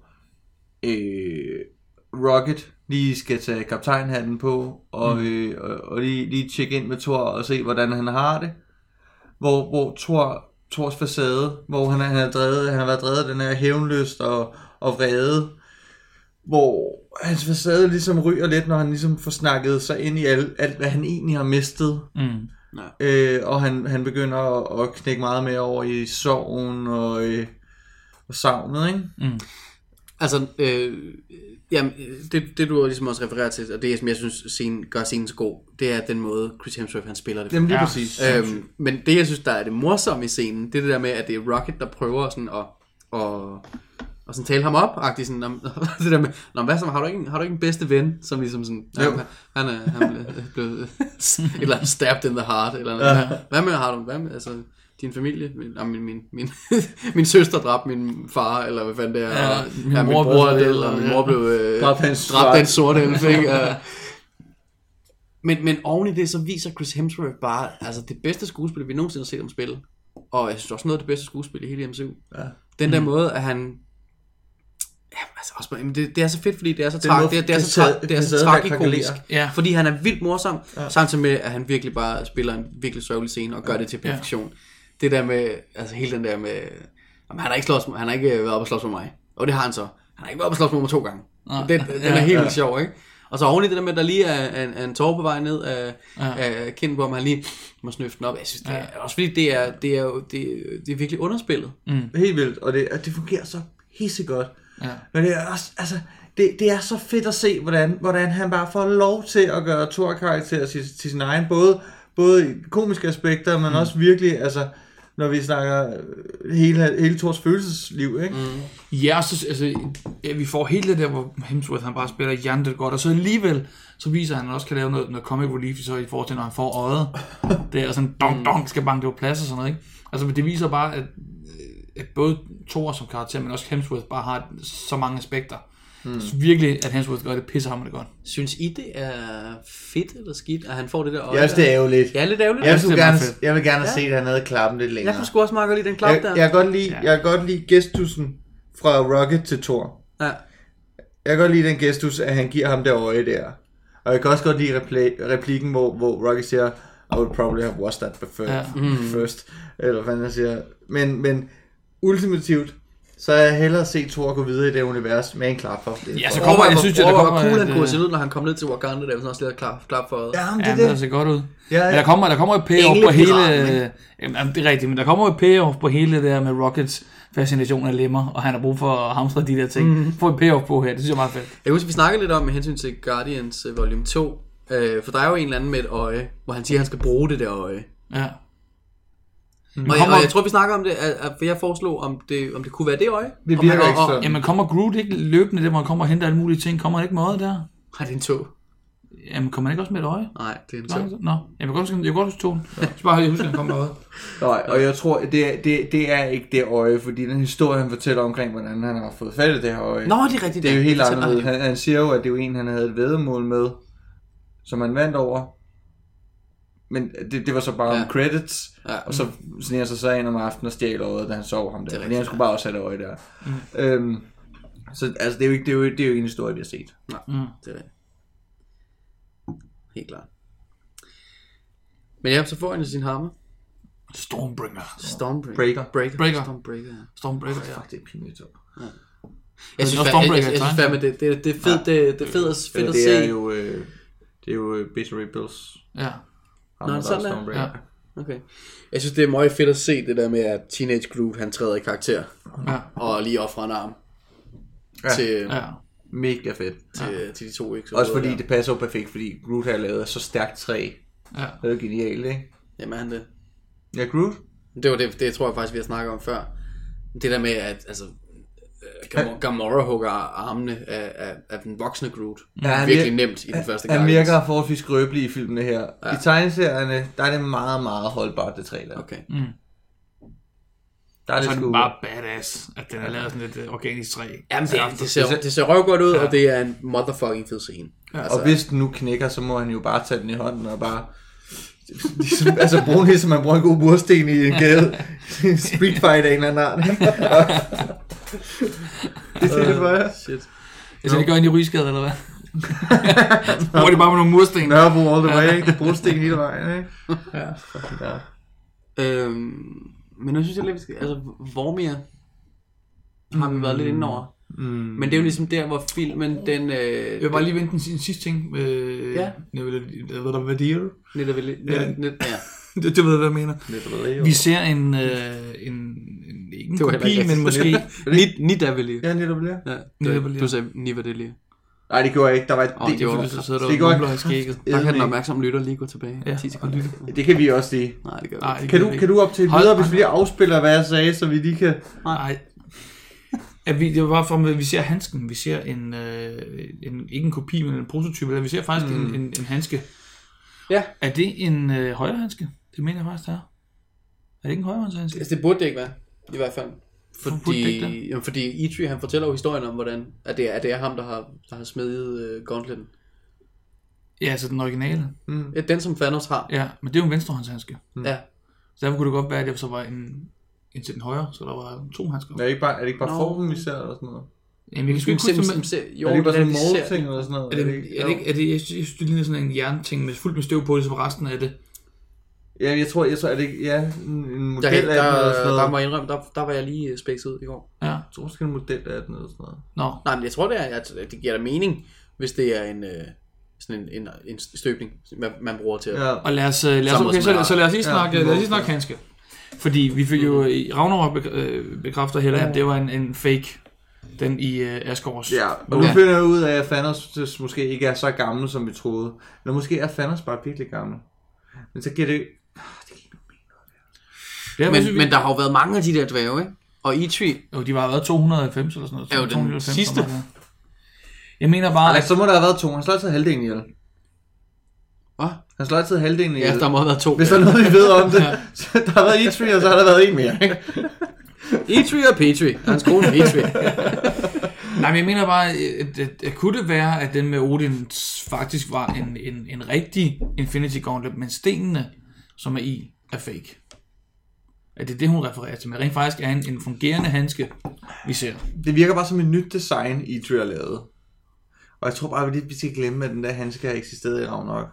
øh, Rocket lige skal tage kaptajnhatten på, og, mm. øh, og, og lige, lige tjekke ind med Thor og se, hvordan han har det. Hvor, hvor Thor, Thors facade, hvor han, han, er drevet, han har været drevet af den her hævnlyst og, og vrede, hvor hans facade ligesom ryger lidt, når han ligesom får snakket sig ind i alt, alt hvad han egentlig har mistet. Mm. Øh, og han, han begynder at, at knække meget mere over i sorgen og, øh, og savnet, ikke? Mm. Altså, øh, jamen, det, det du ligesom også refererer til, og det som jeg synes scenen, gør scenen så god, det er den måde Chris Hemsworth han spiller det. Jamen det er ja. præcis. Øhm, men det jeg synes der er det morsomme i scenen, det er det der med, at det er Rocket der prøver sådan at, og og sådan tale ham op-agtigt, sådan, om, det der med, nå, hvad så, har du ikke, har du ikke en bedste ven, som ligesom sådan, ja, han er, han blev, blevet, eller stabbed in the heart, eller noget. Ja. Hvad med, har du, hvad med, altså, din familie, min, min, min, min, min søster dræbte min far, eller hvad fanden det er, ja, og, min, ja, min mor, bror, det, eller min mor blev øh, dræbt den sorte elf, ikke? Uh, men, men oven i det, så viser Chris Hemsworth bare, altså det bedste skuespil, vi nogensinde har set ham spille, og jeg synes også noget af det bedste skuespil i hele M C U. Ja. Den der mm. måde, at han ja, altså også, det, det er så fedt, fordi det er så tragikomisk. Det, det er så, tra- det er så tragikomisk, ja. Fordi han er vildt morsom, ja. Samtidig med, at han virkelig bare spiller en virkelig sørgelig scene og gør ja. det til perfektion. Ja. Det der med, altså hele den der med, jamen, han har ikke slås, han har ikke været oppe og slås med mig, og det har han så. Han har ikke været oppe og slås med mig to gange. Ja. Den, den ja, er helt ja. sjov, ikke? Og så oven i det der med, at der lige er en, en tårer på vej ned af, ja. af kinden, hvor man lige må snøfte den op. Jeg synes, det er, ja. også fordi det er, det er jo det, det er virkelig underspillet. Mm. Helt vildt, og det, det fungerer så pissegodt. Ja. Men det er også, altså, det, det er så fedt at se, hvordan, hvordan han bare får lov til at gøre Thor-karakter til, til sin egen, både, både i komiske aspekter, men mm. også virkelig, altså, når vi snakker hele, hele Thors følelsesliv, ikke? Mm. Ja, så, altså, ja, vi får hele det der, hvor Hemsworth han bare spiller hjertet godt, og så alligevel, så viser han, at han også kan lave noget, noget comic relief, så i forhold til, når han får øjet. Det er sådan, dong, dong, skal banke det på plads og sådan noget, ikke? Altså, det viser bare, at, at både Thor som karakter, men også Hemsworth bare har så mange aspekter. Mm. Så virkelig, at Hemsworth gør det, pisser ham det godt. Synes I, det er fedt eller skidt, at han får det der øje? Jeg synes, det er ærgerligt. Ja, lidt ærgerligt. Jeg, jeg, gerne, jeg vil gerne ja. se, at han havde klappen lidt længere. Jeg kunne sgu også meget godt lide den klap jeg, der. Jeg kan godt lide, ja. jeg kan godt lide gestusen fra Rocket til Thor. Ja. Jeg kan godt lide den gestus, at han giver ham det øje der. Og jeg kan også godt lide repl- replikken, hvor, hvor Rocket siger, I would probably have watched that before, ja. mm. first. Eller hvad han siger. Men, men ultimativt, så er jeg hellere set Thor gå videre i det univers med en klap for. Ja, så kommer, jeg synes, at der kommer cool, han kunne se ud, når han kom ned til Wakanda, der var sådan også lidt klap, klap for. Ja, men det, ja, det. det ser godt ud. Ja, ja. Men der kommer, der kommer et payoff på hele, jamen, det er rigtigt, men der kommer et payoff på hele det der med Rockets fascination af lemmer, og han har brug for at hamstre de der ting. Mm. Få et payoff på her, det synes jeg er meget fedt. Jeg husker, vi snakkede lidt om med hensyn til Guardians uh, Volume to, øh, for der er jo en eller anden med et øje, hvor han siger, at han skal bruge det der øje. Ja. Mm. Og, jeg, og jeg tror vi snakker om det, for jeg foreslog om det, om det kunne være det øje. Det virker ikke sådan. Jamen kommer Groot ikke løbende der, hvor han kommer og henter alle mulige ting? Kommer han ikke med øjet der? Nej, det er en tog. Jamen kommer han ikke også med et øje? Nej, det er en tog. Nå, jeg vil godt huske, jeg vil godt huske togen. Jeg skal bare huske, at han kommer med øjet. Nej, og jeg tror, det er, det, det er ikke det øje, fordi den historie, han fortæller omkring, hvordan han har fået fat i det her øje. Nå, det er rigtigt. Det er jo helt anderledes. Han, han siger jo, at det er jo en, han havde et væddemål med, som han vandt over. Men det, det var så bare ja. om credits, ja. og så sniger sig så ind om aftenen og stjæler øjet, da han sov ham der. Fordi han skulle bare også have det øje der. Mm. Øhm, så altså, det er jo ikke det er jo, det er jo en historie, vi har set. Nej, mm. det er det. Helt klart. Men ja, så får han sin hammer. Stormbringer. Stormbreaker. Breaker. Breaker. Breaker. Stormbreaker, ja. Stormbreaker, ja. Fuck, det er pinligt. Ja. Jeg synes fandme, det, det, det er fedt, det, det er fedt at, fedt at se. Det er jo, øh, det er jo Beta Ray Bills. Ja. Nå, der sådan er er. Stormbreaker. Ja. Okay. Jeg synes, det er meget fedt at se det der med, at Teenage Groot, han træder i karakter. Ja. Og lige offrer en arm. Ja. Til, Ja. Mega fedt. til, ja. til de to, ikke? Så Også både fordi der. det passer jo perfekt, fordi Groot har lavet så stærkt træ. Ja. Det er jo genialt, ikke? Jamen, han det. Ja, Groot. Det var det, det tror jeg faktisk, vi har snakket om før. Det der med, at altså, Gamora, Gamora hugger armene af, af, af den voksne Groot. Ja, han Virkelig virker- nemt i den første Han gang. virker forholdsvis skrøbelig i filmene her. Ja. I tegneserierne, der er det meget, meget holdbart, det træ der. Okay. Mm. Der er Så det er sgu... den bare badass, at den er lavet sådan lidt uh, organisk træ. Jamen, det, det, ser, det ser røvgodt ud, Ja. og det er en motherfucking fed scene. Ja. Altså, Og hvis den nu knækker, så må han jo bare tage den i hånden og bare... Ligesom, altså bruge den ligesom man bruger en god mursten i en gade. Street fight af en eller anden art. Det ser det bare. shit. Altså, det gør en i Rysgade, eller hvad? Bruger de bare med nogle mursten? Nørrebro all the way, ikke? Det er brosten hele vejen, ikke? Ja. Ja. Øhm, men jeg synes, jeg lidt, vi skal... Altså, Vormir har vi været lidt inde over. Mm. Men det er jo ligesom der, hvor filmen, den... Øh, Jeg vil bare lige vente en, en sidste ting. Øh, Ja. Jeg ved, jeg ved, hvad det er. Net, net, net, Ja. net, ja. Det, det ved jeg, hvad jeg mener. Det ved jeg jo. Vi ser en, øh, en, en ikke en Det var heller kopi, ikke men måske... Nit, Nidavili. Ja, netop det. Ja, Nidavili. det, du sagde Nivadili. Nej, det gjorde jeg ikke. Der var et... Åh, det var- Så sidder der det og går mumler ikke. i skægget. Der kan den opmærksomme lytter lige gå tilbage. Ja, ti sekunder. Det kan vi også sige. Nej, det gør vi Nej, ikke. det Kan kan du, vi kan du op til Hold- videre, hvis vi lige afspiller, hvad jeg sagde, så vi lige kan... Nej. At vi, det var bare for, at vi ser handsken. Vi ser en, øh, en ikke en kopi, men en prototype. Eller vi ser faktisk mm. en, en, en handske. Ja. Er det en øh, højre handske? Det mener jeg faktisk, det er. Er det ikke en højrehåndshandske? Altså, det burde det ikke være, i hvert fald. Hvorfor burde det ikke Fordi, det? jamen, fordi Eitri, han fortæller jo historien om, hvordan at det er, at det er ham, der har, der har smedet uh, gauntleten. Ja, altså den originale. Mm. Ja, den, som Thanos har. Ja, men det er jo en venstrehåndshandske. Mm. Ja. Så derfor kunne det godt være, at det så var en, en til den højre, så der var to handsker. Er det ikke bare, er det ikke bare Nå. formen, vi ser, eller sådan noget? Jamen, jeg kan sgu ikke Sim- huske, sim- men... sim- Jo, Er det ikke bare sådan en vi ser- målting eller sådan noget? Er det, er det, ikke, er det, jeg synes, jeg synes, det ligner sådan en jernting med fuldt med støv på, ligesom resten af det. Ja, jeg tror, jeg tror, er det ikke, ja, en en model Der, af den der, eller sådan der, noget. må jeg indrømme, der, der var jeg lige uh, spækset ud i går. Ja. Jeg tror måske en model af den eller sådan noget. Nå. Nej, men jeg tror, det, er, at det giver da mening, hvis det er en, uh, sådan en, en, en støbning, man, man bruger til at... Ja. Og lad os, øh, lad os, Samme okay, som så, er- så lad os lige Ja, snakke, lad os lige ja. snakke handske. Fordi vi fik jo i Ragnarok bek- øh, bekræfter heller, at det var en, en fake, den i øh, Asgårds. Ja, og nu Ja. finder jeg ud af, at Thanos måske ikke er så gammel, som vi troede. Eller måske er Thanos bare virkelig gammel. Men så giver det... Ja, Men, men der har jo været mange af de der dvæve, ikke? Og Eitri, Jo, de var været to hundrede og halvfems eller sådan noget. Er jo den to hundrede og halvfems, sidste. sådan noget. Jeg mener bare, Nej, at så må der have været to. Han slår altid halvdelen ihjel. hvad? Han slår altid halvdelen ihjel. Ja, der må have været to. Hvis der er noget, vi ved om det. Så der har været Eitri, og så har der været en mere. Ikke? Eitri og Petri. Hans kone Petri. nej, men jeg mener bare, at, at, at kunne det være, at den med Odin faktisk var en, en, en rigtig Infinity Gauntlet, men stenene, som er i, er fake. At det er det, hun refererer til, men rent faktisk er en, en fungerende handske, vi ser. Det virker bare som et nyt design, Eitri har lavet. Og jeg tror bare, at vi lige skal glemme, at den der handske har eksisteret i Ragnarok.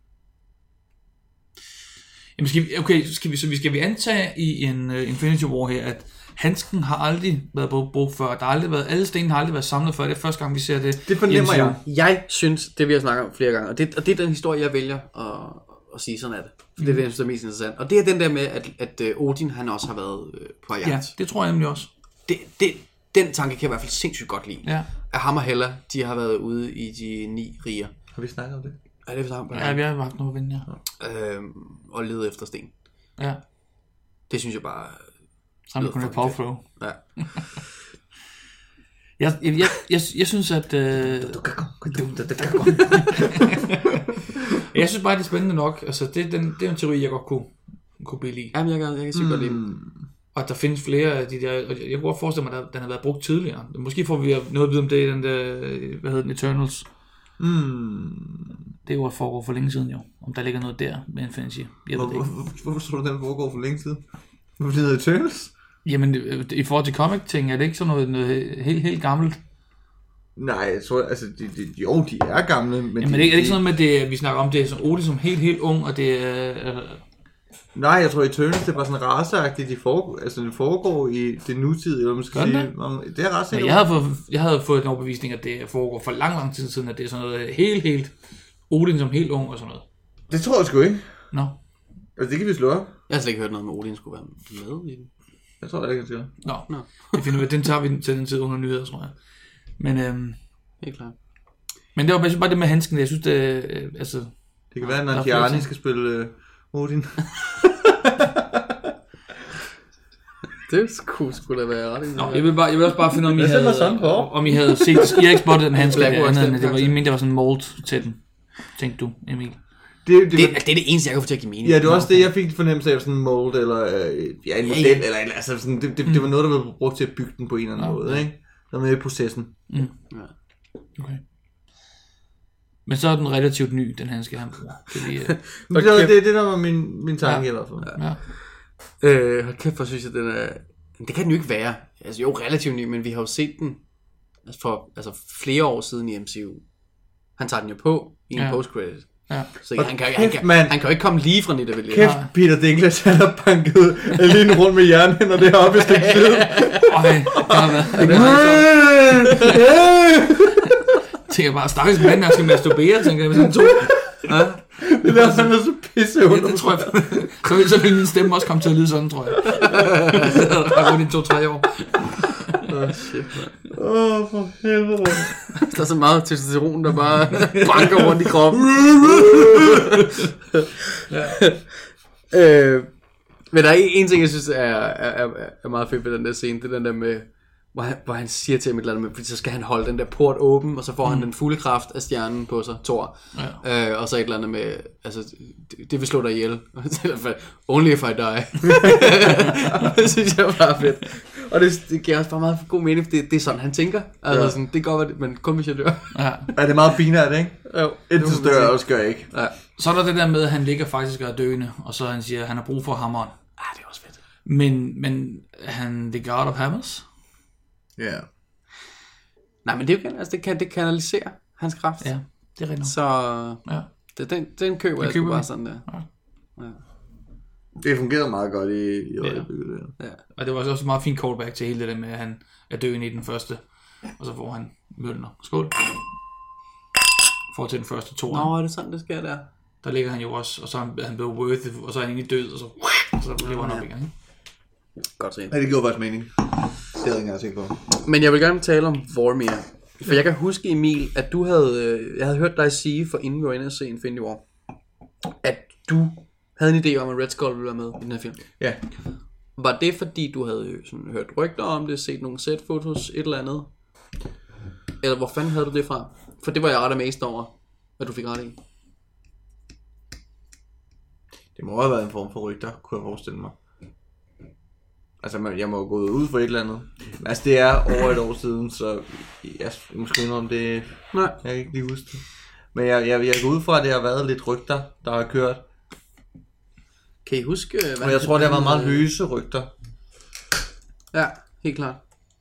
Jamen skal vi, okay, så skal vi, så vi skal vi antage i en uh, Infinity War her, at handsken har aldrig været brugt, brugt før. Der har aldrig været, alle stenene har aldrig været samlet før. Det er første gang, vi ser det. Det fornemmer i M C U. jeg. Jeg synes, det vi har snakket om flere gange, og det, og det er den historie, jeg vælger at, at sige sådan er det. For det er det, jeg synes, der er mest interessant. Og det er den der med, at, at Odin, han også har været øh, på jagt. Ja, det tror jeg nemlig også. Det, det, den tanke kan jeg i hvert fald sindssygt godt lide. Ja, At ham og Hela, de har været ude i de ni riger. Har vi snakket om det? Er det for sammen? ja vi har haft noget at vinde, ja. Øhm, og lede efter sten. Ja, Det synes jeg bare... sammen med lyder Conrad fucking Powerflow. Ja. Jeg, jeg, jeg, jeg, jeg synes, at... Øh, jeg synes bare, det er spændende nok. Altså, det, den, det er en teori, jeg godt kunne, kunne billige. Jamen, jeg kan, jeg kan sygt godt lide den. Og der findes flere af de der... Og jeg kunne godt forestille mig, at den har været brugt tidligere. Måske får vi noget at vide om det i den der... Hvad hedder den? Eternals. Mm. Det var foregået for længe siden jo. Om der ligger noget der med Infinity. Jeg ved det ikke. Hvorfor tror du, den foregår for længe siden? Hvorfor hedder det Eternals? Jamen, øh, i forhold til comic-ting, er det ikke sådan noget, noget helt, helt gammelt? Nej, jeg tror, altså, de, de, jo, de er gamle, men... Jamen, de, er det ikke, er det ikke de, sådan noget med, det, vi snakker om det som Odin som helt, helt ung, og det er... Øh, Nej, jeg tror, Eternals, det er bare sådan raceagtigt, de foregår, altså, det foregår i det nutid, eller man skal Gør det sige... det? Om, det er ret sikkert. jeg, havde fået, jeg havde fået en overbevisning, at det foregår for lang, lang tid siden, at det er sådan noget helt, helt Odin som helt ung og sådan noget. Det tror jeg sgu ikke. Nå. Altså, det kan vi slå op. Jeg har slet ikke hørt noget med, Odin skulle være med i den. Jeg tror, det kan sige. Nå, Nå. Det finder vi, den tager vi til den tid under nyheder, tror jeg. Men, øhm, helt klart. Men det var bare det med handsken, jeg synes, det, øh, altså... Det kan være, at Nanjiani skal spille øh, Odin. Det skulle sgu da være ret. Nå, jeg vil, bare, jeg vil også bare finde, om I, havde, sådan på. om I havde set... I har ikke spottet den handske, Black der, Wars, andet, den det var, I karakter. mente, der var sådan en mold til den. Tænkte du, Emil? Det, det, Det, det, det er det eneste, jeg kan få til at give mening. ja, det var også det, jeg fik fornemmelse af sådan en mold, eller øh, ja, en model, ja. eller altså sådan, det, det, det var noget, der var brugt til at bygge den på en eller anden Nå, måde, ja. ikke? Der var med i processen. Mm. Ja. Okay. Men så er den relativt ny, den handske, han bruger. Det er lige, øh, Men det, det, det der var min, min tanke Ja. i hvert fald. ja. Øh, hold kæft, hvor synes jeg, den er... Det kan den jo ikke være. Altså jo, relativt ny, men vi har jo set den altså for altså, flere år siden i M C U. Han tager den jo på i en Ja. post-credit. Ja. Så Og han kan, kæft, han, kan, mand. han kan jo ikke komme lige fra Nidavellir. Kæft, Peter Dinklage, han har banket alene rundt med hjernen, når det her oppe i stykke tid. Øj, det har været... Det er Jeg tænker bare, stakkels mand, der skal masturbere, tænker jeg, hvis han tog... Ja, Det der er simpelthen så pisse ja, under. det tror jeg. Så vil, så vil min stemme også komme til at lyde sådan, tror jeg. Jeg har gået i to-tre år. Åh, shit, man. Åh, for helvede. Der er så meget testosteron, der bare banker rundt i kroppen. øh, men der er en ting, jeg synes er, er, er, er meget fedt ved den der scene. Det er den der med, hvor han, hvor han siger til ham et eller andet med, fordi så skal han holde den der port åben, og så får mm. han den fulde kraft af stjernen på sig, Thor. Ja. Øh, og så et eller andet med, altså, det, det vil slå dig ihjel. Only if I die. Det synes jeg var fedt. Og det, det giver også bare meget god mening, for det, det er sådan, han tænker. Altså, Ja. sådan, det går godt, men kun hvis jeg dør. Ja. Er det meget binært, ikke? Jo, Indtil det må man dør jeg sige. også gør jeg ikke. Ja. Så er der det der med, at han ligger faktisk og er døende, og så han siger, at han har brug for hammeren. Ah, det er også fedt. Men, men er han the god of hammers? Ja. Yeah. Nej, men det, er jo, altså, det kan det kanalisere hans kraft. Ja, det er rigtigt. Så Ja. det, den, den køber Den jeg køber sgu vi. bare sådan der. Det fungerede meget godt i, i øjeblikket. Ja. Ja. Og det var også et meget fint callback til hele det der med, at han er døende i den første, og så får han Mjølner. Skål. For til den første to. Nå, er det sådan, det sker der? Der ligger han jo også, og så er han, han blevet worth, og så er han egentlig død, og så, og så lever han op igen. Ikke? Godt set. Ja, det gjorde faktisk mening. Det havde jeg ikke engang tænkt på. Men jeg vil gerne tale om Vormir. For jeg kan huske, Emil, at du havde, øh, jeg havde hørt dig sige, for inden vi var inde og se Infinity War, at du havde en idé om, at Red Skull ville være med i den her film. Ja. Var det fordi, du havde sådan, hørt rygter om det, set nogle set-fotos, et eller andet? Eller hvor fanden havde du det fra? For det var jeg ret amazed over, at du fik ret i. Det må have været en form for rygter, kunne jeg forestille mig. Altså, man- jeg må have gået ud for et eller andet. Men altså, det er over et år siden, så jeg måske indrømme det. Nej. Jeg kan ikke lige huske det. Men jeg, jeg, jeg går ud fra, at det har været lidt rygter, der har kørt. Kan I huske, hvad Men jeg tror, det har været meget øh, løse rygter. Ja, helt klart.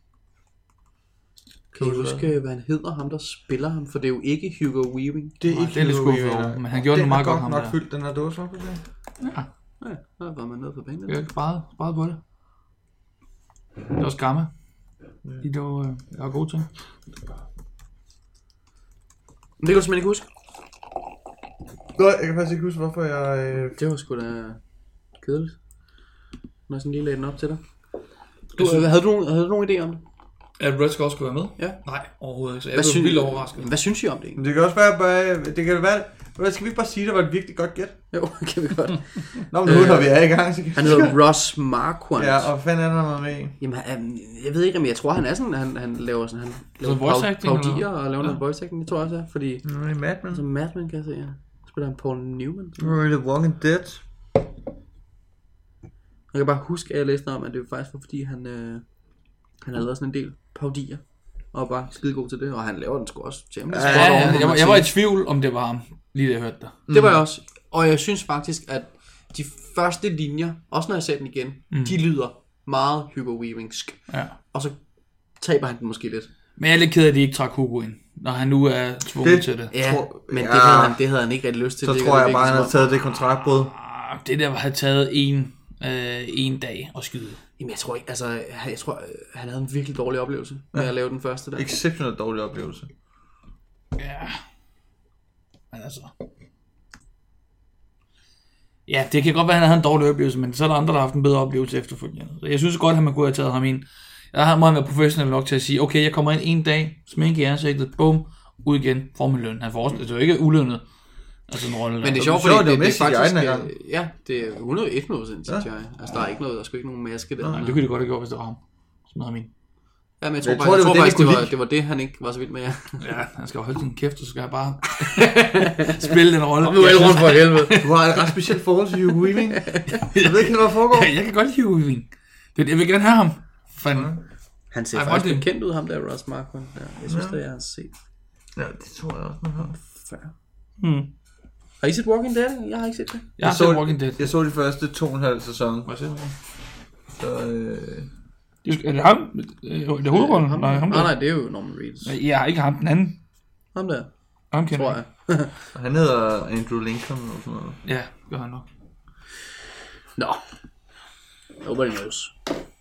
Kan I Kan du huske, hvad han hedder, ham der spiller ham? For det er jo ikke Hugo Weaving. Det er Nej, ikke det er lidt Hugo skuffet Weaving, over, nej. men han gjorde den det meget er godt, ham nok der. fyldt, den her dåse op, det. Ja, Ja, der var man med på banen. jeg har ikke sparet, sparet på det. Det er også gamma. De der øh, jeg er gode til. Men det kan du simpelthen ikke huske. Nej, jeg kan faktisk ikke huske, hvorfor jeg... Øh... Det var sgu da kedeligt. Når jeg sådan lige lagde den op til dig. Du, øh, havde, du, havde du nogen idé om det? At Red Skull skulle være med? Ja. Nej, overhovedet ikke. Så jeg Hvad blev synes- vildt overrasket. Hvad synes I om det egentlig? Men det kan også være, bare, det kan være... Hvad skal vi ikke bare sige, det var et virkelig godt gæt? Jo, kan vi godt. Nå, men nu når vi er i gang, så kan Han hedder Ross Marquand. Ja, og hvad fanden er der, der er med i? Jamen, han, jeg ved ikke, men jeg tror, han er sådan, han, han laver sådan, han laver voice pau- acting, paudier eller? og laver Ja. noget voice acting, det tror jeg også er, fordi Nå, det er Madman. som Madman kan jeg se, ja. Spiller han Paul Newman. Nå, det er Walking Dead. Jeg kan bare huske, at jeg læste om, at det faktisk var, fordi han, øh, han havde lavet sådan en del paudier, og bare skide god til det, og han laver den sgu også temmelig Ja, spot Ja, on, ja, må jeg, man var, jeg var i sige. tvivl, om det var ham, lige da jeg hørte det. Det var jeg også, og jeg synes faktisk, at de første linjer, også når jeg ser den igen, mm. de lyder meget Hugo Weavingsk, Ja. og så taber han den måske lidt. Men jeg er lidt ked af, at de ikke trak Hugo ind, når han nu er tvunget Det- til det. Ja, Tror- men ja. det, havde han, det havde han ikke rigtig lyst til. Så det tror jeg virker bare, han som har om- taget det kontraktbrud. Ah, Det der havde taget en, øh, en dag at skyde. Jamen jeg tror ikke, altså, jeg tror, øh, han havde en virkelig dårlig oplevelse med at lave den første der. Exceptionelt dårlig oplevelse. Ja. Men altså... Ja, det kan godt være, at han havde en dårlig oplevelse, men så er der andre, der har haft en bedre oplevelse efterfølgende. Så jeg synes godt, at man kunne have taget ham ind. Jeg har meget været professionel nok til at sige, okay, jeg kommer ind en dag, sminke i ansigtet, bum, ud igen, får min løn. Han får også, det er jo ikke uledende. Altså en rolle. Men det er sjovt, fordi det, det, det er faktisk, ja, det er hundrede og et procent C G I. Ja. Altså der er ikke noget, der er sgu ikke nogen maske der. Nej, det kunne det godt have gjort, hvis det var ham. Sådan ham ind. Ja, men jeg tror, jeg tror, jeg tror, jeg tror faktisk, det var, det var det, han ikke var så vild med, ja. Ja, han skal jo holde sin kæft, så skal jeg bare spille den rolle. Nu er jeg rundt for helvede. Du har et ret specielt forhold til Hugo Weaving. Jeg ved ikke, hvad der foregår. Ja, jeg kan godt lide Hugo Weaving. Jeg vil gerne have ham. Fanden. Han ser Ej, faktisk det... kendt ud, ham der, Ross Marquand. Ja, jeg synes, ja. det er, jeg har set. Ja, det tror jeg også, man har. Før. Hmm. Har I set Walking Dead? Jeg har ikke set det. Jeg har set Walking Dead. Jeg så de første to og en halv sæson. Hvad siger du? Så, øh... Er det ham? Er det hovedrollen? Nej, ham nej, nej, det er jo Norman Reedus. Jeg har ikke ham den anden. Ham der. Ham kender tror jeg. Han hedder Andrew Lincoln eller sådan noget. Ja, gør han nok. Nå. Nobody knows.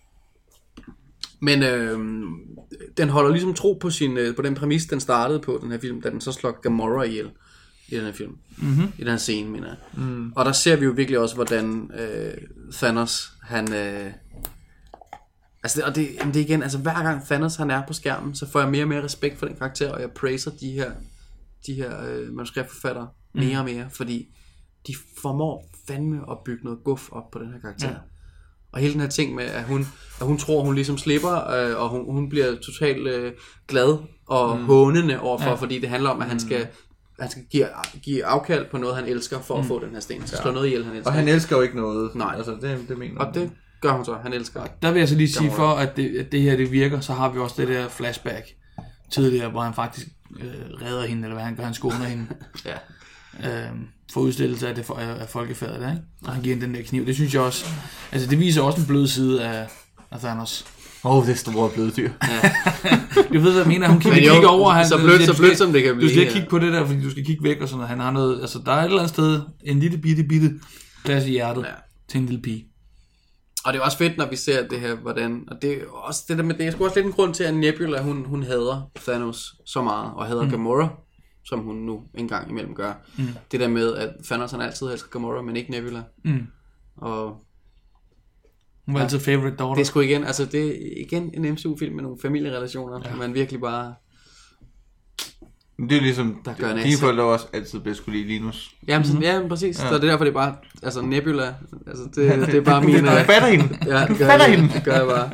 Men øh, den holder ligesom tro på, sin, øh, på den præmis, den startede på, den her film, da den så slår Gamora ihjel i den her film. Mm-hmm. I den her scene, mener jeg. Mm. Og der ser vi jo virkelig også, hvordan øh, Thanos, han... Øh, altså, det, og det, det er igen, altså hver gang Thanos han er på skærmen, så får jeg mere og mere respekt for den karakter, og jeg praiser de her, de her øh, manuskriptforfattere mm. mere og mere, fordi de formår fandme at bygge noget guf op på den her karakter. Ja. Og hele den her ting med, at hun, at hun tror, hun ligesom slipper, øh, og hun, hun bliver totalt øh, glad og mm. hånende overfor, ja. fordi det handler om, at han skal, han skal give, give afkald på noget, han elsker, for mm. at få den her sten. Så slå noget ihjel, han elsker. Og han elsker jo ikke noget. Nej. Altså, det, det mener og det gør hun så. Han elsker. Der vil jeg så lige sige, for at det, at det her det virker, så har vi også det der flashback tidligere, hvor han faktisk øh, redder hende, eller hvad han gør, han skåner hende. ja. Øhm, for udstillelse af, det, af folkefærdet, ikke? Og han giver hende den der kniv. Det synes jeg også, altså det viser også en blød side af, af Thanos. Åh, oh, det er store bløde dyr. Ja. Du ved, hvad jeg mener, hun kigger, kigger over. Han, så blødt, så blødt som det kan blive. Du skal ikke kigge på det der, fordi du skal kigge væk og sådan noget. Han har noget, altså der er et eller andet sted, en lille bitte, bitte plads i hjertet ja. til en lille pige. Og det er også fedt, når vi ser det her, hvordan, og det er også det der med, det er sgu også lidt en grund til, at Nebula, hun, hun hader Thanos så meget, og hader mm. Gamora, som hun nu engang imellem gør. Mm. Det der med, at Thanos han altid elsker Gamora, men ikke Nebula. Mm. Og hun var ja, altid favorite daughter. Det er sgu igen, altså det er igen en M C U-film med nogle familierelationer, ja. man virkelig bare... Det er ligesom, dine forældre også altid bedst kunne lide Linus. Jamen, sådan, ja, præcis. Ja. Så det er derfor, det er bare, altså Nebula, altså det, ja, det, det er bare mine... Du fatter hende. Ja, du fatter jeg, hende. Det gør jeg bare.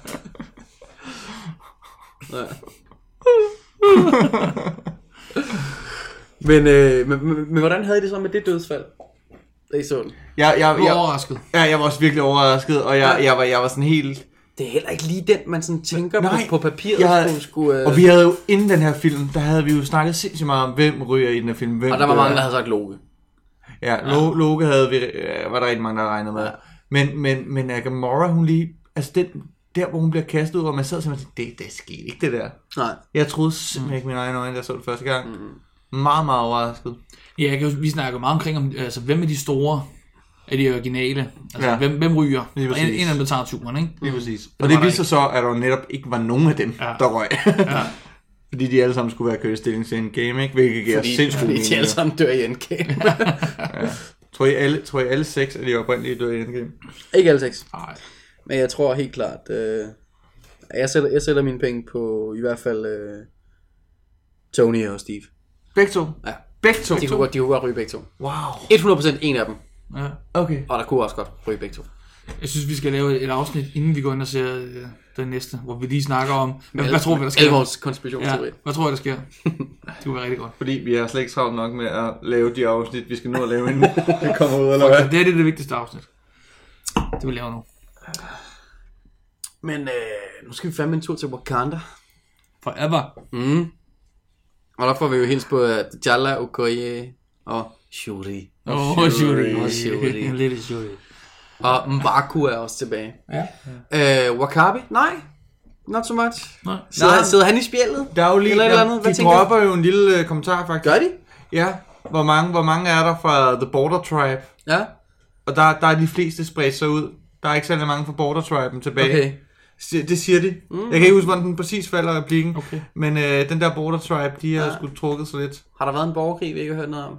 Ja. men, øh, men, men, men hvordan havde I det så med det dødsfald, da I så den? Jeg, jeg, jeg var overrasket. Ja, jeg var også virkelig overrasket, og jeg, jeg, var, jeg var sådan helt... Det er heller ikke lige den, man sådan tænker Nej, på, på papiret. Jeg, skulle, øh... Og vi havde jo, inden den her film, der havde vi jo snakket sindssygt meget om, hvem ryger i den her film. Hvem og der var mange, der havde sagt Loke. Ja, ja. Loke havde vi, var der rigtig mange, der regnede med. Ja. Men, men, men Gamora, hun lige... Altså den, der, hvor hun bliver kastet ud, og man sad simpelthen og det, det skete ikke, det der. Nej. Jeg troede simpelthen ikke mine egne øjne, da jeg så det første gang. Mm. Meget, meget overrasket. Ja, jeg kan, vi snakker meget omkring, om, altså, hvem er de store... af de originale. Altså, ja. hvem, hvem ryger? Og en, en af dem tager turen, ikke? Lige præcis. Og det viser så, at der netop ikke var nogen af dem, ja. der røg. Ja. Fordi de alle sammen skulle være kørt i stilling til Endgame, ikke? Hvilket giver sindssygt mening. Fordi de alle sammen dør i Endgame. ja. Tror I alle, tror I alle seks af de oprindelige dør i Endgame? Ikke alle seks. Nej. Men jeg tror helt klart, øh, jeg, sætter, jeg sætter mine penge på i hvert fald øh, Tony og Steve. Begge to? Ja. Begge to? De kunne godt, de kunne godt ryge begge to. Wow. hundrede procent en af dem. Ja. Okay. Og der kunne også godt ryge begge to. Jeg synes, vi skal lave et afsnit, inden vi går ind og ser øh, den næste, hvor vi lige snakker om, hvad, hvad tror vi, der sker? Alle vores konspirationsteori. Ja, hvad tror jeg, der sker? Det kunne være rigtig godt. Fordi vi er slet ikke travlt nok med at lave de afsnit, vi skal nå at lave, inden det kommer ud, eller hvad? Det er det, det vigtigste afsnit. Det vil lave nu. Men øh, nu skal vi fandme en tur til Wakanda. Forever. Mm. Og der får vi jo hils på uh, T'Challa, Okoye og Shuri. Åh, oh, Shuri. Og Shuri. Lille Shuri. Og M'Baku er også tilbage. Ja. Øh, Wakabi? Nej. Not so much. Nej. Sidder, sidder han i spjældet? Der er jo lige, eller eller andet? de dropper jo en lille uh, kommentar faktisk. Gør de? Ja. Hvor mange, hvor mange er der fra The Border Tribe? Ja. Og der, der er de fleste spredt sig ud. Der er ikke særlig mange fra Border Triben tilbage. Okay. Det siger de. Mm. Jeg kan ikke huske, hvordan den præcis falder i replikken. Okay. Men øh, den der Border Tribe, de har ja. sgu trukket sig lidt. Har der været en borgerkrig, vi ikke har hørt noget om?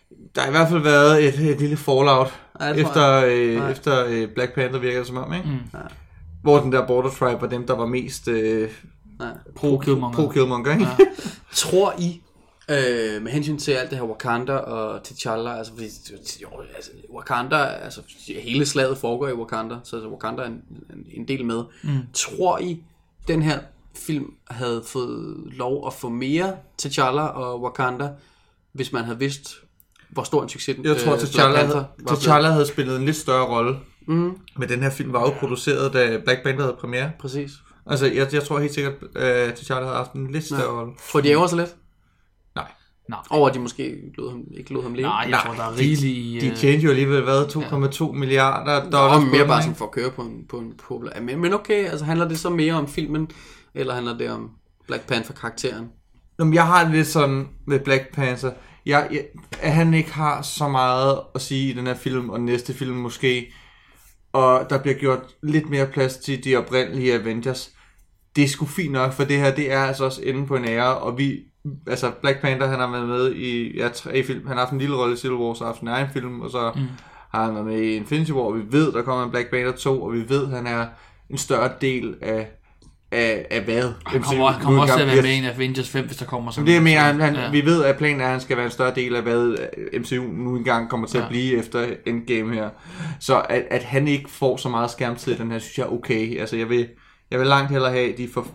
Der har i hvert fald været et, et lille fallout ja, efter, øh, efter øh, Black Panther virker som om, ikke? Mm. Ja. Hvor den der Border Tribe var dem, der var mest øh, ja. pro-Killmonger, pro Killmonger, ikke? Ja. Tror I, øh, med hensyn til alt det her Wakanda og T'Challa, altså, fordi, jo, altså Wakanda, altså hele slaget foregår i Wakanda, så altså, Wakanda er en, en, en del med. Mm. Tror I, den her film havde fået lov at få mere T'Challa og Wakanda, hvis man havde vidst, hvor stor en succes den Jeg tror, øh, T'Challa, havde, T'Challa havde spillet en lidt større rolle. Mm. Men den her film var jo produceret, da Black Panther havde premiere. Præcis. Altså, jeg, jeg tror helt sikkert, at T'Challa havde haft en lidt større rolle. Tror de æver så lidt? Nej. Nej. Over at de måske lod ham, ikke lod ham leve? Nej, jeg Nej. tror, der er rigeligt... De, de tjente jo alligevel, hvad, to komma to ja. milliarder dollars. Nå, mere bare sådan for at køre på en, på en populær... Men, men okay, altså handler det så mere om filmen, eller handler det om Black Panther-karakteren? Nå, jeg har det lidt sådan med Black Panther... Jeg, jeg, at han ikke har så meget at sige i den her film, og næste film måske, og der bliver gjort lidt mere plads til de oprindelige Avengers. Det er sgu fint nok, for det her, det er altså også inde på en ære, og vi, altså Black Panther, han har været med i ja, tre film, han har haft en lille rolle i Civil War, så har haft en egen film, og så mm. har han været med i Infinity War, og vi ved, der kommer en Black Panther to, og vi ved, han er en større del af Af, af hvad? Han kommer, han kommer også til at være med i en Avengers fem, hvis der kommer sådan. Det er mere, han, han, ja. Vi ved, at planen er, at han skal være en større del af, hvad M C U nu engang kommer til ja. at blive efter Endgame her. Så at, at han ikke får så meget skærmtid i den her, synes jeg er okay. Altså, jeg vil, jeg vil langt hellere have, de for,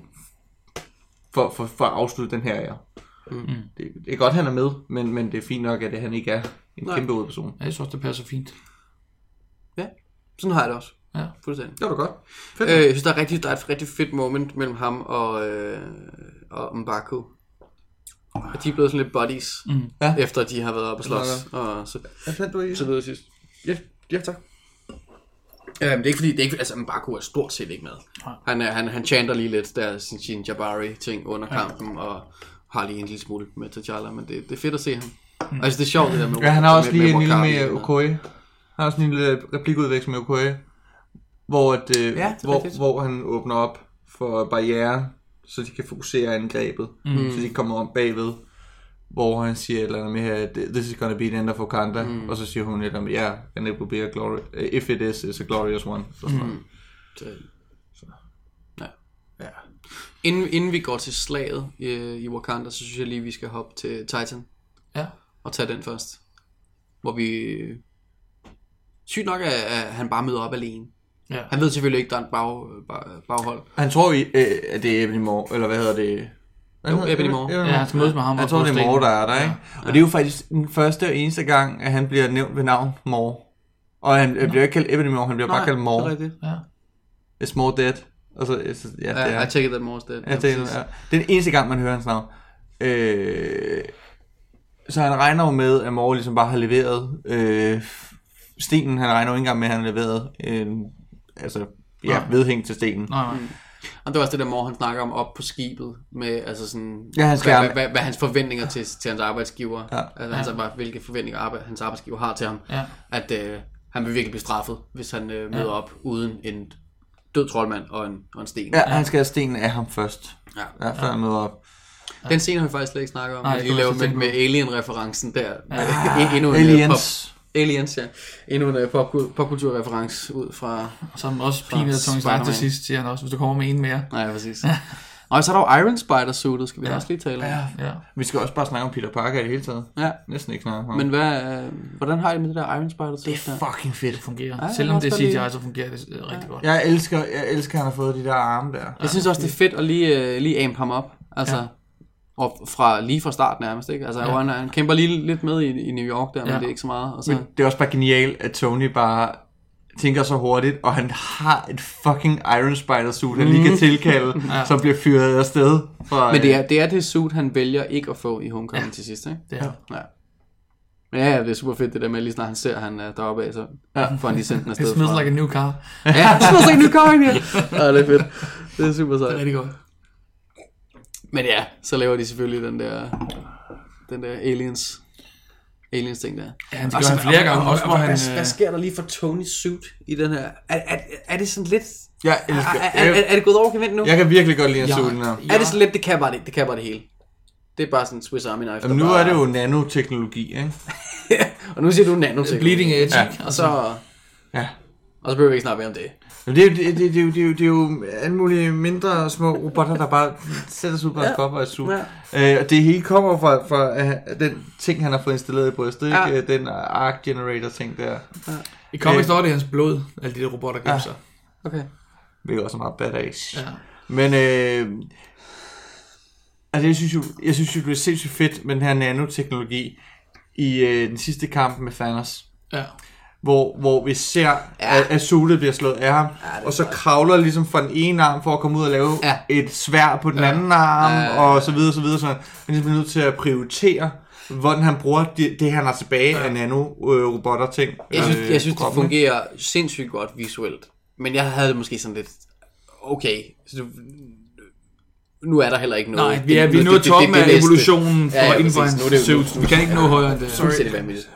for, for, for at afslutte den her, ja. Mm. Det, det er godt, han er med, men, men det er fint nok, at han ikke er en Nej. kæmpe hovedperson. Ja, jeg synes også, det passer fint. Ja, sådan har jeg det også. Ja, fuldstændig. Det var godt. Øh, jeg synes, der er, rigtig, der er et rigtig fedt moment mellem ham og, øh, og M'Baku. Og de er blevet sådan lidt buddies, mm. ja. efter de har været oppe og slås. Og så, jeg fandt du i? Så ved jeg sidst. Ja, ja tak. Øh, men det er ikke fordi, det er ikke, altså M'Baku er stort set ikke med. Han, er, han, han chanter lige lidt der sin, sin Jabari-ting under kampen, og har lige en lille smule med T'Challa, men det, det er fedt at se ham. Mm. Altså det er sjovt det der med ja, han har også med, lige med en lille med Okoye. Han har også en lille replikudveksling med Okoye. Hvor, at, øh, ja, hvor, hvor han åbner op for barrieren, så de kan fokusere angrebet, mm. så de kommer om bagved, hvor han siger et eller andet med her, this is gonna be the end of Wakanda, mm. og så siger hun et eller andet med, yeah, and it will be a glory, if it is, it's a glorious one. Så mm. så, så. Ja. Ja. Inden, inden vi går til slaget i, i Wakanda, så synes jeg lige, vi skal hoppe til Titan, ja. og tage den først, hvor vi sygt nok, at han bare møder op alene. Ja. Han ved selvfølgelig ikke, der er en bag, bag, baghold. Han tror, øh, at det er Ebony Maw, eller hvad hedder det? Jo, Ebony Maw. Ja, han skal mødes med ham. Jeg tror, det er Maw, der er der, ikke? Ja. Og det er jo faktisk den første og eneste gang, at han bliver nævnt ved navn Maw. Og han no. bliver ikke kaldt Ebony Maw, han bliver Nej, bare kaldt Maw. Nej, det er rigtigt. Ja. Is Maw dead? Altså, ja, ja, det er. I take it that Maw's dead. Ja, ja, det, er, ja. det er den eneste gang, man hører hans navn. Øh, så han regner jo med, at Maw ligesom bare har leveret øh, stenen. Han regner jo ikke engang med, at han har leveret en... Altså, ja, vedhæng til stenen. Nej, nej. Og det var også det der, hvor han snakker om op på skibet, med altså sådan, ja, han hvad, hvad, hvad, hvad hans forventninger til, til hans arbejdsgiver, ja. altså, altså bare, hvilke forventninger arbejde, hans arbejdsgiver har til ham, ja. at øh, han vil virkelig blive straffet, hvis han øh, møder ja. op uden en død troldmand og en, og en sten. Ja, han skal have stenen af ham først, ja. Ja, før ja. han møder op. Den scene har vi faktisk slet ikke snakket om, Nej, I laver med, med Alien-referencen der. Ja. Endnu en Aliens. Pop, Aliens, ja. Endnu en popkulturreference ud fra... Og så også pinligt Tony Stark til sidst, siger han også, hvis du kommer med en mere. Nej, præcis. Og så er der jo Iron Spider-suitet, skal vi ja. også lige tale om. Ja. Ja. Vi skal også bare snakke om Peter Parker i det hele taget. Ja. Næsten ikke snakke om. Men hvad, hvordan har I med det der Iron Spider-suit? Det er fucking fedt. Det fungerer. Ja, selvom det er C G I, så fungerer det rigtig ja. godt. Jeg elsker, jeg elsker, at han har fået de der arme der. Jeg synes også, det er fedt at lige, lige amp ham op. Altså... Ja. Og fra, lige fra start nærmest, ikke? Altså, ja. han, han kæmper lige lidt med i, i New York der, ja. men det er ikke så meget. Og så... Men det er også bare genialt, at Tony bare tænker så hurtigt, og han har et fucking Iron Spider suit, han lige kan tilkalde, ja. som bliver fyret afsted. Fra, men det er, det er det suit, han vælger ikke at få i Homecoming ja. til sidst, ikke? Det er. Ja. Men ja, det er super fedt det der med, lige snart han ser, han er deroppe af, så ja. får han lige sendt den afsted. It smells fra. like a new car. Ja, it smells like a new car, ja. Ja, det er fedt. Det er super sejt. Det er rigtig godt. Men ja, så laver de selvfølgelig den der, den der aliens, aliens ting der. Ja, han skal gøre flere gange også, hvor han... Hvad, hvad sker der lige for Tonys suit i den her? Er, er, er det sådan lidt... Jeg elsker... Er, er, er, er det gået over gevind nu? Jeg kan virkelig godt lide en ja. suiten her. Ja. Er det sådan lidt, det kan bare det, det kan bare det hele. Det er bare sådan Swiss Army knife. Jamen nu bare... er det jo nanoteknologi, ikke? Og nu siger du nanoteknologi. Bleeding edge. Ja. Og så... Ja. Og så behøver vi ikke snakke mere om det. Det er, jo, det, det, det, er jo, det, er jo, det er jo alle mulige mindre små robotter, der bare sætter sig ud på hans krop og er super. Ja. Øh, og det hele kommer fra, fra uh, den ting, han har fået installeret i brystet, ja. Ikke? Den arc generator ting der. Ja. I kommer øh, står det i hans blod, alle de der robotter gemmer sig. Ja. Okay. Det er også meget badass. Ja. Men øh, altså jeg synes jo, jeg synes jo, det er sindssygt fedt med den her nanoteknologi i øh, den sidste kamp med Thanos. Ja. Hvor, hvor vi ser, ja. at, at Sule bliver slået af ham, ja, og så godt. Kravler ligesom fra den ene arm for at komme ud og lave ja. et sværd på den ja. anden arm, ja, ja, ja. og så videre, så videre. Så han er ligesom nødt til at prioritere, hvordan han bruger det, det han har tilbage ja. af nano-robotter ting. Jeg synes, øh, jeg synes det fungerer sindssygt godt visuelt, men jeg havde det måske sådan lidt, okay, så du, nu er der heller ikke noget. Nej, vi er, vi er nået toppen af evolutionen for ja, inden for hans suit. Vi kan ikke nå højere end det. Fuldstændig vanvittigt.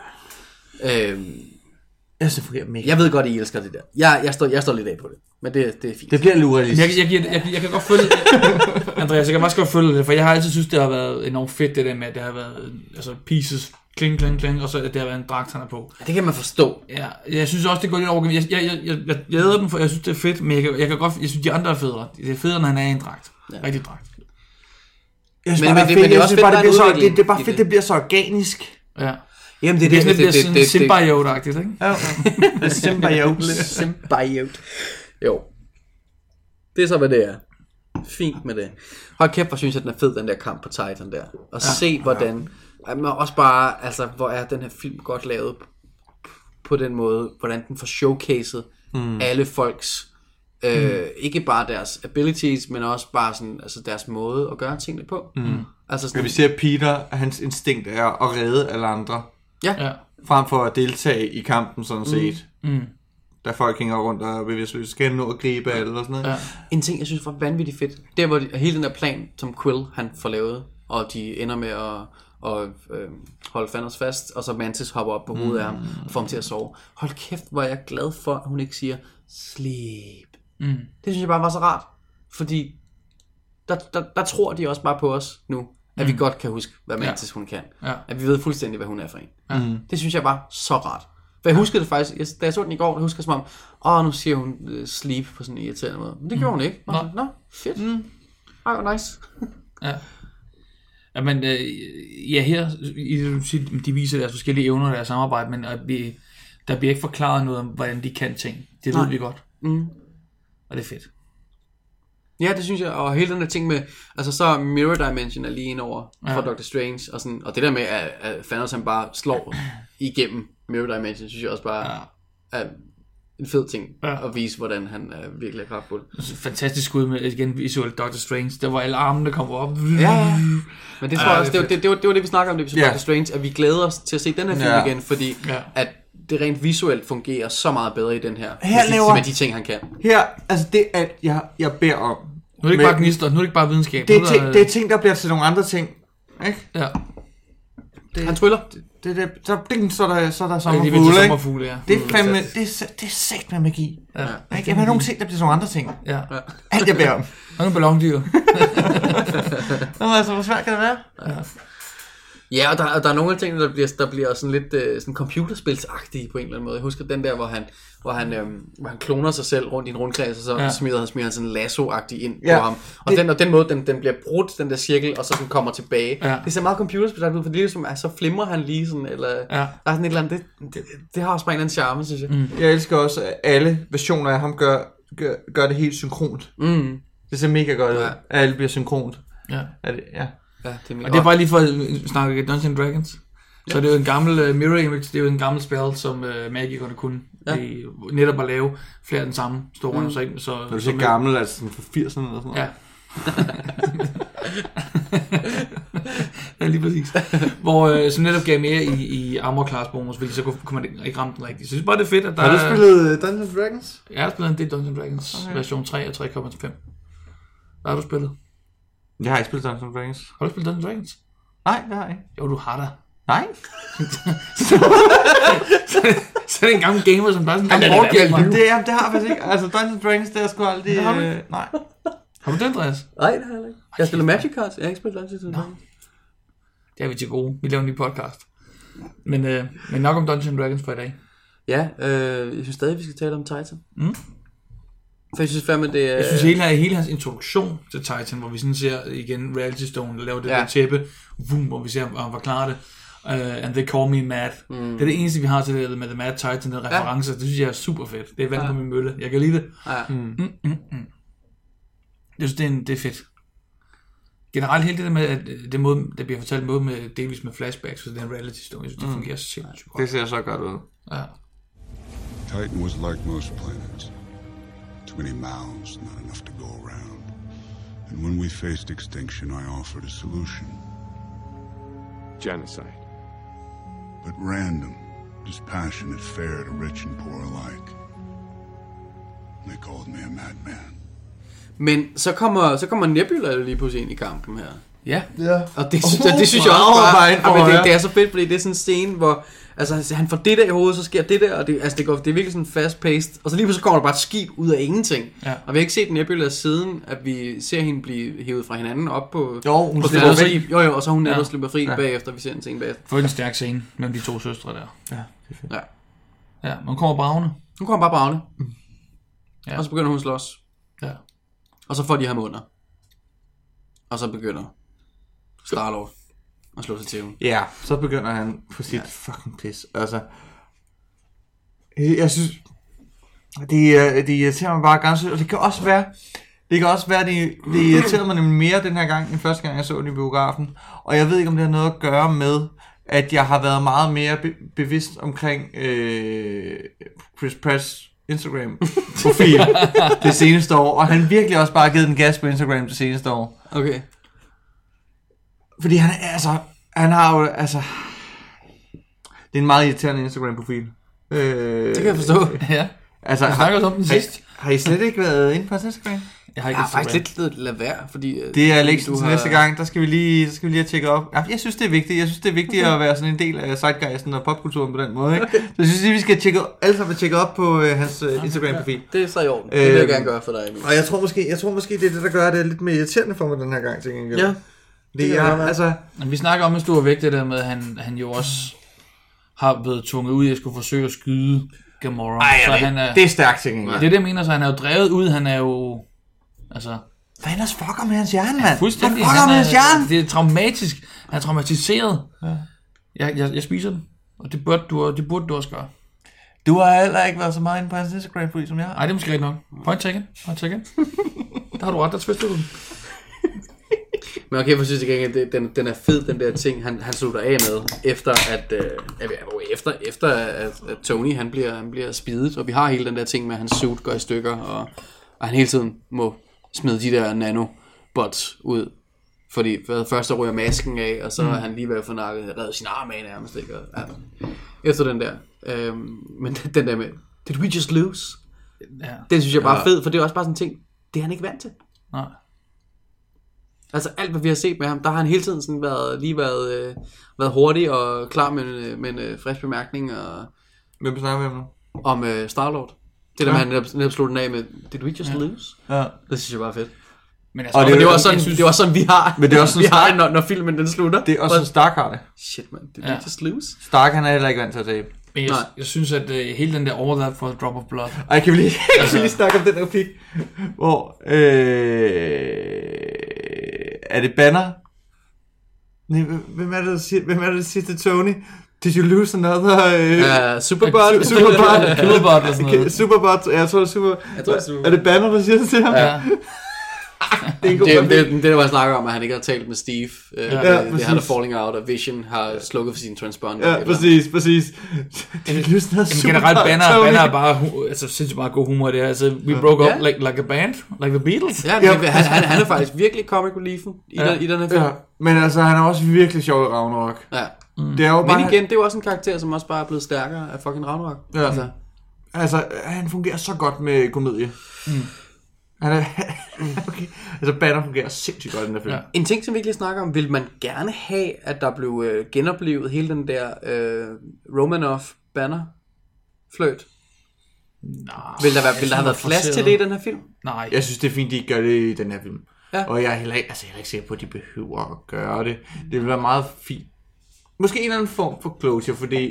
Øhm, Jeg, så fungerer mega. Jeg ved godt, I elsker det der. Jeg, jeg, står, jeg står lidt af på det, men det, det er fint. Det bliver lurealistisk. Jeg, jeg, jeg, jeg, jeg kan godt følge Andreas, jeg kan faktisk godt følge det, for jeg har altid synes det har været enormt fedt, det der med, at det har været altså pieces, kling, kling, kling, og så det har været en dragt, han er på. Det kan man forstå. Ja, jeg synes også, det går lidt over. Jeg, jeg, jeg, jeg, jeg, jeg æder dem, for jeg synes, det er fedt, men jeg kan, jeg kan godt, jeg synes, de andre er federe. Det er federe, når han er i en dragt. Ja. Rigtig dragt. Jeg synes men, bare, men, det, men det er også fedt, bare, det, bliver så, det, det er bare fedt, det. det bliver så organisk. Ja. Jamen, det, det, det, det, det, det, det, det, det symbiote-agtigt, ikke? Ja, okay. Symbiote. Symbiote. Jo. Det er så, hvad det er. Fint med det. Hold kæft, hvor synes jeg, den er fed, den der kamp på Titan der. Og ja. se, hvordan... Men også bare, altså, hvor er den her film godt lavet på den måde, hvordan den får showcaset mm. alle folks... Øh, mm. ikke bare deres abilities, men også bare sådan, altså deres måde at gøre tingene på. Mm. Altså sådan, ja, vi ser Peter, hans instinkt er at redde alle andre. Ja. ja. Frem for at deltage i kampen, sådan set. Mm. Mm. Da folk hænger rundt og bevidstløst skal nå at gribe alle og sådan noget. Ja. En ting, jeg synes var vanvittigt fedt, det var hele den der plan, som Quill han får lavet, og de ender med at og, øh, holde Thanos fast, og så Mantis hopper op på hovedet mm. af ham og får ham til at sove. Hold kæft, hvor er jeg glad for, at hun ikke siger, sleep. Mm. Det synes jeg bare var så rart, fordi der, der, der tror de også bare på os nu, at mm. vi godt kan huske, hvad Mantis ja. hun kan. Ja. At vi ved fuldstændig, hvad hun er for en. Ja. Mm. Det synes jeg bare så rart. For jeg huskede det faktisk, jeg, da jeg så den i går, jeg husker som om, åh, nu siger hun uh, sleep på sådan en irriterende måde. Men det mm. gjorde hun ikke. Nå, Nå fedt. Mm. Ej, hvor nice. Ja. Ja, men øh, ja, her, de viser deres forskellige evner og deres samarbejde, men at vi, der bliver ikke forklaret noget om, hvordan de kan ting. Det ved Nej. vi godt. Mm. Og det er fedt. Ja, det synes jeg, og hele den der ting med, altså så Mirror Dimension er lige ind over ja. for Doctor Strange, og, sådan, og det der med, at, at Thanos han bare slår igennem Mirror Dimension, synes jeg også bare ja. er en fed ting, ja. at vise, hvordan han er virkelig er kraftfuld. Fantastisk skud med, igen, visuelt Doctor Strange, der var alle armene kom op. Ja, ja. Men det tror jeg også, det, det, det, var, det var det, vi snakker om, det vi så yeah. Doctor Strange, at vi glæder os til at se den her film ja. igen, fordi ja. at det rent visuelt fungerer så meget bedre i den her, her med, de, med de ting, han kan. Her, altså det, at jeg, jeg beder om... Nu er det ikke bare gnister, nu er det ikke bare videnskab. Det er, ting, det er ting, der bliver til nogle andre ting, ikke? Ja. Det, han tryller. Det, det, det, så, det, så, der, så er der sommerfugle, ja, ikke? Sommerfugle, ja. Det er fandme, det er, det er sæt med magi. Ja. Ikke? Jeg vil have nogle ting, der bliver til nogle andre ting. Ja. Alt jeg beder om. Og nogle ballondyr. Nå, altså, hvor svært kan det være? Ja. Ja, og der, der er nogle af tingene, der bliver, der bliver sådan lidt uh, sådan computerspilsagtige på en eller anden måde. Jeg husker den der, hvor han, hvor han, øhm, hvor han kloner sig selv rundt i en rundkreds, og så ja. smider, smider han sådan en lasso-agtig ind ja. på ham. Og, det, den, og den måde, den, den bliver brudt, den der cirkel, og så den kommer tilbage. Ja. Det ser meget computerspilsagtigt ud, for det er ligesom, at så flimrer han lige sådan, eller ja. der er sådan et eller andet, det, det, det har også bare en eller anden charme, synes jeg. Mm. Jeg elsker også, at alle versioner af ham gør, gør, gør det helt synkront. Mm. Det ser mega godt ud, ja. alle bliver synkront. Ja. Er det, ja. Ja, det er og det er bare lige for at snakke Dungeons and Dragons. Ja. Så det er jo en gammel uh, mirror image, det er jo en gammel spell, som uh, magikerne kunne. Ja. Det, netop at lave flere af den samme store mm. så ikke så. Når du siger gammel, altså sådan fra firserne eller sådan noget. Ja. Ja, lige præcis. Hvor uh, som netop gav mere i, i armor class bonus, fordi så kunne, kunne man ikke ramme den rigtigt. Så jeg synes bare det er fedt, at der. Har du spillet Dungeons and Dragons? Jeg har spillet en del Dungeons and Dragons, okay. version tre og tre komma fem. Hvad har du spillet? Jeg har ikke spillet Dungeons and Dragons. Har du spillet Dungeons and Dragons? Nej, det har jeg ikke. Jo, du har da. Nej. så, så er det en gammel gamer, som bare er sådan en gammel gamer. Det, er, det har jeg faktisk ikke. Altså, Dungeons and Dragons, det er sgu aldrig... Det har du ikke? Nej. Har du det, Andreas? Nej, det har jeg ikke. Jeg spiller Magic Cards. Jeg har ikke spillet Dungeons and Dragons. Det er vi til gode. Vi laver en ny podcast. Men, øh, men nok om Dungeons and Dragons for i dag. Ja, øh, jeg synes stadig, vi skal tale om Titan. Mm. For jeg synes fandme, det er... Jeg synes hele, hele hans introduktion til Titan, hvor vi sådan ser igen Reality Stone lave det ja. der tæppe, vum, hvor vi ser, at han forklarer det. Uh, and they call me Mad. Mm. Det er det eneste, vi har til det med The Mad Titan, den reference. Ja. Det synes jeg er super fedt. Det er vand ja. på min mølle. Jeg kan lide det. Ja. Mm. Mm, mm, mm. Jeg synes, det er, en, det er fedt. Generelt hele det der med, at det måde, der bliver fortalt måde med, delvis med flashbacks, så det er en reality story. Jeg synes, det fungerer sindssygt godt. Det ser så godt ud. Ja. Titan was like most planets. Too many mouths, not enough to go around. And when we faced extinction, I offered a solution. Genocide. But random, dispassionate, fair to rich and poor alike. They called me a madman. Men så kommer, så kommer Nebula lige pludselig ind i kampen her. Ja. Ja. Og det, oh, det, det synes jeg også bare, bare det, det er så fedt, fordi det er sådan en scene, hvor altså, han får det der i hovedet, så sker det der, og det, altså, det, går, det er virkelig sådan fast-paced, og så lige pludselig kommer der bare et skib ud af ingenting. Ja. Og vi har ikke set Nebula siden, at vi ser hende blive hævet fra hinanden op på... Jo, hun på slipper fri. Jo, jo, og så hun netop ja. slipper fri ja. bagefter, vi ser en scene bagefter. For en stærk scene mellem de to søstre der. Ja, det er fedt. Ja. Ja, men hun kommer bravende. Hun kommer bare bravende. Mm. Ja. Og så begynder hun at slås. Ja. Og så får de ham under. Og så begynder Star-Lord at slå sig til hende. Ja, så begynder han på sit ja. fucking pis. Altså, jeg synes, det, det irriterer mig bare ganske, og det kan også være, det kan også være, det, det irriterer mig nemlig mere den her gang, end første gang, jeg så den i biografen. Og jeg ved ikke, om det har noget at gøre med, at jeg har været meget mere be- bevidst omkring øh, Chris Pratt's Instagram-profil det seneste år, og han virkelig også bare givet den gas på Instagram det seneste år. Okay. Fordi han er altså, han har jo, altså, det er en meget irriterende Instagram-profil. Øh, det kan jeg forstå. Ja. Altså, jeg snakker om den sidst. Har I slet ikke været inde på Instagram? Jeg har, ikke jeg har faktisk lidt lade være, fordi... Det er lektion til har... næste gang, der skal vi lige, der skal vi lige have tjekket op. Jeg synes, det er vigtigt. Jeg synes, det er vigtigt at være sådan en del af zeitgeisten og popkulturen på den måde. Ikke? Okay. Så jeg synes, vi skal tjekke, alle sammen tjekke op på uh, hans uh, Instagram-profil. Ja, det er så i orden. Det vil jeg øh, gerne gøre for dig, Emil. Og jeg tror, måske, jeg tror måske, det er det, der gør det lidt mere irriterende for mig den her gang. Til ja. Det er, altså... Vi snakker om, at du er væk det der med, at han, han jo også har været tvunget ud i at skulle forsøge at skyde Gamora. Ej, så det, han er, det er stærkt, ikke? Det er det, jeg mener, så han er jo drevet ud, han er jo... Altså... Hvad ellers fucker med hans hjerne, mand? Fuldstændig. Hvad fucker med hans hjerne? Det er traumatisk. Han er traumatiseret. Ja. Jeg, jeg, jeg spiser den, og det burde, du, det burde du også gøre. Du har heller ikke været så meget inde på hans Instagram, som jeg har. Nej, det er måske rigtig nok. Point taken. Point taken. Der har du ret, der tvistede du den. Men okay, for synes jeg ikke, den, den er fed, den der ting, han, han slutter af med, efter at, øh, efter, efter at, at Tony, han bliver, han bliver spidet, og vi har hele den der ting med, at hans suit går i stykker, og, og han hele tiden må smide de der nanobots ud, fordi først så ryger masken af, og så mm. er han lige ved at få nakket, reddet sin arm af nærmest, ikke? Og, ja, efter den der, øhm, men den der med, did we just lose? Ja. Den synes jeg bare er fed, for det er også bare sådan en ting, det er han ikke vant til. Nej. Altså alt, hvad vi har set med ham, der har han hele tiden sådan været, lige været, øh, været hurtig og klar med, med en øh, frisk bemærkning. Og, hvem snakker vi om nu? Om øh, Star-Lord. Det der, ja. Man netop, netop slog den af med, did we just ja. lose? Ja. Det synes jeg bare er fedt. Men altså, og det, det, var sådan, synes... det var sådan, vi har, men det er også sådan, vi har når, når filmen den slutter. Det er også sådan, Stark har det. Shit man, did ja. we just lose? Stark han er heller ikke vant til at tabe. Men jeg, jeg synes, at uh, hele den der overlap for a drop of blood... Ej, kan vi lige, altså... kan vi lige snakke om den replik, hvor... Øh... Er det Banner? Nej, hvem er det, der siger, hvem er det, der siger til Tony? Did you lose another... Uh, uh, Superbot? Superbot. Superbot eller sådan noget. Superbot, ja, jeg tror det er Super... Jeg tror det er Superbot. Er det Banner, der siger det til ham? Ja. det, er det, det, det, det var jeg snakker om, at han ikke har talt med Steve. Uh, ja, det, det har der falling out, og Vision har slukket for sin transponder. Ja, præcis, præcis. Det er lyst noget super. Generelt Banner, Banner er bare, altså sindssygt meget god humor det her. Altså, we ja. broke up yeah. like, like a band, like the Beatles. Ja, ja. Han, han, han er faktisk virkelig comic reliefen i, ja. den, i den her film. Ja. Men altså, han er også virkelig sjov i Ragnarok. Ja. Mm. Det er jo men bare, igen, det er jo også en karakter, som også bare er blevet stærkere af fucking Ragnarok. Ja. Altså. altså, han fungerer så godt med komedie. Mm. Han er, okay. Altså Banner fungerer sindssygt godt i den der film. Ja. En ting, som vi ikke lige snakker om, vil man gerne have, at der blev øh, genoplevet hele den der øh, Romanoff-Banner-fløjt? Nej. Vil der, være, vil der have været plads til det i den her film? Nej. Jeg synes, det er fint, de ikke gør det i den her film. Ja. Og jeg er heller ikke, altså, jeg er heller ikke sikker på, at de behøver at gøre det. Det vil være meget fint. måske en eller anden form for closure, fordi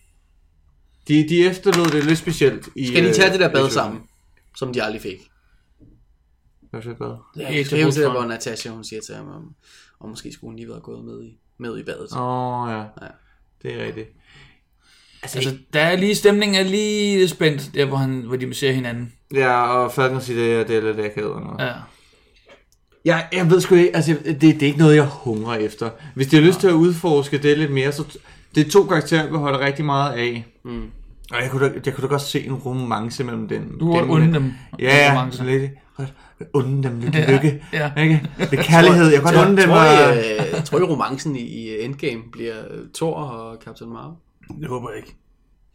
de, de efterlod det lidt specielt. I, Skal de tage det der bad øh, sammen, som de aldrig fik? Hvad for et bad? Ja, det er jo det, hvor Natasha, hun siger til ham, om, om måske skulle hun lige være gået med i, med i badet. Åh, oh, ja. ja. Det er rigtigt. Altså, altså der er lige, stemningen er lige lidt spændt, der hvor, han, hvor de ser hinanden. Ja, og Falcon siger, det, det er lidt akavet og noget. Ja. Jeg, jeg ved sgu ikke, altså det, det er ikke noget, jeg hungrer efter. Hvis de har lyst til at udforske det lidt mere, så det er to karakterer, vi holder rigtig meget af. Mm. Og jeg kunne, da, jeg kunne da godt se en romance mellem den. Du har unde dem. Ja, så lidt. Unde dem lidt ja, lykke. Ja. Ikke? Med kærlighed. Jeg kan godt unde dem. Tror I, uh, tror I romancen i, i Endgame bliver Thor og Captain Marvel? Det håber jeg ikke.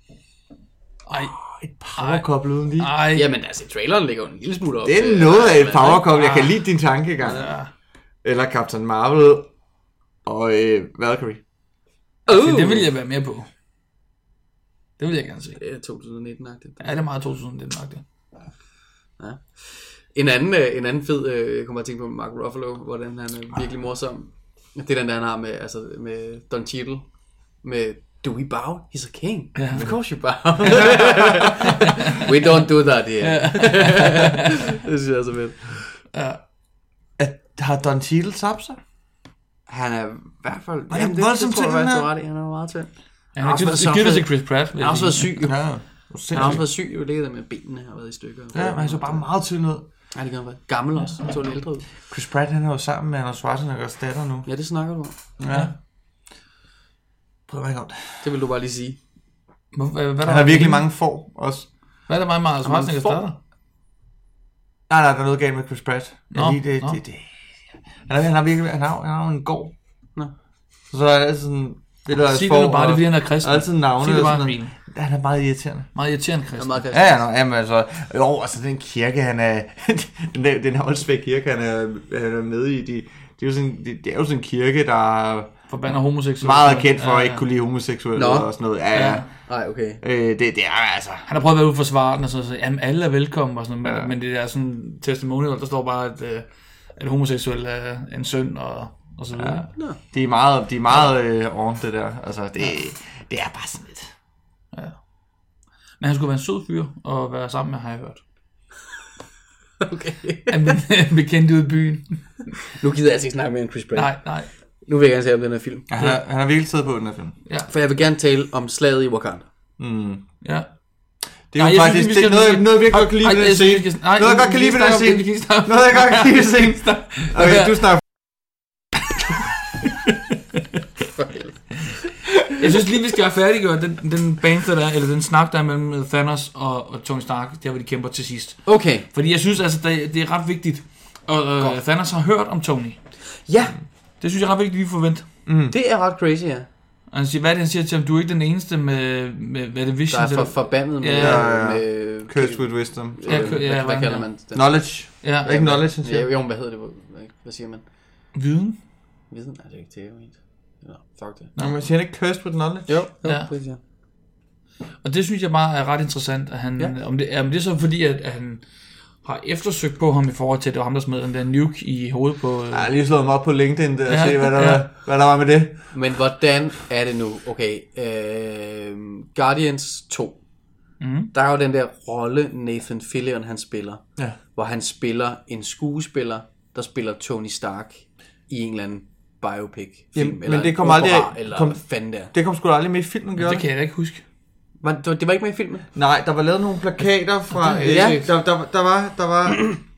Ej. Et power-couple uden lige. Ej. Jamen altså, traileren ligger jo en lille smule op. Det er noget af et power-couple. Jeg kan lide din tankegang. Ja. Eller Captain Marvel og øh, Valkyrie. Uh. Det vil jeg være med på. Det vil jeg gerne se. Det er to tusind nitten-agtigt. Ja, det er meget to tusind nitten-agtigt. Ja. En anden, en anden fed, jeg kommer at tænke på Mark Ruffalo, hvordan han er virkelig morsom. Det er den der, han har med, altså, med Don Cheadle. Med, do we bow? He's a king. Yeah. Of course you bow. We don't do that here. Yeah. Det synes jeg er så fedt. Ja. At, har Don Cheadle tabt sig? Han er i hvert fald... Var det jamen, voldsomt til den her? Han er meget tynd. Han har også været til Chris Pratt. Han har også været syg, jo. Ja. Han har også været syg, jo. Det der med benene har været i stykker. Ja, men han så bare meget tynd ud. Ja, det kan være. Gammel også. Han så lidt ældre ud. Chris Pratt, han er jo sammen med Arnold Schwarzeneggers datter nu. Ja, det snakker du om. Ja. Prøv mig ikke om det. Det vil du bare lige sige. Hvad, hvad, hvad han har virkelig mange får også. Hvad er der meget meget Schwarzeneggers datter? Nej, nej, der er noget galt med Chris Pratt. Nå, lige, det, nå. det, det. Han, er, han har virkelig, han har, han har en gård. Nå. Så er det altid sådan... Det der Sig det nu bare, det er fordi han er kristen. Altid navne. Sig det bare, Emil. Han er meget irriterende. Meget irriterende kristen. Meget ja, ja, no, jamen, altså, jo, altså den kirke, han er, den, der, den Holsbæk kirke, han er, han er med i, de, det, er jo sådan, det, det er jo sådan en kirke, der er forbander homoseksuelle. Meget kendt for ja, ja. at ikke kunne lide homoseksuelle Nå. og sådan noget. Ja, ja. Nej, okay. Øh, det, det er altså... Han har prøvet at være ude for svaren og så sige, jamen alle er velkommen og sådan noget, Ja. men, men det er sådan testimonial, der står bare, at, øh, at homoseksuel er en synd og, og så videre. Ja. De er meget, de er meget øh, oven det der. Altså, det, det er bare sådan lidt. Ja. Men han skulle være en sød fyr og være sammen med, har jeg hørt. Okay. Han blev bekendt ude i byen. Nu gider jeg altså ikke snakke mere om Chris Pratt. Nej, nej. Nu vil jeg gerne tale om den her film. Ja, han, har, han har virkelig taget på den her film. Ja. For jeg vil gerne tale om slaget i Wakanda. Mm. Ja. Det er jo faktisk det, noget, noget, jeg godt kan lide ved den scene. Noget, jeg godt kan lide ved den scene. Noget, jeg godt kan lide ved den scene. Okay, du snakker. Jeg synes lige, vi skal have færdiggjort den, den banter der, eller den snak, der er mellem Thanos og, og Tony Stark, der hvor de kæmper til sidst. Okay. Fordi jeg synes altså, det, det er ret vigtigt. Og øh, Thanos har hørt om Tony. Ja. Det synes jeg er ret vigtigt, at vi forventer. Mm. Det er ret crazy, ja. Og han siger, hvad er det, han siger til ham? Du er ikke den eneste med, med hvad er det, vision? Der er for, forbandet med... Ja, ja. med Cursed with wisdom. Ja, ja, hvad, hvad kalder man den? Knowledge. Ja. Ikke knowledge, han siger. Ja, jo, hvad hedder det? Hvad siger man? Viden? Viden? Nej, det er ikke det, jo. Ja, fuck det. Nå, men siger han ikke cursed with knowledge? Jo, jo ja. det siger. Og det synes jeg bare er ret interessant, at han, ja. om, det, om det er så fordi, at, at han har eftersøgt på ham i forhold til, at det var ham, der smed den der nuke i hovedet på... Øh... Ja, lige slået mig op på LinkedIn der, og ja, se, hvad der, ja. var, hvad der var med det. Men hvordan er det nu? Okay, øh, Guardians to. Mm. Der er jo den der rolle, Nathan Fillion, han spiller. Ja. Hvor han spiller en skuespiller, der spiller Tony Stark i en eller anden biopic-film. Jamen, eller men det kom aldrig... Eller kom, hvad fanden der. Det kom sgu da aldrig med i filmen, gjorde det? kan jeg da ikke huske. Var, det, det var ikke med i filmen? Nej, der var lavet nogle plakater fra... Det, ja. øh, der, der, der var... Der var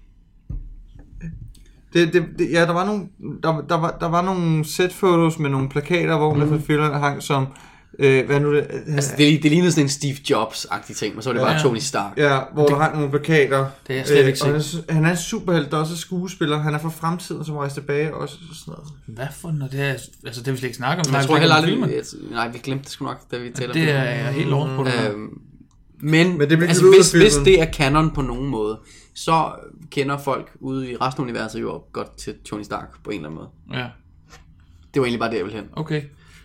det, det, det, ja, der var nogle... Der, der, var, der var nogle set-fotos med nogle plakater, hvor Nathan mm. Fillion hang som... Øh, hvad nu det? Altså, det, det lignede sådan en Steve Jobs-agtig ting, men så var det ja, bare ja. Tony Stark. Ja, hvor der hang nogle plakater. Det er jeg slet ikke øh, set. Han er en superhelt, der også er skuespiller. Han er fra fremtiden, som rejser tilbage også. Sådan noget. Hvad for noget? Det er, altså, det vil vi slet ikke snakke om. Men jeg tror heller aldrig... Nej, vi glemte det sgu nok, da vi taler det. Det er jeg helt over på det. Øhm, men men det altså, hvis, hvis det er canon på nogen måde, så kender folk ude i resten af universet jo godt til Tony Stark på en eller anden måde. Ja. Det var egentlig bare det, jeg ville hen. Okay.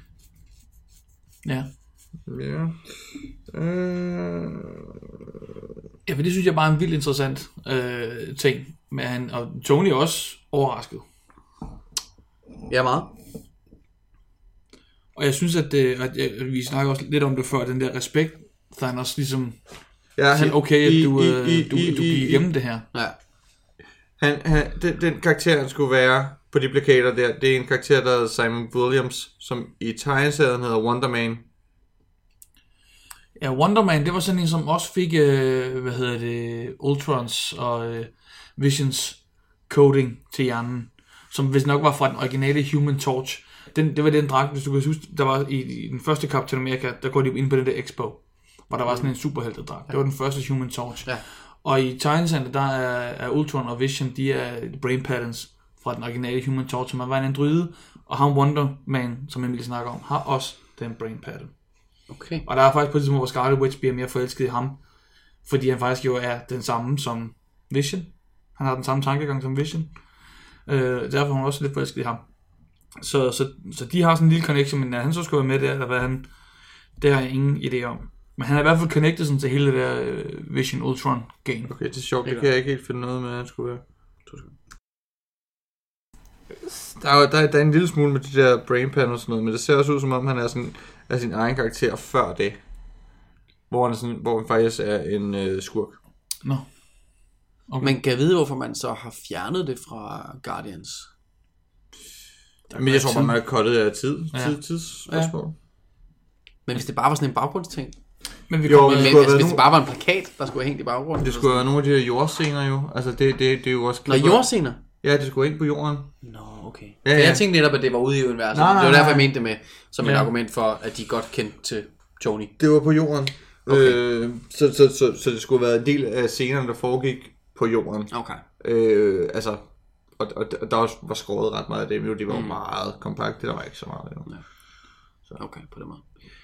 Ja. Ja. Øh... Ja, for det synes jeg bare er en vildt interessant øh, ting med han, og Tony er også overrasket. Ja, meget. Og jeg synes, at, det, at, at vi snakker også lidt om det før, den der respekt, Thanos ligesom ja, siger, okay, at du, i, i, du, i, du gik igennem det her. Ja. Han, han, den, den karakter, han skulle være på de plakater der, det er en karakter, der hedder Simon Williams, som i tegneserien hedder Wonder Man. Ja, Wonder Man, det var sådan en, som også fik, øh, hvad hedder det, Ultrons og øh, Visions coding til hjernen, som hvis nok var fra den originale Human Torch. Den, det var den dragt, hvis du kan huske, der var i, i den første Captain America, der går de ind på den der Expo, hvor der var sådan en superheltedragt. Ja. Det var den første Human Torch. Ja. Og i tegneserien, der er, er Ultron og Vision, de er brain patterns fra den originale Human Torch, som var en androide, og ham Wonder Man, som Emily snakker om, har også den brain pattern. Okay. Og der er faktisk på det tidspunkt, hvor Scarlet Witch bliver mere forelsket i ham, fordi han faktisk jo er den samme som Vision. Han har den samme tankegang som Vision. Øh, derfor er hun også lidt forelsket i ham. Så, så, så de har sådan en lille connection, men at han så skulle være med der, eller hvad han, det har jeg ingen idé om. Men han er i hvert fald connected sådan til hele det der uh, Vision Ultron game. Okay, det er sjovt, det kan jeg ikke helt finde noget med, at han skulle være. Der er, der, er, der er en lille smule med de der brain pan og sådan noget, men det ser også ud som om, han er, sådan, er sin egen karakter før det. Hvor han, er sådan, hvor han faktisk er en øh, skurk. Nå. Okay. Man kan vide, hvorfor man så har fjernet det fra Guardians. Men jeg tror bare, man har cuttet af tid. Ja. tid tidsspørgsmål. Ja. Men hvis det bare var sådan en baggrundsting. Men vi jo, kommer, men, men, altså, hvis nogle... det bare var en plakat, der skulle hænge i baggrunden. Det skulle være nogle af de her jordscener jo. Altså det, det, det er jo også... Nå, jordscener? Ja, det skulle ind på jorden. Nå, okay. Ja, ja. Jeg tænkte netop, at det var ude i universet. Nej, nej, det var derfor, jeg mente det med, som ja. et argument for, at de godt kendte til Tony. Det var på jorden. Okay. Øh, så, så, så, så det skulle være en del af scenerne, der foregik på jorden. Okay. Øh, altså, og, og, og der var, var skåret ret meget af det, men det var mm. meget kompakt. Det der var ikke så meget af det. Ja. Så. Okay, på den måde.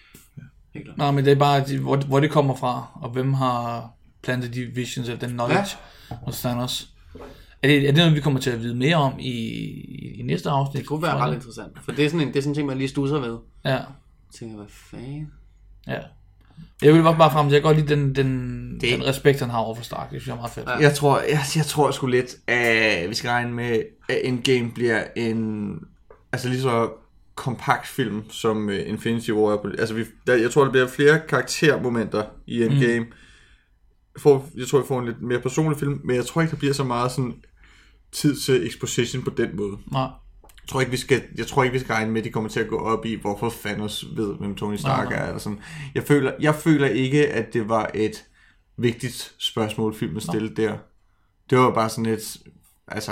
Nej, men det er bare, hvor, hvor det kommer fra, og hvem har plantet de visions, eller den knowledge, ja. Og sådan også. Er det, er det noget, vi kommer til at vide mere om i, i, i næste afsnit? Det kunne være ret interessant, for det er sådan en, det er sådan en ting, man lige stusser ved. Ja. Jeg tænker, hvad fanden? Ja. Jeg vil bare frem til, jeg kan godt lide den, den, det... den respekt, han har over for Stark. Det synes jeg er meget fedt. Ja. Jeg tror, jeg, jeg tror sgu lidt, at vi skal regne med, at Endgame bliver en, altså lige så kompakt film, som uh, Infinity War er på. Altså, vi, der, jeg tror, der bliver flere karaktermomenter i Endgame. Mm. Jeg, får, jeg tror, vi får en lidt mere personlig film, men jeg tror ikke, der bliver så meget sådan tid til exposition på den måde. Nej. Jeg tror ikke, vi skal, jeg tror ikke, vi skal regne med, at de kommer til at gå op i, hvorfor Thanos ved, hvem Tony Stark nej, nej. er. Eller sådan. Jeg, føler, jeg føler ikke, at det var et vigtigt spørgsmål, filmen stillede der. Det var bare sådan et, altså,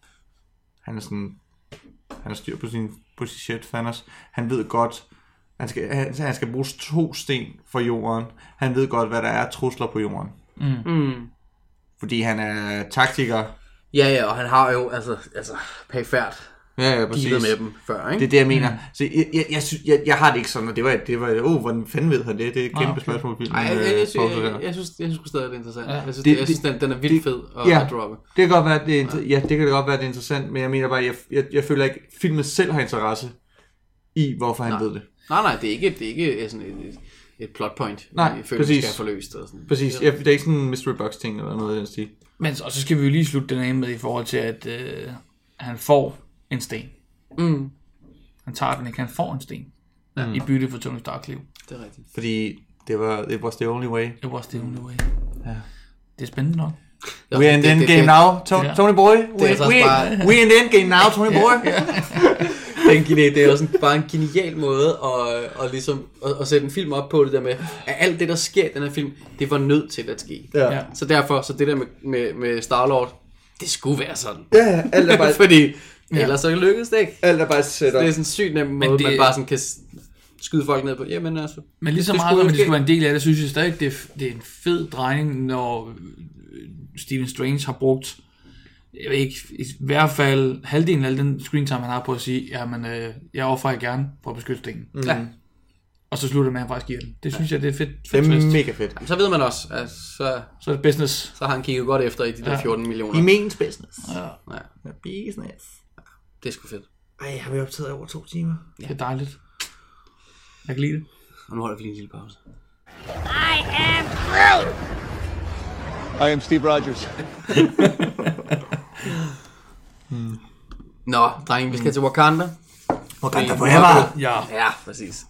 han er sådan, han er styr på sin, på sin shit, Thanos. Han ved godt, han skal, han, han skal bruge to sten for jorden. Han ved godt, hvad der er trusler på jorden. Mm. Mm. Fordi han er taktiker. Ja, ja, og han har jo, altså, altså perifært. Ja, ja, præcis. Givet med dem før, ikke? Det er det, jeg mener. Mm. Så jeg, jeg, jeg, jeg, jeg har det ikke sådan, og det var, det var åh, hvordan fanden ved han det? Det er et kæmpe ah, okay. spørgsmål. Nej, jeg, jeg, jeg, jeg, jeg, jeg, synes, jeg synes stadig, det er interessant. Ja. Jeg synes, det, jeg synes den, den er vildt fed at, ja, at droppe. Det kan godt være, det er, ja, det kan godt være, det er interessant, men jeg mener bare, jeg, jeg, jeg føler ikke, filmen selv har interesse i, hvorfor han nej. ved det. Nej, nej, det er ikke, det er ikke sådan et, et, et plot point. Nej, jeg føler, præcis. Skal have forløst og sådan. Præcis, ja, det er ikke sådan en mystery box ting eller noget af den stil. Men så, så skal vi jo lige slutte den af med i forhold til, at øh, han får en sten. Mm. Han tager den ikke, han får en sten. Ja. I bytte for Tony Stark liv. Det er rigtigt. Fordi det var, it was the only way. It was the only way. Ja. Det er spændende nok. We in the endgame now, to- yeah. Tony boy. We, we, bare... we in the endgame now, Tony boy. det, er det er også bare en genial måde at, at, ligesom, at, at sætte en film op på det der med, at alt det, der sker i den her film, det var nødt til at ske. Ja. Så derfor, så det der med, med, med Star-Lord, det skulle være sådan. Ja, alt er bare... Fordi ja. ellers så lykkedes det ikke. Alt er bare sæt op. Det er sådan en sygt nem måde, det... man bare sådan kan skyde folk ned på. Jamen altså... Men lige så meget, når det skulle være en del af det, synes jeg stadig, det er, det er en fed drejning, når Stephen Strange har brugt, jeg ved ikke, i hvert fald halvdelen af den screen time, han har på at sige, jamen, øh, jeg offrer gerne for at beskytte stenen. Mm. Ja. Og så slutter man faktisk giver den. Det synes ja. jeg, det er fedt. fedt det er twist. mega fedt. Jamen, så ved man også, at så, så er det business. Så har han kigget godt efter i de der ja. fjorten millioner. I means business. Ja. ja. Business. Ja. Det er sgu fedt. Ej, har vi optaget over to timer? Ja. Det er dejligt. Jeg kan lide det. Og nu holder vi lige en lille pause. I am Groot! I am Steve Rogers. hmm. Nå, drenge, vi skal til Wakanda. Wakanda forever! Ja. Ja, præcis.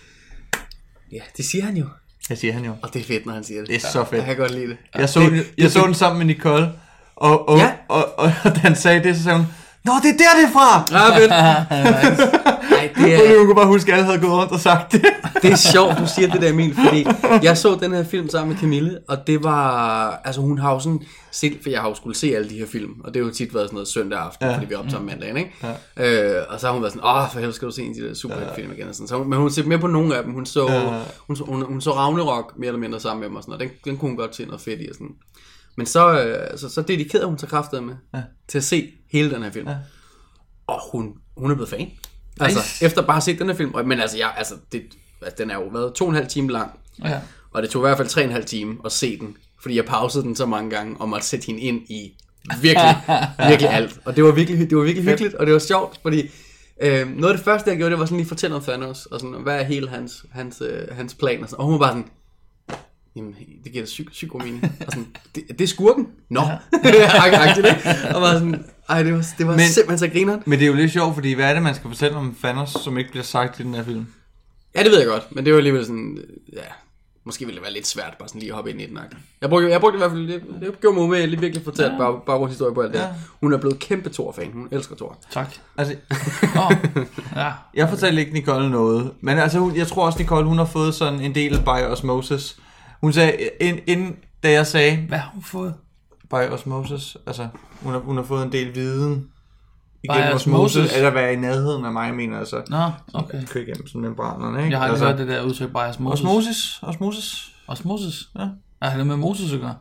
Ja, det siger han jo. Det siger han jo. Og det er fedt, når han siger det. Det er så fedt. Jeg kan godt lide det. Jeg så, den, jeg så den sammen med Nicole, og, og, Ja. og, og, og da han sagde det, så sagde hun, nå, det er der, det er fra! Ja, fedt. Nej, det Og er, hun kunne bare huske, at alle havde gået rundt og sagt det. det er sjovt, du siger det der, Emil, fordi jeg så den her film sammen med Camille, og det var, altså hun har jo sådan set, for jeg har jo skulle se alle de her film, og det har jo tit været sådan noget søndag aften, ja. Fordi vi optager mandagen, ikke? Ja. Øh, og så har hun været sådan, åh, for helvede skal du se en af de der superheltefilm igen, og sådan. Så hun, men hun ser med på nogle af dem, hun så, ja. hun, så hun, hun så Ragnarok mere eller mindre sammen med mig, og sådan, og den, den kunne hun godt se noget fedt i, og sådan. Men så, øh, så, så dedikerede hun sig kraftigt med, ja. Til at se hele den her film. Ja. Og hun, hun er blevet fan. Altså, nice. Efter bare at se den her film. Men altså, jeg, altså, det, altså den er jo været to og en halv time lang. Ja. Og det tog i hvert fald tre og en halv time at se den. Fordi jeg pausede den så mange gange, og måtte sætte hende ind i virkelig, virkelig alt. Og det var virkelig, det var virkelig hyggeligt, og det var sjovt, fordi øh, noget af det første, jeg gjorde, det var sådan lige fortælle om Thanos, og sådan, hvad er hele hans, hans, øh, hans plan, og, sådan, og hun var bare sådan, jamen, det giver da syg, syg god mening. Og sådan, det, det er skurken? Nå. Agtigt, ikke? Og bare sådan, ej, det var, det var men, simpelthen så grineren. Men det er jo lidt sjovt, fordi hvad er det, man skal fortælle om Thanos, som ikke bliver sagt i den her film? Ja, det ved jeg godt, men det var alligevel sådan, ja, måske ville det være lidt svært, bare sådan lige at hoppe ind i den. Jeg brugte, jeg brugte i hvert fald, det, det gjorde mig med, at lige virkelig fortælle ja. bare, bare vores historie på alt det. Ja. Hun er blevet kæmpe Thor-fan, hun elsker Thor. Tak. Altså, oh. ja. Jeg fortalte ikke Nicole noget, men altså, hun, jeg tror også, Nicole, hun har fået sådan en del by osmosis. Hun sagde, inden, inden da jeg sagde... Hvad har hun fået? By osmosis. Altså, hun har, hun har fået en del viden igennem osmosis, eller være i nærheden af mig, mener altså. Nå, okay. Kører igennem sådan membranerne, ikke? Jeg har ikke altså, hørt det der udtryk, by osmosis. Osmosis? Osmosis? Osmosis? Ja. Er det med Moses at gøre?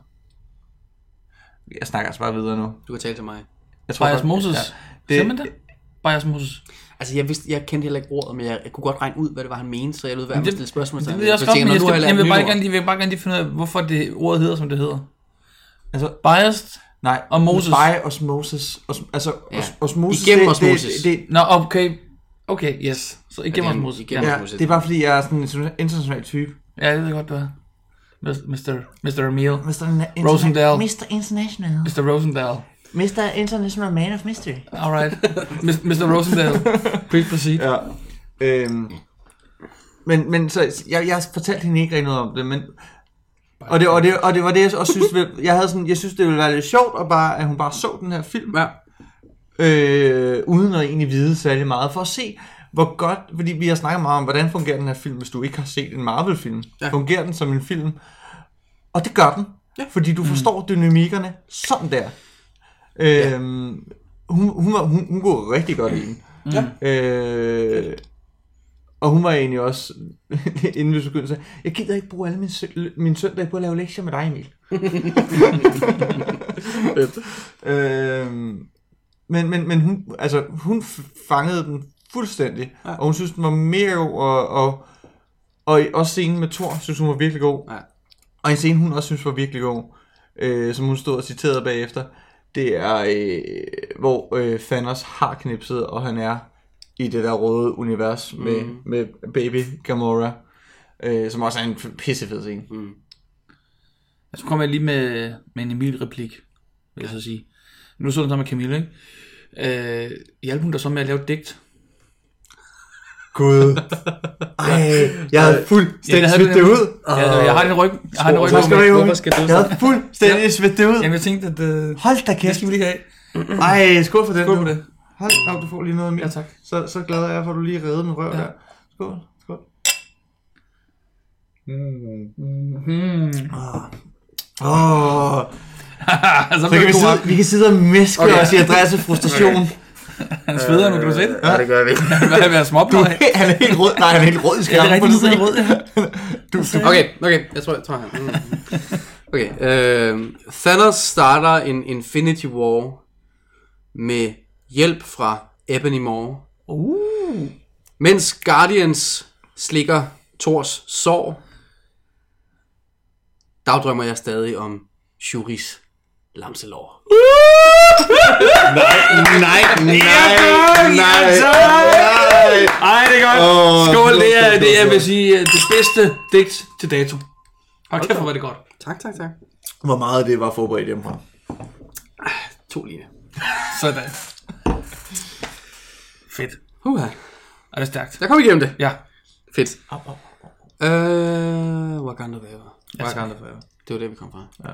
Jeg snakker altså bare videre nu. Du kan tale til mig. Jeg tror, by osmosis? Ja. Siger man det? By osmosis? Altså, jeg, vidste, jeg kendte heller ikke ordet, men jeg, jeg kunne godt regne ud, hvad det var, han mente, så jeg lød være med at stille spørgsmål. Det, det, det er også godt, men jeg, skal, jeg, vil bare gerne, jeg vil bare gerne lige finde ud af, hvorfor det ordet hedder, som det hedder. Altså, biased? Nej, og Moses. By osmosis. Os, altså, ja. os, osmosis. Igennem det, osmosis. Det, det, Nå, okay. Okay, yes. Så igennem ja, osmosis. Igennem ja, osmosis. det er bare fordi, jeg er sådan en international type. Ja, det er godt, du er. mister mister Emil. mister Rosendale. mister International. mister Rosendale. mister International Man of Mystery. Alright. mister Rosendale. Please proceed. Ja. Øhm. Men, men så, jeg, jeg fortalte hende ikke rigtig noget om det, men... Og det, og, det, og det var det, jeg også synes, jeg havde sådan, jeg synes, det ville være lidt sjovt, at, bare, at hun bare så den her film, ja. øh, uden at egentlig vide særlig meget, for at se, hvor godt, fordi vi har snakket meget om, hvordan fungerer den her film, hvis du ikke har set en Marvel-film. Ja. Fungerer den som en film? Og det gør den, ja. Fordi du forstår mm. dynamikkerne sådan der. Ja. Øhm, hun, hun, var, hun, hun går rigtig godt i den. Ja. Øh, og hun var egentlig også, inden vi skulle sige, jeg gider ikke bruge alle min, sø- min søndag på at lave lektier med dig, Emil. øhm, men men, men hun, altså, hun fangede den fuldstændig, ja. Og hun synes, den var mere god, og, og, og også scenen med Thor, synes hun var virkelig god. Ja. Og en scene, hun også synes var virkelig god, øh, som hun stod og citerede bagefter, det er, øh, hvor øh, Thanos har knipset, og han er i det der røde univers med, mm. med Baby Gamora, øh, som også er en pissefed scene. Mm. Så kommer jeg lige med, med en Emil-replik, vil jeg så sige. Nu så den så med Camille, ikke? Øh, hjalp hun der så med at lave et digt? Gud. Ej, jeg havde fuldstændig smidt det ud. Ja, jeg har den ryg. Jeg har den ryg. Hvorfor skal du? Jeg havde fuldstændig smidt det ud. Jamen, jeg tænkte, at... Uh, hold da kæft. Det skal vi lige have. Ej, skål for den. Skål for det. Hold da, du får lige noget mere. Ja, tak. Så, så glad er jeg for, at du lige redde min røv ja. Der. Skål. Skål. Mm. Mm. Åh. Oh. Så, så kan vi, sidde, vi kan sidde og mæske okay. os i adressefrustration. Okay. Han sveder nu, kan du se det? Ja, det gør vi. Hvad er det med at småblod af? Han er helt rød. Nej, han er helt rød i skærmen. Ja, det er rigtig helt rød, ja. du, du. Okay, okay. Jeg tror, jeg tror han. Mm. Okay. Øh, Thanos starter en Infinity War med hjælp fra Ebony Maw. Uh. Mens Guardians slikker Thors sår, dagdrømmer jeg stadig om Shuris lamselår. nej, nej, nej, nej, nej. Ej, det er godt. Oh, skål, det er, det er, jeg vil sige, det bedste digt til dato. Hold kæft, hvor var det godt. Tak, tak, tak. Hvor meget det var forberedt hjemmefra? To linjer. Sådan. Fedt. Uha. det er stærkt. Der kom igennem det. Ja. Fedt. Oh, oh, oh. Øh, Wakanda Forever. Wakanda Forever. Det var det, vi kom fra. Ja.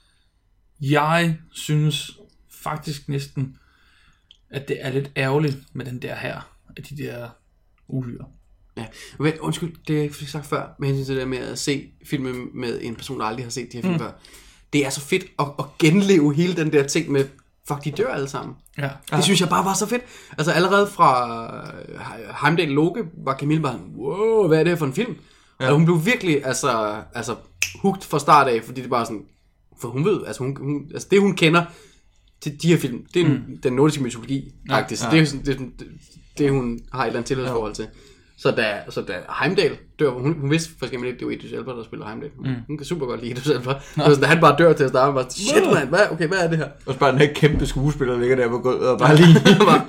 Jeg synes faktisk næsten, at det er lidt ærgerligt med den der her, af de der uhyre. Ja, men undskyld, det har jeg ikke sagt før, med hensyn til det der med at se filmen med en person, der aldrig har set de her film mm. før. Det er så fedt at, at genleve hele den der ting med, fuck, de dør alle sammen. Ja. Det ja. synes jeg bare var så fedt. Altså allerede fra Heimdall Loke var Camille bare, wow, hvad er det her for en film? Ja. Og hun blev virkelig altså, altså hooked fra start af, fordi det bare sådan, for hun ved, altså, hun, hun, altså det hun kender til de her film, det er mm. den nordiske mytologi, faktisk. Ja, ja. Det, det, det, det hun har et eller andet tilhørsforhold til. Så da, så da Heimdall dør, hun, hun vidste for eksempel ikke, det var Idris Elba, der spiller Heimdall. Hun, mm. hun kan super godt lide Idris Elba. Så da han bare dør til at starte, var shit man, hvad, okay, hvad er det her? Og så bare den her kæmpe skuespiller ligger der på gulvet og bare lige.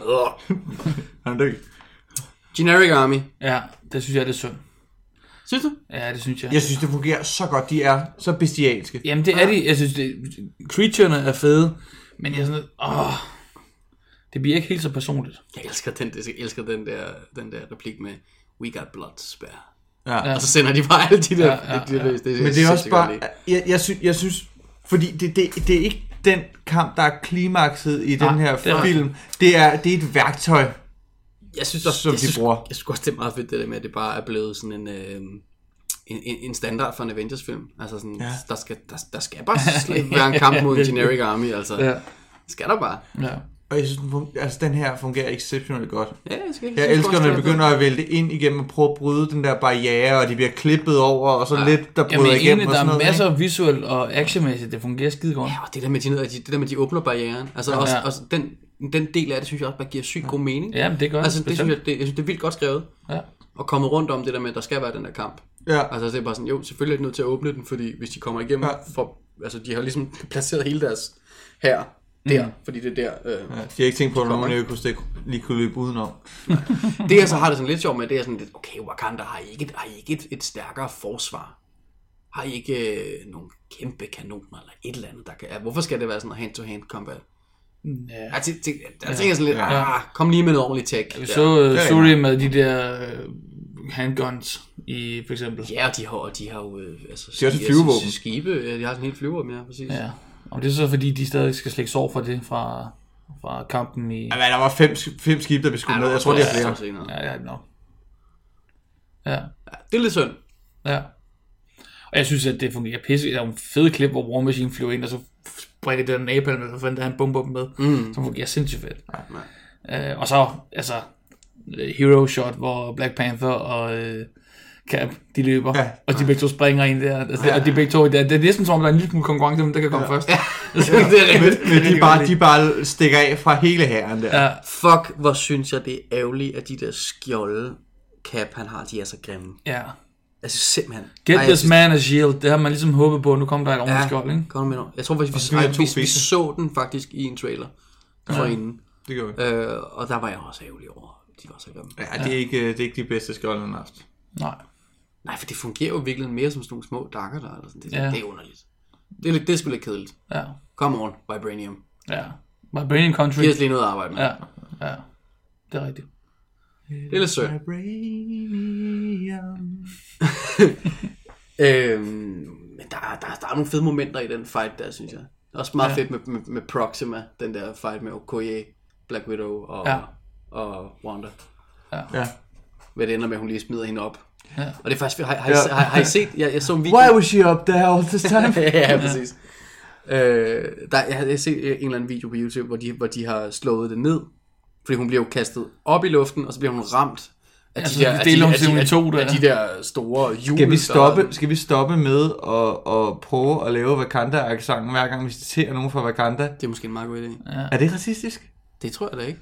Han død. Generic Army. Ja, det synes jeg, det er synd. Synes du? Ja, det synes jeg. Jeg synes, det fungerer så godt. De er så bestialske. Jamen, det er de. Jeg synes, det, creaturene er fede, men jeg er sådan, åh, det bliver ikke helt så personligt. Jeg elsker den, jeg elsker den der, den der replik med, we got blood to spare. Ja. Og så sender de bare alle de der... Ja, ja, de, de, ja. Det, det, men det er også bare... Jeg, jeg, synes, jeg synes... Fordi det, det, det er ikke den kamp, der er klimakset i den her det film. Er, det, er, det er et værktøj, jeg synes også, som jeg de synes, bruger. Jeg synes også, det er meget fedt, det der med, at det bare er blevet sådan en... Øh, En, en standard for en Avengers-film. Altså sådan, ja. der, skal, der, der skal bare være en kamp mod en generic army, altså. Ja. Skal der bare. Ja. Og jeg synes, altså, den her fungerer exceptionelt godt. Ja, jeg, skal, jeg, jeg elsker, når de begynder at vælte ind igennem og prøve at bryde den der barriere, og de bliver klippet over, og så ja. lidt, der bryder Jamen, igennem. Der er noget, masser af visuelt og actionmæssigt, det fungerer skide godt. Ja, og det der med, de, det der med, de åbner barrieren. Altså, ja. også, også den, den del af det, synes jeg også bare giver sygt god mening. Ja, det gør altså, det. Synes jeg, det, jeg synes, det er vildt godt skrevet. Ja. Og kommet rundt om det der med, at der skal være den der kamp. Ja. Altså det er bare sådan, jo, selvfølgelig er de nødt til at åbne den, fordi hvis de kommer igennem, ja. for, altså de har ligesom placeret hele deres her der, mm. fordi det er der. Øh, ja, de har ikke tænkt på, at nogen ikke kunne stikke, lige kunne løbe udenom. Det jeg så har det sådan lidt sjovt med, det er sådan lidt, okay, Wakanda, har I ikke, har I ikke et, et stærkere forsvar? Har I ikke øh, nogle kæmpe kanoner eller et eller andet, der kan... Ja, hvorfor skal det være sådan hand-to-hand combat? Ja. Jeg tænker, jeg tænker sådan lidt, ja. ah, kom lige med noget ordentligt tech. Jeg så uh, Suri med de der uh, handguns i for eksempel. Ja, og de har, de har jo uh, altså, de har også flyvevåben. Skibe, ja, de har sådan en helt flyvevåben, ja, præcis. Ja, og det er så fordi, de stadig skal slække sår fra det, fra, fra kampen i... Ja, men der var fem, fem skibe, der blev skudt ned. Jeg tror, det er flere. Ja, ja, no. ja. ja. Det er lidt synd. Ja. Og jeg synes, at det fungerer pisse. Der er en fed klip, hvor War Machine flyver ind, og så brækker det den napalm med, for der han bomber dem med. Mm. Så fungerer sindssygt fedt. Ja, øh, og så, altså, hero shot, hvor Black Panther og øh, Cap, de løber, ja, og de begge to springer ind der. Altså, ja. Og de begge to, det er, det er næsten som om, der er en lille smule konkurrence, men der kan komme ja. først. Ja. Altså, ja. Det er rigtigt. Men de bare, de bare stikker af fra hele hæren der. Ja. Fuck, hvor synes jeg, det er ærgerligt, at de der skjolde Cap, han har, de er så grimme. Ja. Altså simpelthen. Get Ej, this synes... man a shield. Det har man ligesom håbet på. Nu kommer der et ordentligt ja, skjold, ikke? Kom med noget. Jeg tror faktisk, vi, vi, vi, vi så den faktisk i en trailer for ja, inden. Det gør vi. Øh, og der var jeg også ærgerlig over. De var så grimme. Ja, det er ikke, det er ikke de bedste skjolde, han har haft. Nej. Nej, for det fungerer jo virkelig mere som sådan nogle små dakker der. Eller sådan. Det, ja. det er underligt. Det er, det er sgu lidt kedeligt. Ja. Come on, Vibranium. Ja. Vibranium Country. Giv os lige noget at arbejde med. Ja, ja. Det er rigtigt. Det er lidt sødt. øhm, men der, der, der er nogle fede momenter i den fight der, synes jeg. Også meget ja. fedt med, med, med Proxima, den der fight med Okoye, Black Widow og, ja. og Wanda. Ja. Ja. Hvad det ender med, at hun lige smider hende op. Ja. Og det er faktisk, har, har, har, har, har I set, jeg, jeg så en video. Why was she up there all this time? ja, præcis. Øh, der, jeg har set en eller anden video på YouTube, hvor de, hvor de har slået det ned. Fordi hun bliver jo kastet op i luften, og så bliver hun ramt af, altså, de, der, af, de, af, de, af, to, af de der store hjul. Skal vi stoppe, skal vi stoppe med at, at prøve at lave Wakanda-accenten, hver gang vi citerer nogen fra Wakanda? Det er måske en meget god idé. Ja. Er det racistisk? Det tror jeg da ikke.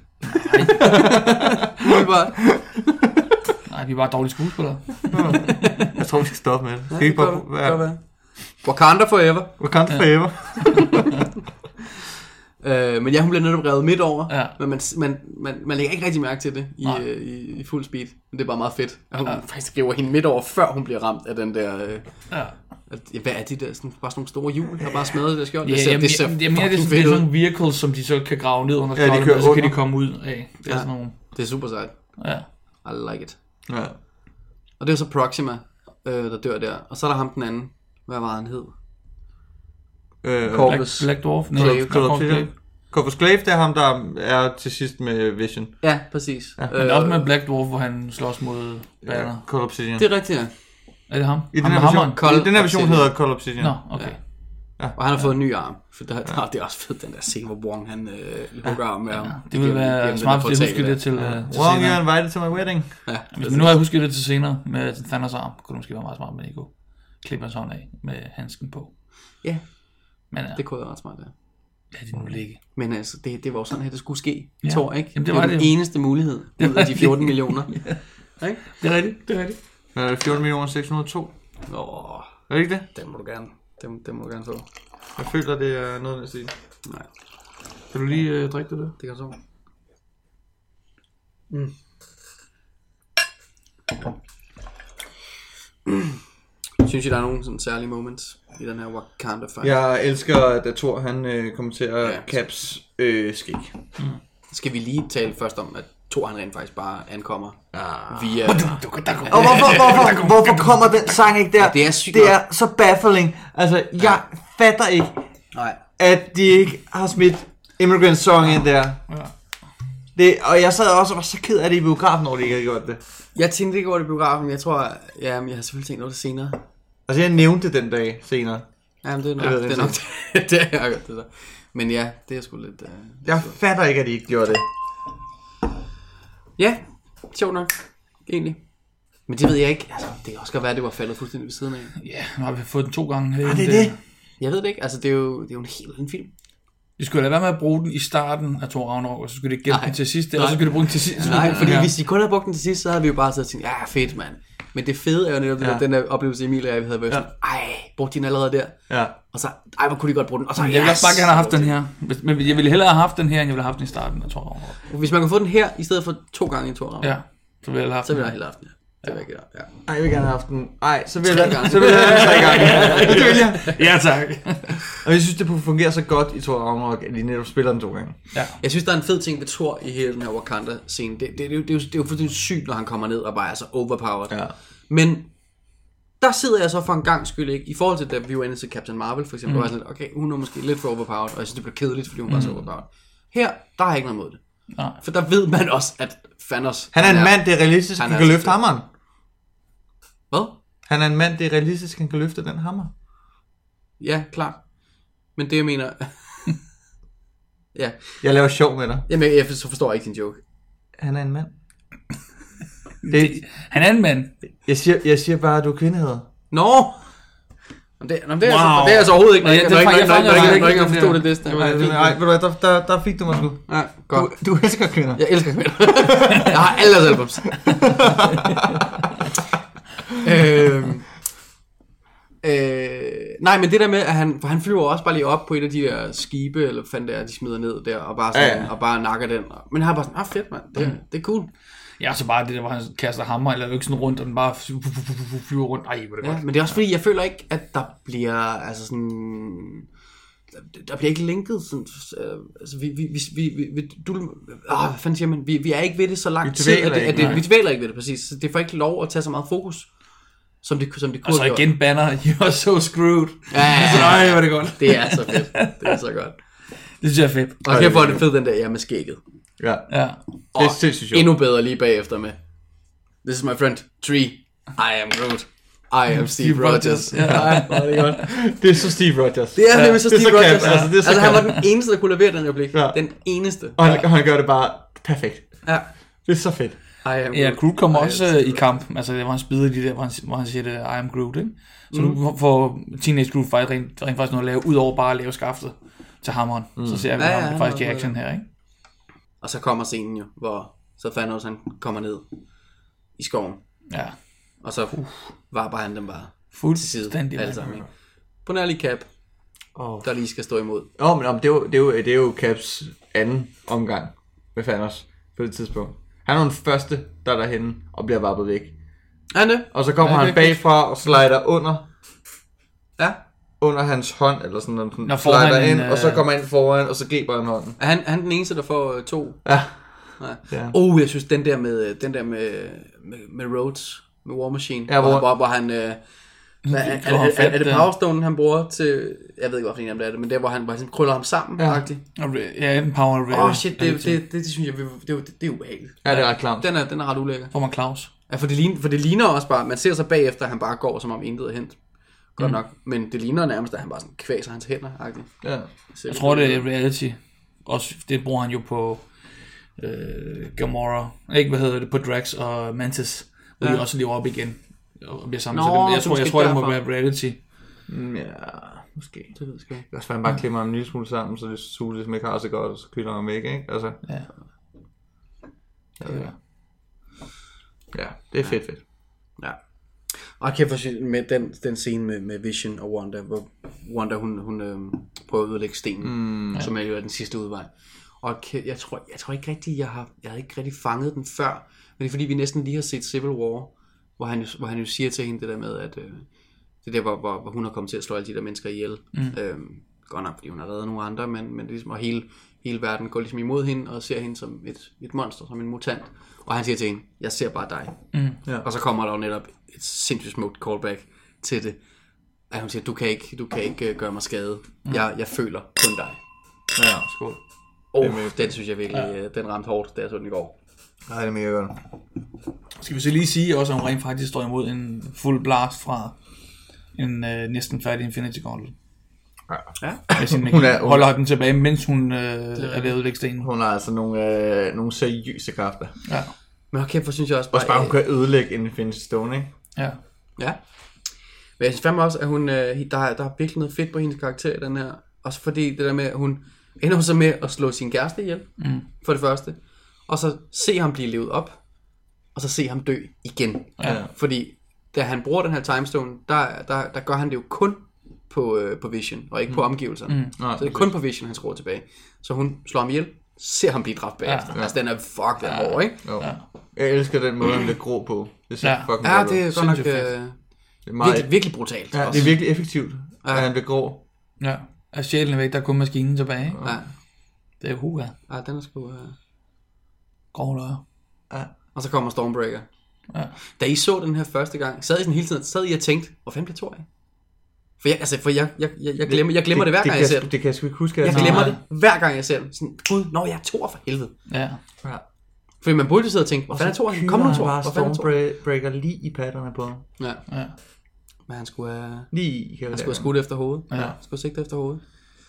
Nej. bare... Nej, vi er bare dårlige skuespillere. Jeg tror, vi skal stoppe med det. Skal ja, ikke bare være... Wakanda forever. Wakanda forever. Øh, men ja, hun bliver netop revet midt over, ja. Men man, man, man, man lægger ikke rigtig mærke til det i, øh, i, i fuld speed. Men det er bare meget fedt, at hun ja. faktisk river hende midt over, før hun bliver ramt af den der... Øh, ja. At, hvad er det der? Sådan, bare sådan nogle store hjul, der bare smadret det der skjold. Ja, det ser, jeg, det ser jeg, jeg mener, det er sådan nogle vehicles, som de så kan grave ned under skjoldet, ja, og så kan de komme ud af. Det er, ja. sådan nogle... det er super sejt. Ja. I like it. Ja. Og det er jo så Proxima, øh, der dør der. Og så er der ham den anden. Hvad var han hed? Øh, Corvus. Black, Black Dwarf. Clave. Corvus, Corvus Glaive, det er ham, der er til sidst med Vision. Ja, præcis. Ja. Men det er også med Black Dwarf, hvor han slås mod Banner. Ja, Call Obsidian. Det er rigtigt, ja. Er det ham? I den ham her med version, hammeren? i den her version hedder Call Obsidian. Nå, okay. Ja. Ja. Og han har fået en ny arm. For der, der, det er også fedt, den der scene, hvor Wong han øh, hugger arm med ham. Ja, det ville være smart, hvis jeg husker det til, uh, til Wong, senere. you're invited to my wedding. Ja, Men nu har jeg husket det til senere med Thanos arm. Kunne det måske være meget smart, men ikke kunne klippe hans hånd af med handsken på. ja, Men ja, det kunne være ret smart, ja. lad det nu ligge. Men altså, det, det var jo sådan, at det skulle ske. Ja. Thor, ikke? Jamen, det var den det. eneste mulighed ud af de fjorten millioner. Ikke? Det er rigtigt, det er rigtigt. Men er det fjorten millioner seks hundrede og to? Åh, Er det ikke det? den må du gerne. Den, den må du gerne få. Jeg føler, det er noget, der siger. Nej, Kan du lige øh, drikke det der? det kan så. Mm. Synes I, der er nogle sådan særlige moments i den her Wakanda fight? Jeg elsker, at Thor han øh, kommenterer Ja. ja. Caps øh, skæg. Skal vi lige tale først om, at Thor han rent faktisk bare ankommer Ah. via... Og hvorfor, hvorfor, hvorfor kommer den sang ikke der? Ja, det er sygt Det nok. er så baffling. Altså, jeg fatter ikke, Nej. at de ikke har smidt Immigrant Song ind der. Ja. Det, og jeg sad også og var så ked af det i biografen, når de ikke havde gjort det. Jeg tænkte ikke over det i biografen, men jeg tror, ja, men jeg har selvfølgelig tænkt over det senere. Altså, jeg nævnte det den dag senere. Jamen, det er nok Jeg ved det. det Er nok det, det er godt, det der. Men ja, det er sgu lidt... Uh... Jeg fatter ikke, at de ikke gjorde det. Ja, sjovt nok. Egentlig. Men det ved jeg ikke. Altså, det kan også godt være, at det var faldet fuldstændig ved siden af. Ja, nu har vi fået den to gange. Ah, det er det. Jeg ved det ikke. Altså, det er jo, det er jo en helt anden film. Vi skulle lade være med at bruge den i starten af Thor Ragnarok, og så skulle det gemme Nej. den til sidst, og Nej. så skulle det bruge den til sidst. Nej, fordi ja. hvis de kun havde brugt den til sidst, så havde vi jo bare siddet og tænkt, ja, fedt, mand. Men det fede er jo netop, Ja. ja. den der oplevelse, Emil og jeg havde været sådan, ej, brugte de den allerede der? Ja. Og så, ej, hvor kunne de godt bruge den? Og så, Jeg ville yes! også bare gerne have haft den her. Hvis- Men jeg ville hellere have haft den her, end jeg ville have haft den i starten af Thor Ragnarok. Hvis man kunne få den her, i stedet for to gange i to rammer, Ja, så ville jeg have haft så ville den jeg her. hellere haft den her. Det vil jeg gøre, ja. Ej, jeg vil gerne have haft den. Ej, så vil jeg Tre lade- gange. så vil jeg have den tre gange. Det vil jeg. Ja, tak. Og jeg synes, det fungerer så godt i Thor Ragnarok, at de netop spiller den to gange. Ja. Jeg synes, der er en fed ting ved Thor i hele den her Wakanda-scene. Det, det, det, det, er jo- det, er jo- det er jo fuldstændig sygt, når han kommer ned og bare er så overpowered. Ja. Men der sidder jeg så for en gang skyld ikke. I forhold til, da vi var inde til Captain Marvel, for eksempel, mm. var jeg sådan lidt, okay, hun er måske lidt for overpowered, og jeg synes, det blev kedeligt, fordi hun mm. var så overpowered. Her, der er ikke noget mod det. Nej. For der ved man også, at Thanos... Han er en mand, det er realistisk, han han er kan så løfte fed. hammeren. Hvad? Han er en mand, det er realistisk, han kan løfte den hammer. Ja, klart. Men det, jeg mener... ja. Jeg laver sjov med dig. Jamen, jeg så forstår ikke din joke. Han er en mand. Det, Han er en mand. jeg, siger, jeg siger bare, at du er kvindehader. Nå! Nå, det, nå, det, er, Wow. altså, det er altså overhovedet ikke, når Nå, jeg ja, det ikke fanger- jeg fanger når ikke jeg den forstod der. det næste. Nej, ved du hvad, der, der, der fik du mig sgu. Ja, godt. Du, du elsker kvinder. Jeg elsker kvinder. Jeg har alle deres albums. øhm, øh, nej, men det der med, at han, for han flyver også bare lige op på et af de der skibe, eller hvad fanden det er, de smider ned der, og bare, sådan, Ja, ja. og bare nakker den. Men han er bare sådan, ah fedt mand, det, det er cool. Ja, så bare det der, hvor han kaster hammer, eller ikke sådan rundt, og den bare flyver rundt. Ej, hvor er det Ja, godt. men det er også fordi, jeg føler ikke, at der bliver, altså sådan... Der- Der bliver ikke linket sådan, øh, altså vi, vi, vi, vi, vi du, åh, hvad fanden siger man, vi, vi er ikke ved det så lang Vi tid, dvæler at det, ikke, at det, nej. vi dvæler ikke ved det, præcis, så det får ikke lov at tage så meget fokus, som det, som det Og kunne så have gjort. igen banner, you're so screwed. Ja, ja, Så, ja, ej, ja. hvor er det godt. Det er så fedt, det er så godt. Det synes jeg er fedt. Og her får det fedt den der, ja, med skægget. Ja, Ja. det er sindssygt sjovt. Endnu bedre lige bagefter med, this is my friend, Tree, I am Groot, I am Steve, Steve Rogers. Rogers. Ja, Ja. hvor er det godt. Det er så Steve Rogers. Det er Ja, nemlig så det er Steve cap, Rogers. Altså, det er så Altså, han cap. var den eneste, der kunne levere den replik. Ja. Den eneste. Og han, og han gør det bare perfekt. Ja. Det er så fedt. I am Ja, Groot. Groot kommer I am også Steve øh, i kamp. Altså, det var han spider i de der, hvor han, hvor han siger det, I am Groot, ikke? Så nu får Teenage Groot faktisk rent, rent faktisk noget at lave, ud over bare at lave skaftet til hammeren. Mm. Så ser vi Ja, ja, ham han faktisk i har- action her, ikke? Og så kommer scenen jo, hvor så Thanos han kommer ned i skoven, Ja, og så uh, varper han dem bare til side, fuldstændig. alle sammen, ikke? På nærlig Cap, Åh, der lige skal stå imod. oh, men, om, det, er jo, det, er jo, det er jo Caps anden omgang med Thanos på det tidspunkt. Han er den første, der er derhenne og bliver varpet væk. Er han det? Og så kommer Ja, han det er bagfra og slider under, Ja. under hans hånd, eller sådan noget. Når foran Slider en, ind, øh, og så kommer han ind foran, og så griber han hånden. Er han, er han den eneste, der får øh, to? Ja. Ja. Oh, jeg synes, den der med, den der med, med, med Rhodes, med War Machine, ja, hvor, hvor, hvor han... Øh, hvad, er, er, er, er, er det Power Stone, han bruger til... Jeg ved ikke, hvorfor en af dem det er det, men der, hvor han, hvor han krøller ham sammen, ja. faktisk. Ja, den Power Reality. Åh, oh, shit, det, det, det, det, det synes jeg, det, det, det, det er ubehageligt. Ja, det er ret klart. Den er, den er ret ulækker. Får man Claus. Ja, for det, ligner, for det ligner også bare... Man ser så bagefter, at han bare går, som om intet er hent. Godt mm. nok. Men det ligner nærmest, at han bare sådan kvæser hans hænder. Ja. Jeg tror, det er reality. Også, det bruger han jo på øh, Gamora. Ikke, hvad hedder det? På Drax og Mantis. Hvor ja. de også lever op igen. Og bliver sammen. Nå, det, jeg, tror, jeg tror, det må være reality. Mm, ja, måske. Det ved jeg sgu ikke. Det er også, bare klemmer en lille smule sammen, så det suger ligesom ikke har så godt, og så kylder man væk, ikke? Altså. Ja. Ja, ja. Ja, det er fedt, fedt. Ja. Og kan jeg med den, den scene med, med Vision og Wanda, hvor Wanda hun, hun øh, prøver at ødelægge stenen, mm, som er jo den sidste udvej. Og jeg tror, jeg tror ikke rigtig, jeg har, jeg har ikke rigtig fanget den før, men det er fordi, vi næsten lige har set Civil War, hvor han, hvor han jo siger til hende det der med, at øh, det der, hvor, hvor, hvor hun har kommet til at slå alle de der mennesker ihjel. Mm. Øhm, godt nok, fordi hun har reddet nogle andre, men, men ligesom, og hele, hele verden går ligesom imod hende, og ser hende som et, et monster, som en mutant. Og han siger til hende, jeg ser bare dig. Mm. Ja. Og så kommer der jo netop et sindssygt smukt callback til det. At hun siger, du kan ikke, du kan ikke gøre mig skade. Mm. Jeg, jeg føler kun dig. Ja, skål. Oh, den synes jeg virkelig, ja. Den ramte hårdt, da jeg så den i går. Nej, det er mega godt. Skal vi så lige sige også, at hun rent faktisk står imod en fuld blast fra en øh, næsten færdig Infinity Gauntlet. Ja. Ja. Hun, hun er, holder den tilbage, mens hun øh, er ved at udlægge stenen. Hun har altså nogle, øh, nogle seriøse kræfter. Ja. Men okay, for synes jeg også bare... Også bare, hun kan ødelægge en Infinity Stone, ikke? Ja. Ja. Men jeg synes fandme også, at hun, øh, der, er, der er virkelig noget fedt på hendes karakter i den her. Også fordi det der med, at hun ender så med at slå sin kæreste ihjel, mm. for det første. Og så se ham blive levet op, og så se ham dø igen. Ja. Fordi da han bruger den her timestone, der, der, der gør han det jo kun på, øh, på Vision, og ikke mm. på omgivelserne. Mm. Så det er kun på Vision, han skruer tilbage. Så hun slår ham ihjel, ser ham blive dræbt bagefter. Ja. Altså den er fuck, den er hård, ikke? Ja. Jeg elsker den måde, han bliver grå på. Det ser ja. fucking ja, det er godt nok øh, det er meget, virkelig, virkelig brutalt. Ja, det er virkelig effektivt, ja. At han bliver grå. Ja, og sjælen er væk, der er kun maskinen tilbage. Ja. Det er huga. Ja, den er sgu... Uh... Grå løjer. Ja. Og så kommer Stormbreaker. Ja. Da I så den her første gang, sad I sådan hele tiden, sad I og tænkte, hvor fanden bliver Thor af? For jeg, altså, for jeg, jeg, jeg, jeg glemmer, jeg glemmer det, det hver gang, det jeg ser det. Det kan jeg sgu ikke huske. Jeg glemmer det hver gang, jeg ser den. Sådan, gud, når jeg er Thor for helvede. Ja. Ja. Fordi man burde sidde og tænke, hvor fanden er Thor? Kom nu, Thor. Hvor fanden er Stormbreaker lige i patterne på. Ja. Ja. Men han skulle have... Lige, han skulle have skudt efter hovedet. Ja. Han skulle have sigtet efter hovedet.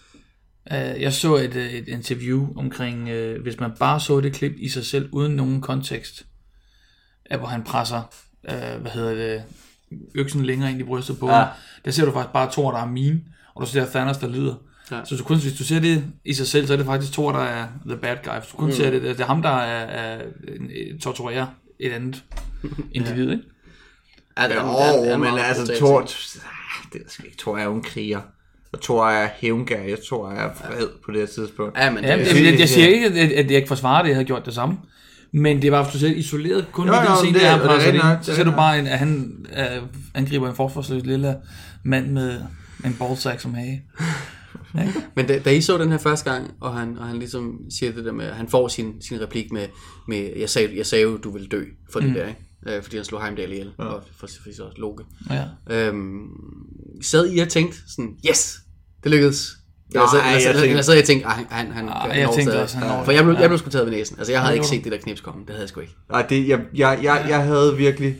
Uh, jeg så et, et interview omkring, uh, hvis man bare så det klip i sig selv, uden nogen kontekst, uh, hvor han presser, uh, hvad hedder det, øksen længere ind i brystet på, ja. Der ser du faktisk bare Thor, der er meme, og du ser Thanos, der lyder. Ja. Så du kun, hvis du ser det i sig selv, så er det faktisk Thor, der er the bad guy. Hvis du kun mm. ser det, det er ham, der er, er, er torturerer et andet individ, ja. Ikke? Ja, det er, ja, ja, men altså Thor, det er sgu ikke, Thor er jo en kriger. Og Thor er hævngær, jeg tror er fred på det her tidspunkt. Ja, men det, ja, det, jeg, jeg, jeg siger ikke, at, at jeg ikke forsvarer det, jeg havde gjort det samme. Men det er bare, hvis du ser isoleret, kun jo, i den scene, der er presset ind, så ser du bare, en, at han uh, angriber en forsvarsløs lille mand med en ballsack som hage. Ja. Men da, da I så den her første gang, og han, og han ligesom siger det der med, han får sin, sin replik med, med jeg, sagde, jeg sagde jo, du ville dø for mm. det der, ikke? Øh, fordi han slog Heimdall ihjel, ja. Og for, for så Loke. Ja. Øhm, sad I og tænkte sådan, yes, det lykkedes. Eller sad jeg, jeg, jeg, jeg, sad og tænkte, han, han, han, Ej, han jeg tænkte også, han for jeg blev, jeg blev sgu taget ved næsen. Altså jeg havde ikke set det der knips komme, det havde jeg sgu ikke. Nej, det, jeg, jeg, jeg, jeg havde virkelig,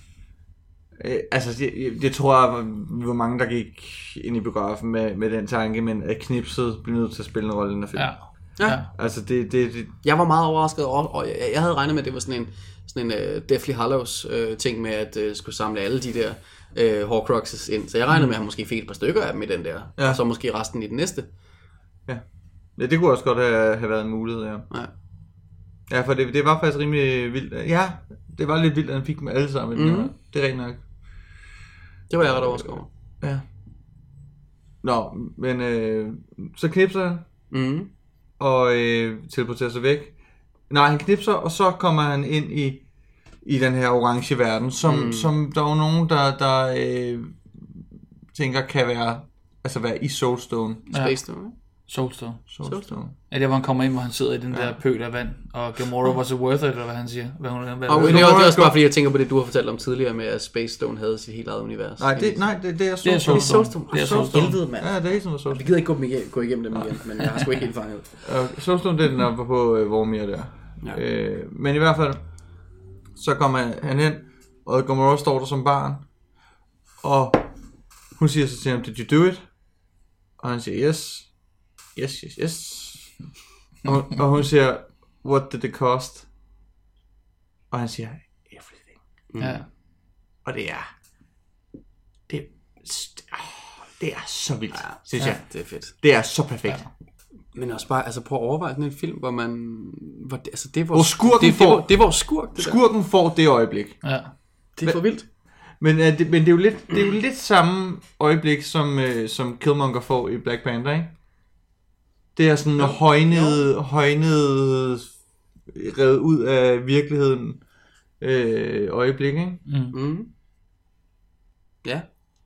øh, altså jeg, jeg tror, at vi var mange, der gik ind i biografen med, med den tanke, men at knipset blev nødt til at spille en rolle i den her film. Ja. Ja. Altså det, det, det... Jeg var meget overrasket, og, og jeg, jeg havde regnet med, at det var sådan en, sådan en uh, Deathly Hallows uh, ting med at uh, skulle samle alle de der uh, Horcruxes ind. Så jeg regnede med, at han måske fik et par stykker af dem i den der, ja. Og så måske resten i den næste. Ja, ja det kunne også godt have, have været en mulighed, ja. Ja, ja for det, det var faktisk rimelig vildt. Ja, det var lidt vildt, at han fik dem alle sammen. Mm-hmm. Det er rent nok. Det var jeg ret overrasket over. Ja. Nå, men øh, så knipser han. Mhm. Og øh, teleporterer sig væk. Nej, han knipser, og så kommer han ind i, i den her orange verden, som, mm. som der er jo nogen, der, der øh, tænker kan være, altså være i Soulstone. Ja. Space Stone. Soulstone. Soulstone. Ja, der hvor han kommer ind, hvor han sidder i den ja. der pøl af vand, og Gamora was it worth it, eller hvad han siger. Hvad hun, hvad, og hvad, det er også bare fordi, jeg tænker på det, du har fortalt om tidligere med, at Space Stone havde sit helt eget univers. Nej, det, nej, det, det er Soulstone. Det er Soulstone. Det er Soulstone. Helvede, mand. Ja, det er helt sådan Soulstone. Vi gider ikke gå, igennem, gå igennem dem igen, men jeg har sgu ikke helt fanget. Okay, Soulstone, det er den der på uh, Vormir der. Ja. Øh, men i hvert fald, så kommer han hen, og Gamora står der som barn, og hun siger så til ham, did you do it? Og han siger, yes. Yes, yes, yes. Og, og hun siger, what did it cost? Og han siger, everything. Mm. Ja. Og det er, det, det er så vildt, ja, synes ja, jeg. Det er fedt. Det er så perfekt. Ja. Men også bare, altså prøv at overveje sådan en film, hvor man, hvor det, altså det er hvor skurken det, får, det, det er vores skurk. Det skurken der. får det øjeblik. Ja. Det er for vildt. Men, uh, det, men det er jo lidt, det er jo lidt samme øjeblik, som, uh, som Killmonger får i Black Panther, ikke? Det er sådan højnet, højnet, revet ud af virkeligheden øh, øjeblik, ikke? Mm. Mm. Ja.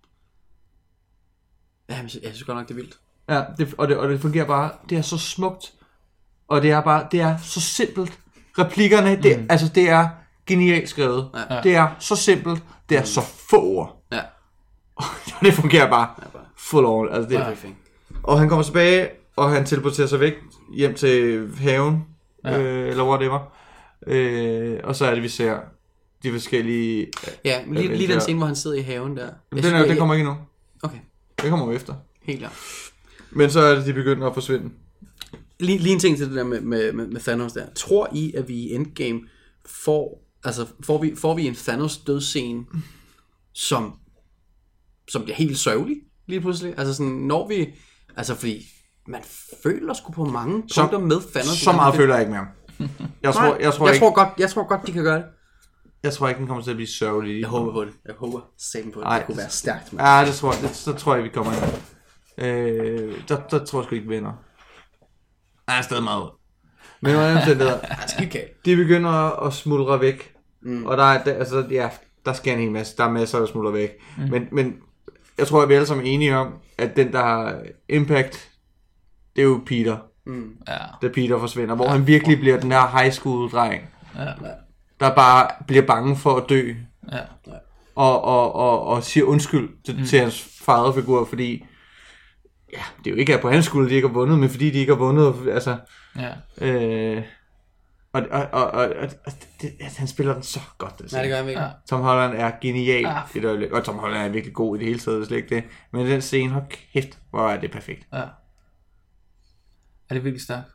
Ja, jeg synes godt nok, det er vildt. Ja, det, og, det, og det fungerer bare, det er så smukt, og det er bare, det er så simpelt. Replikkerne, det, mm. altså det er genialt skrevet. Ja. Det er så simpelt, det er mm. så få ord. Ja. Og det fungerer bare, ja, bare. full on. Altså det er, ja. Og han kommer tilbage, og han teleporterer sig væk hjem til haven, ja. øh, eller whatever. Øh, og så er det, vi ser de forskellige... Ja, lige, lige den scene, hvor han sidder i haven der. Den, er, den kommer ikke endnu. Okay. Det kommer jo efter. Helt klart. Men så er det, de begynder at forsvinde. Lige, lige en ting til det der med, med, med, med Thanos der. Tror I, at vi i Endgame får... Altså, får vi, får vi en Thanos dødsscene, som, som bliver helt sørgelig lige pludselig? Altså sådan, når vi... Altså, fordi... Man føler sgu på mange punkter så, med Thanos. Så meget føler jeg ikke med ham. Jeg tror, jeg tror, jeg ikke, tror, godt, jeg tror godt, de kan gøre det. Jeg tror ikke, den kommer til at blive sørgelig. Jeg håber på det. Jeg håber sammen på det. Ej, det kunne være stærkt. Man. Ja, det tror jeg. Det, så tror jeg, vi kommer ind. Øh, der, der tror jeg sgu ikke, vi vinder. Jeg er stadig meget ud. Men hvad er det, de begynder at smuldre væk. Mm. Og der er, der, altså, ja, der sker en hel masse. Der er masser, der smuldrer væk. Mm. Men, men jeg tror, at vi alle sammen er enige om, at den, der har impact... Det er jo Peter. Mm. Ja. Da Peter forsvinder. Hvor ja. han virkelig bliver den her high school dreng. Ja. Der bare bliver bange for at dø. Ja. Og, og, og, og siger undskyld til, mm. til hans faderfigur. Fordi ja, det er jo ikke på hans skyld, de ikke har vundet. Men fordi de ikke har vundet. Altså, ja. øh, og, og, og, og, og det, han spiller den så godt. Det, ja, det gør han virkelig. Ja. Tom Holland er genial ja. i det øjeblik. Og Tom Holland er virkelig god i det hele taget. Det er slet ikke det. Men den scene, hold kæft, hvor er det perfekt. Ja. Er det virkelig stærkt?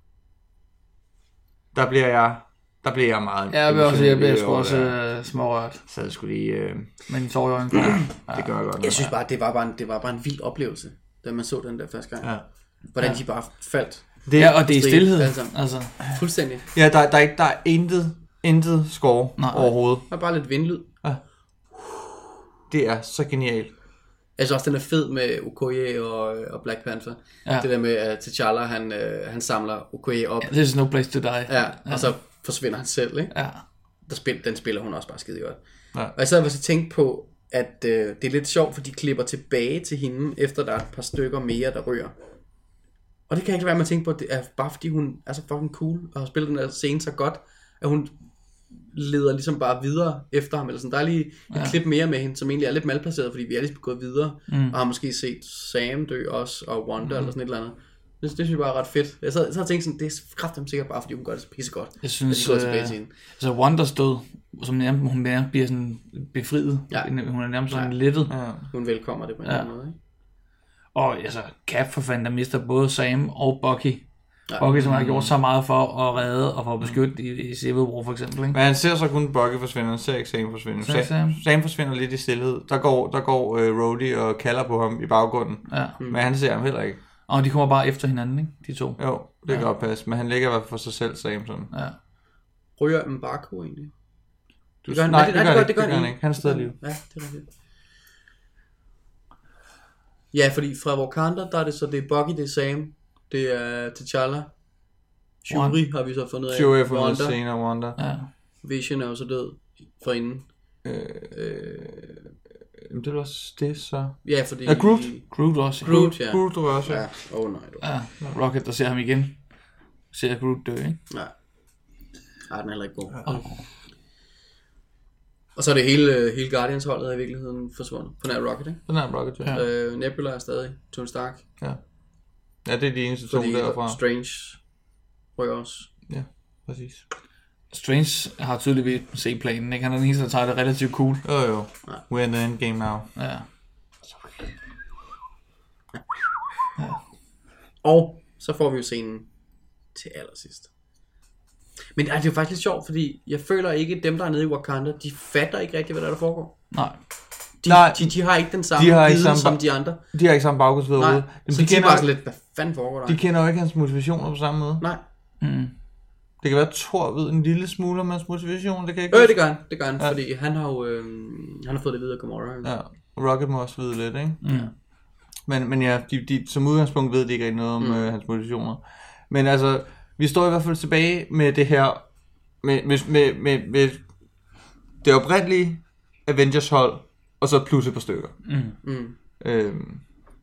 Der bliver jeg, der bliver jeg meget... Ja, jeg bliver også, jeg bliver sgu også uh, smårørt. Så jeg skulle lige... Uh... Men så i øjnene. Ja, det gør jeg godt. Jeg synes bare, det var bare en, det var bare en vild oplevelse, da man så den der første gang. Ja. Hvordan ja. de bare faldt. Det, ja, og det er i stillhed. Altså, fuldstændig. Ja, der, der, er, der er intet, intet score Nej. overhovedet. Der er bare lidt vindlyd. Ja. Det er så genialt. Jeg synes også, den er fed med Okoye og, og Black Panther. Ja. Det der med, at T'Challa, han, øh, han samler Okoye op. Yeah, there's no place to die. Ja, og ja. så forsvinder han selv, ikke? Ja. Der spil, den spiller hun også bare skide godt. Ja. Og jeg sad også og tænkte på, at øh, det er lidt sjovt, for de klipper tilbage til hende, efter der er et par stykker mere, der rører. Og det kan ikke være, at man tænker på, at det er bare fordi hun er så fucking cool, og har spillet den der scene så godt, at hun leder ligesom bare videre efter ham, eller sådan. Der er lige et ja. klip mere med hende, som egentlig er lidt malplaceret, fordi vi er ligesom gået videre, mm. og har måske set Sam dø også, og Wanda, mm. eller sådan et eller andet. Det, det synes jeg bare er ret fedt. Jeg så, så har tænkt sådan, det er kraftigt sikkert bare, fordi hun gør det pissegodt. Jeg synes, øh, altså Wandas død, som nærmest, hun nærmest bliver sådan befriet. Ja. Hun er nærmest sådan ja. lettet. Ja. Hun velkommer det på en ja. anden måde, ikke? Og altså, Cap for fanden, der mister både Sam og Bucky. Ja. Bucky, som har gjort så meget for at redde og for at beskytte i, i Civil War for eksempel, ikke? Men han ser så kun Bucky forsvinde, han ser ikke Sam forsvinde. Sam, Sam. Sam forsvinder lidt i stillhed. Der går, der går uh, Rhodey og kalder på ham i baggrunden, ja. men han ser ham heller ikke. Og de kommer bare efter hinanden, ikke? De to. Jo, det kan ja. godt passe, men han ligger i hvert fald for sig selv, Sam sådan. Ja. Ryger M'Baku egentlig? Du, det gør han, nej, det, det, gør, det, det gør han ikke. Han er stadig liv. Ja, det er rigtigt. Ja, fordi fra Wakanda, der er det så, det er Bucky, det er Sam, det er T'Challa. Shuri har vi så fundet af. Shuri har fundet senere, Wanda. Ja. Vision er jo så død for inden. Øh, øh, Jamen, det var også det, så... Ja, fordi... Ja, Groot. Groot også. Groot, ja. Groot var også, ja. Ja, åh oh, nej. Du. Ja, Rocket, der ser ham igen. Ser Groot dø, ikke? Nej. Nej, den er heller ikke god. Ja. Og så er det hele, hele Guardians-holdet er i virkeligheden forsvundet. På nær Rocket, ikke? På nær Rocket, ja. ja. Øh, Nebula er stadig. Tony Stark. Ja. Ja, det er de eneste to fordi derfra. Strange rykker også. Ja, præcis. Strange har tydeligvis set planen, ikke? Han er den eneste, der tager det relativt cool. Jo jo. Ja. We're in the endgame now. Ja. ja. Og så får vi jo scenen til allersidst. Men det er jo faktisk lidt sjovt, fordi jeg føler ikke, at dem, der er nede i Wakanda, de fatter ikke rigtigt, hvad der, der foregår. Nej. De, Nej, de, de har ikke den samme de viden samme, som de andre. De har ikke samme baggrundsviden. Nej, Dem, så de, de kender bare sådan lidt, hvad fanden foregår der? De kender jo ikke hans motivationer på samme måde. Nej. Mm. Det kan være, at Thor ved en lille smule om hans motivation. Det kan ikke øh, det gør han, det gør han, ja. fordi han har jo øh, han har fået det videre af Gamora. Ja, Rocket må også vide lidt, ikke? Mm. Men, men ja, de, de, som udgangspunkt ved de ikke rigtig noget om mm. øh, hans motivationer. Men altså, vi står i hvert fald tilbage med det her, med, med, med, med, med det oprindelige Avengers-hold, og så plus et par stykker. Mm. Mm. Øhm,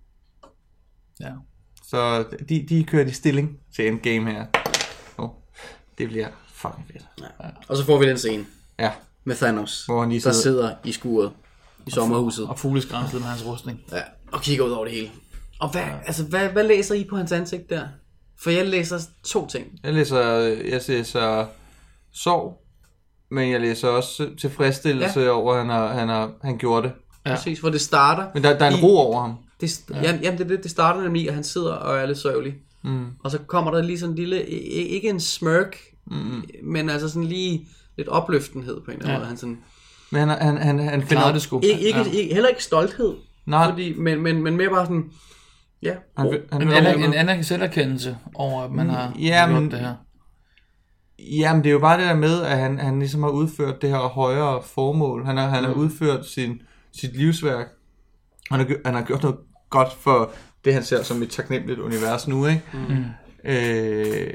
ja. Så de, de kører i stilling til endgame her. Oh, det bliver fucking fedt. Ja. Og så får vi den scene. Ja. Med Thanos, hvor han lige sidder... sidder... der sidder i skuret i sommerhuset. Og fugleskræmslet med hans rustning. Ja, og kigger ud over det hele. Og hvad, ja. altså, hvad, hvad læser I på hans ansigt der? For jeg læser to ting. Jeg læser, jeg læser sorg, men jeg læser også tilfredsstillelse ja. over, at han har, han har han gjorde det. Ja. Præcis, for det starter... Men der, der er en i, ro over ham. Det, ja. jamen, jamen, det, det, det starter nemlig, at han sidder og er lidt sørgelig. Mm. Og så kommer der lige sådan en lille, ikke en smirk, mm. men altså sådan lige lidt opløftenhed på en eller anden ja. måde. Han sådan, men han, han, han, han finder det sgu. Ikke, ikke, ja. ikke, heller ikke stolthed. Nej. Fordi, men, men, men mere bare sådan, ja. Han, han, en, anden, en anden selverkendelse over, at man har ja, gjort men, det her. Jamen, det er jo bare det der med, at han, han ligesom har udført det her højere formål. Han har, han har mm. udført sin, sit livsværk. Han har, han har gjort noget godt for det, han ser som et taknemmeligt univers nu, ikke? Mm. Øh,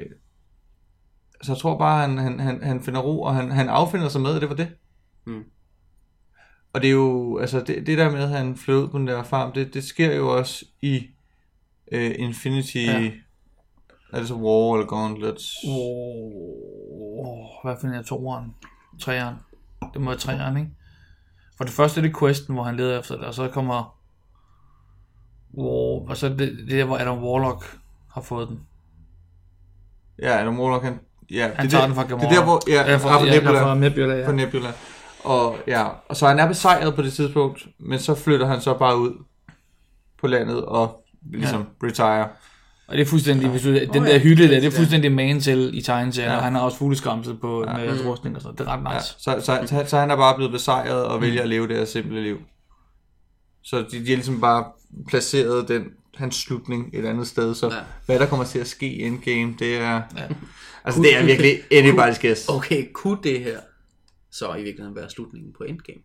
så jeg tror bare, han, han, han, han finder ro, og han, han affinder sig med, at det var det. Mm. Og det er jo, altså det, det der med, at han flytter ud på den der farm, det, det sker jo også i uh, Infinity, ja. Er det så War eller Gauntlets? Oh, hvad finder jeg toeren? Treeren. Det må være treeren, ikke? For det første er det questen, hvor han leder efter det, og så kommer War, og så er det, det der, hvor Adam Warlock har fået den. Ja, Adam Warlock, han, ja, han det tager der, den fra Gamora. Det er der, hvor, ja, ja, fra, fra, ja, Nebula, fra Nebula, ja. Fra Nebula. Og, ja, og så han er besejret på det tidspunkt, men så flytter han så bare ud på landet og ligesom ja. retire. Og det er fuldstændig, hvis du, den der hytte der, det er fuldstændig man til i tegneserien, ja. Og han har også fugleskramset på ja. med hans rustning og sådan. Det er ret nice. Ja. Så, så, så, så han er bare blevet besejret og vælger at leve det her simple liv. Så de, de er ligesom bare placeret den, hans slutning et andet sted, så ja. Hvad der kommer til at ske i Endgame, det er... Ja. Altså det er virkelig anybody's guess. Okay, kunne det her så i virkeligheden være slutningen på Endgame?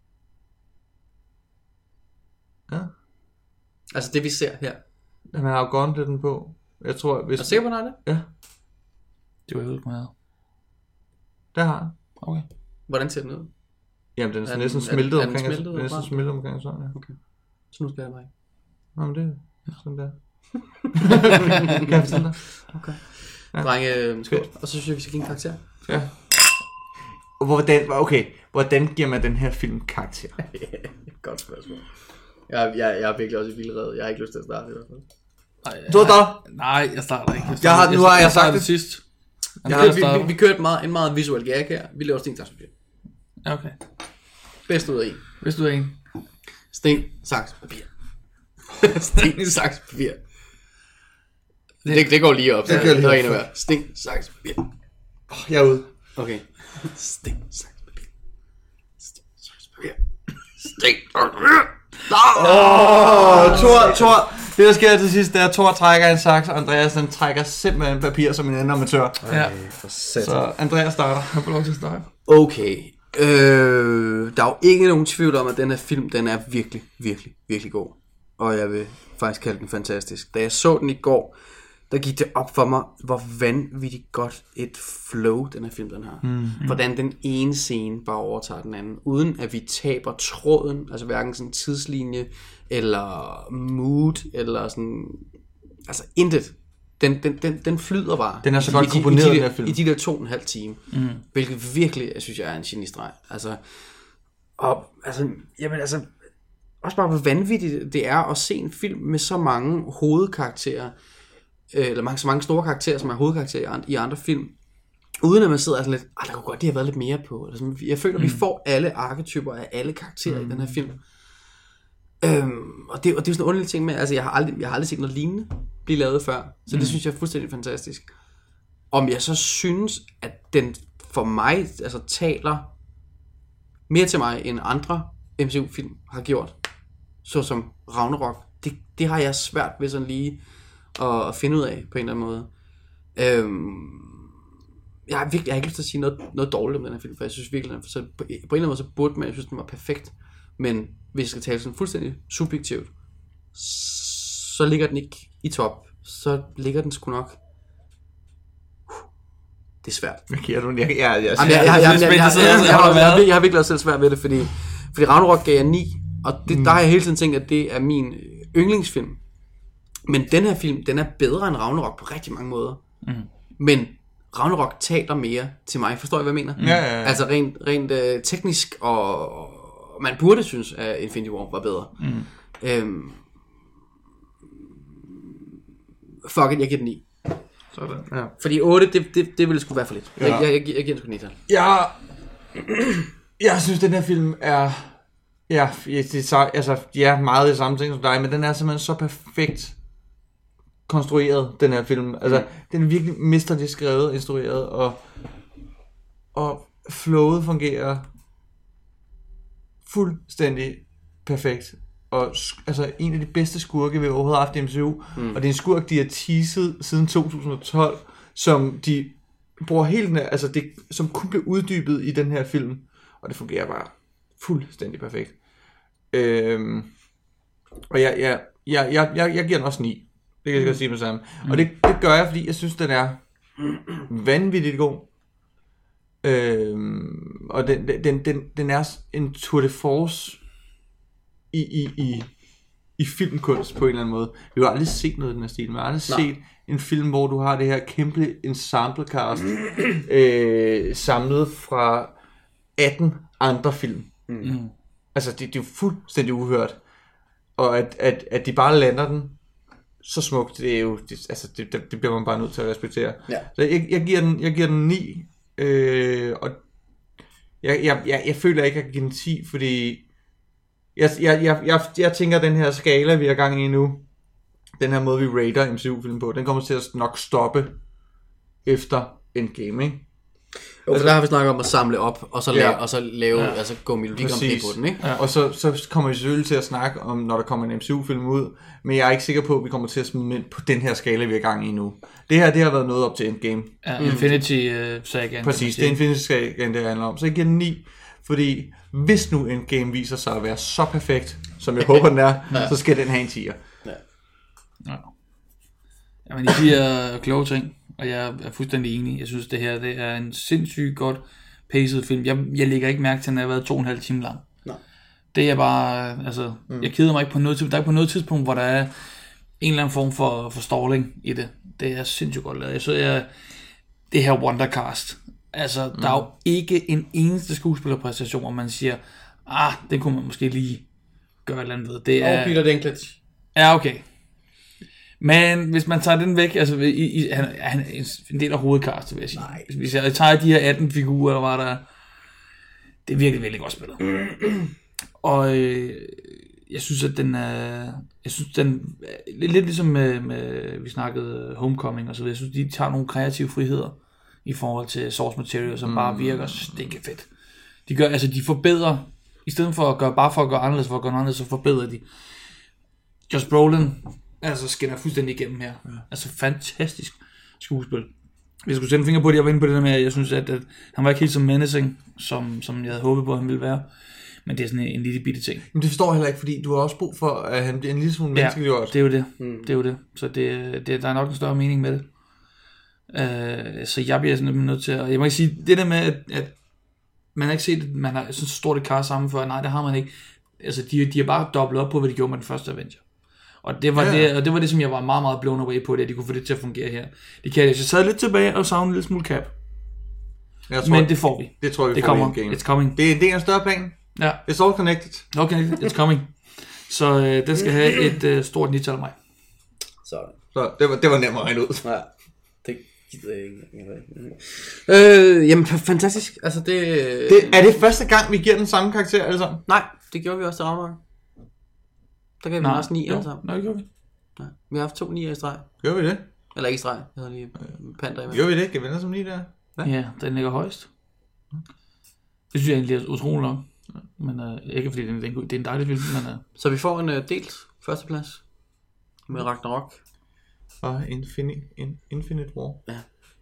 Ja. Altså det vi ser her. Han har jo Gauntletten på. Jeg tror, hvis... Er du sikker på, han har det? Ja. Det var jo ikke meget. Der har han. Okay. Hvordan ser den ud? Jamen, den er, er næsten den, smeltet er, omkring. Er den smeltet, den er næsten smeltet omkring sådan, ja. Okay. Så nu skal jeg mig. Nå, men det er sådan der. Kan jeg fortælle dig? Okay. Ja. Drenge, skål. Og så synes jeg, vi skal give en karakter. Ja. Og hvordan, okay, hvordan giver man den her film karakter? Godt spørgsmål. Jeg, jeg, jeg er virkelig også i vildred. Jeg har ikke lyst til at starte i hvert fald. Nej, du starter? Nej, jeg starter ikke. Jeg, starter, jeg har, nu har jeg, jeg sagt det sidst. Jeg har, vi, vi, vi kørte meget, en meget visuel gag her. Vi laver sten, saks, papir. Okay. Bedst ud af en. Bedst ud af en. Sten, saks, papir. Sten, saks, papir. Det, det går lige op. Så det er en af hver. Sten, saks, papir. Oh, jeg er ude. Okay. Sten, saks, papir. Sten, saks, papir. Sten, saks, papir. Åh, Thor, Thor. Det der sker til sidst, det er, at Thor trækker en saks, og Andreas den trækker simpelthen papir som en anden amatør. Ja. Så Andreas starter. Han får lov til at starte. Okay. Øh, der er jo ikke nogen tvivl om, at den her film, den er virkelig, virkelig, virkelig god. Og jeg vil faktisk kalde den fantastisk. Da jeg så den i går, der gik det op for mig, hvor vanvittigt godt et flow, den her film, den har. Mm. Hvordan den ene scene bare overtager den anden, uden at vi taber tråden, altså hverken sådan tidslinje, eller mood, eller sådan, altså intet. Den, den, den, den flyder bare. Den er så godt komponeret, i de, den her film. I de der to og en halv time. Mm. Hvilket virkelig, jeg synes, jeg er en genistreg. Altså, og, altså, jamen altså, også bare hvor vanvittigt det er at se en film med så mange hovedkarakterer, eller mange, så mange store karakterer, som er hovedkarakterer i andre film, uden at man sidder sådan lidt, ah, der kunne godt det have været lidt mere på. Eller sådan. Jeg føler, at vi får alle arketyper af alle karakterer mm. i den her film. Øhm, og, det, og det er sådan en underlig ting med, altså jeg har aldrig, jeg har aldrig set noget lignende blive lavet før, så det mm. synes jeg er fuldstændig fantastisk. Om jeg så synes, at den for mig altså taler mere til mig, end andre M C U-film har gjort, såsom Ragnarok, det, det har jeg svært ved sådan lige at, at finde ud af på en eller anden måde. Øhm, jeg, har virkelig, jeg har ikke lyst til at sige noget, noget dårligt om den her film, for jeg synes virkelig, så på, på en eller anden måde så burde man, jeg synes den var perfekt, men hvis jeg skal tale sådan fuldstændig subjektivt, så ligger den ikke i top, så ligger den sgu nok. Det er svært. Hvad giver du? Jeg, jeg, jeg, jeg, jeg har virkelig også selv svært ved det, fordi, fordi Ragnarok gav jeg ni, og det, mm. der har jeg hele tiden tænkt, at det er min yndlingsfilm. Men den her film, den er bedre end Ragnarok på rigtig mange måder. Mm. Men Ragnarok taler mere til mig. Forstår I, hvad jeg mener? Ja, ja, ja. Altså rent, rent uh, teknisk, og, og man burde synes, at Infinity War var bedre. Mm. Øhm, fuck it, jeg giver den ni. Sådan. Ja. Fordi otte, det, det, det ville sgu være for lidt. Ja. Jeg, jeg, jeg, jeg, jeg giver den sgu ni tal. Ja, jeg synes, den her film er... Ja, det er, altså, ja, meget det samme ting som dig, men den er simpelthen så perfekt konstrueret, den her film. Altså, mm. den er virkelig mesterligt skrevet, instrueret, og, og flowet fungerer fuldstændig perfekt. Og altså, en af de bedste skurke, vi overhovedet har haft i M C U, mm. og det er en skurk, de har teaset siden to tusind og tolv, som de bruger helt, altså det, som kun blev uddybet i den her film, og det fungerer bare fuldstændig perfekt. Øhm, og jeg, jeg, jeg, jeg, jeg, jeg giver den også ni. Det kan jeg godt sige med sammen. Mm. Og det, det gør jeg, fordi jeg synes, den er vanvittigt god. Øhm, og den, den, den, den er en tour de force i, i, i, i filmkunst på en eller anden måde. Vi har aldrig set noget i den her stil. Vi har aldrig Nej. set en film, hvor du har det her kæmpe ensemblecast øh, samlet fra atten andre film. Mm. Altså det, det er jo fuldstændig uhørt. Og at, at, at de bare lander den så smukt, det er jo det, altså det, det bliver man bare nødt til at respektere. Ja. Så jeg, jeg giver den jeg giver den ni, øh, og jeg, jeg, jeg, jeg føler ikke at jeg kan give den ti, fordi jeg, jeg, jeg, jeg, jeg tænker den her skala vi er gang i nu, den her måde vi rater M C U-film på, den kommer til at nok stoppe efter Endgame, ikke? Jo, altså, der har vi snakket om at samle op, og så lave, ja. og så lave ja. altså gå melodi om det på den, ikke? Ja. Og så, så kommer vi selvfølgelig til at snakke om, når der kommer en M C U-film ud, men jeg er ikke sikker på, at vi kommer til at smide ind på den her skala, vi er gang i nu. Det her, det har været noget op til Endgame. Ja, mm. Infinity-sagen. Uh, Præcis, det er Infinity-sagen, det handler om. Så jeg giver den ni, fordi hvis nu Endgame viser sig at være så perfekt, som jeg håber den er, ja. så skal den have en tier. Ja. Ja. Jamen, I siger kloge ting. Og jeg er fuldstændig enig. Jeg synes, det her det er en sindssygt godt paced film. Jeg, jeg lægger ikke mærke til, at den har været to og en halv time lang. Nej. Det er bare, altså, mm. jeg keder mig ikke på noget tidspunkt. Der er ikke på noget tidspunkt, hvor der er en eller anden form for, for stalling i det. Det er sindssygt godt lavet. Jeg synes, jeg, det her Wondercast. Altså, mm. der er jo ikke en eneste skuespillerpræstation, hvor man siger, ah, det kunne man måske lige gøre et eller andet ved. Det er... Og Peter Dinklage. Ja, okay. Men hvis man tager den væk, altså i, i, han, han er en del af hovedkastet, vil jeg sige. Nej. Hvis jeg tager de her atten figurer, der var der, det er virkelig, virkelig godt spillet. Og øh, jeg synes, at den er, jeg synes, den lidt, lidt ligesom med, med, vi snakkede Homecoming og så videre, jeg synes, de tager nogle kreative friheder i forhold til source material, som mm. bare virker stinkefedt. De gør, altså de forbedrer, i stedet for at gøre, bare for at gøre anderledes, for at gøre anderledes, så forbedrer de. Josh Brolin, altså skinner fuldstændig igennem her. Ja. Altså fantastisk skuespil. Hvis jeg skulle sætte en finger på det, jeg var inde på det der med, at jeg synes, at, at han var ikke helt så menacing, som, som jeg havde håbet på, at han ville være. Men det er sådan en, en lille bitte ting. Men det forstår jeg heller ikke, fordi du har også brug for, at han bliver en lille smule Ja, menneskeliggjort. det er jo det. Mm. Det er jo det. Så det, det, der er nok en større mening med det. Uh, så jeg bliver sådan nødt til at... Jeg må ikke sige, det der med, at, at man har ikke set, at man har så stort et kar sammen før. Nej, det har man ikke. Altså, de, de har bare dobblet op på, hvad de gjorde med den første Avenger. Og det var, ja. det, og det, var det, som jeg var meget, meget blown away på, det, at de kunne få det til at fungere her. De kan jeg sad lidt tilbage og savne en lille smule Cap. Jeg tror, Men det får vi. Det tror vi det får kommer. i en game. It's coming. Det er en del af en større plan. Ja. It's all connected. Okay, it's coming. Så øh, det skal have et øh, stort nital af mig. Sådan. Så det var, det var nemt at regne ud. Ja, det gider jeg ikke. Øh, jamen, fantastisk. Altså, det... det... Er det første gang, vi giver den samme karakter alle sammen? Nej, det gjorde vi også til Ragnarok. Der gav vi også ni alle sammen. Nej, det gjorde vi. Nej, vi har haft to nier i streg. Gjorde vi det? Eller ikke i streg. Jeg havde lige panda i mig. Gjorde vi det? Kan vi som ni der? Ja, ja, den ligger højst. Det synes jeg egentlig er utroligt nok. Men uh, ikke fordi det er, en, det er en dejlig film. Men, uh... Så vi får en uh, delt førsteplads med Ragnarok. Og Infinite, in, Infinite War. Ja.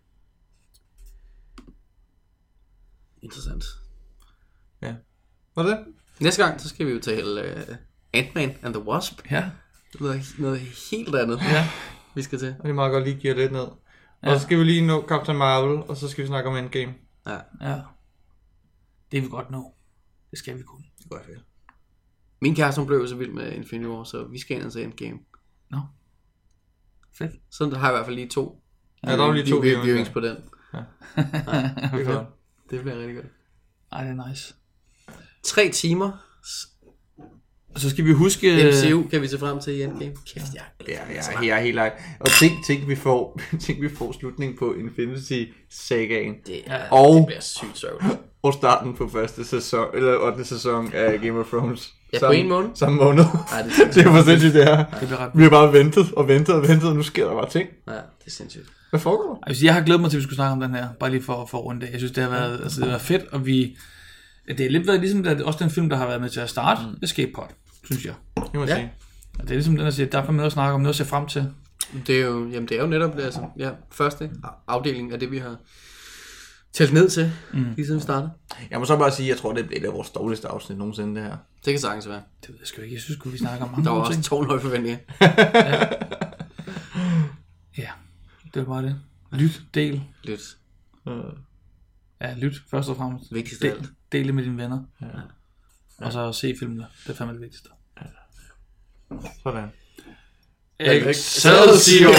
Interessant. Ja. Hvad er det? Næste gang, så skal vi jo til uh, Ant-Man and the Wasp. Ja. Noget, noget helt andet. Ja. Vi skal til. Og det er meget godt lige give lidt ned. Ja. Og så skal vi lige nå Captain Marvel, og så skal vi snakke om Endgame. Ja. Ja. Det er vi godt nå. Det skal vi kunne. Det går fedt. Min kæreste, hun blev så vild med Infinity War, så vi skal ind og se Endgame. Nå. Fedt. Så der har jeg i hvert fald lige to. Ja, der er lige to viewings på den. Ja. Ja. Det er godt. Det bliver rigtig godt. Ej, det er nice. Tre timer. Og så skal vi huske... M C U kan vi se frem til i Endgame. Kæft, jeg ja, ja, jeg er helt leg. Og tænk, tænk, vi får, tænk, vi får slutningen på Infinity-sagaen. Det, er, og, det bliver sygt sørgeligt. Og starten på første sæson, eller ottende sæson af Game of Thrones. Ja, samme, på en måned. Samme måned. Ej, det, er det er for sindssygt, det her. Ja, det ret... Vi har bare ventet og ventet og ventet, og nu sker der bare ting. Ja, det er sindssygt. Hvad foregår der? Altså, jeg har glædet mig til, at vi skulle snakke om den her, bare lige for, for rundt af. Jeg synes, det har været, altså, det har været fedt, og vi... Det er lidt været ligesom, det er også den film, der har været med til at starte mm. Escape Pod, synes jeg. Det må ja. sige. Og det er ligesom den, der siger, der er noget at snakke om, noget at se frem til. Det er jo, jamen det er jo netop det, altså, ja, første afdeling af det, vi har talt ned til, mm. lige siden vi startede. Jeg må så bare sige, at jeg tror, det er et af vores dårligste afsnit nogensinde, det her. Det kan sagtens være. Det ved jeg sgu ikke. Jeg synes, vi snakker om mange Der var ting. også tårnhøje forventninger. ja. ja, det var bare det. Lyt, del. Lyt. Ja, lyt først og fremmest. Vigtigst af alt. Del det med dine venner. Ja. Ja. Og så se filmene. Det er fandme det vigtigste. Ja. Sådan. Excelsior!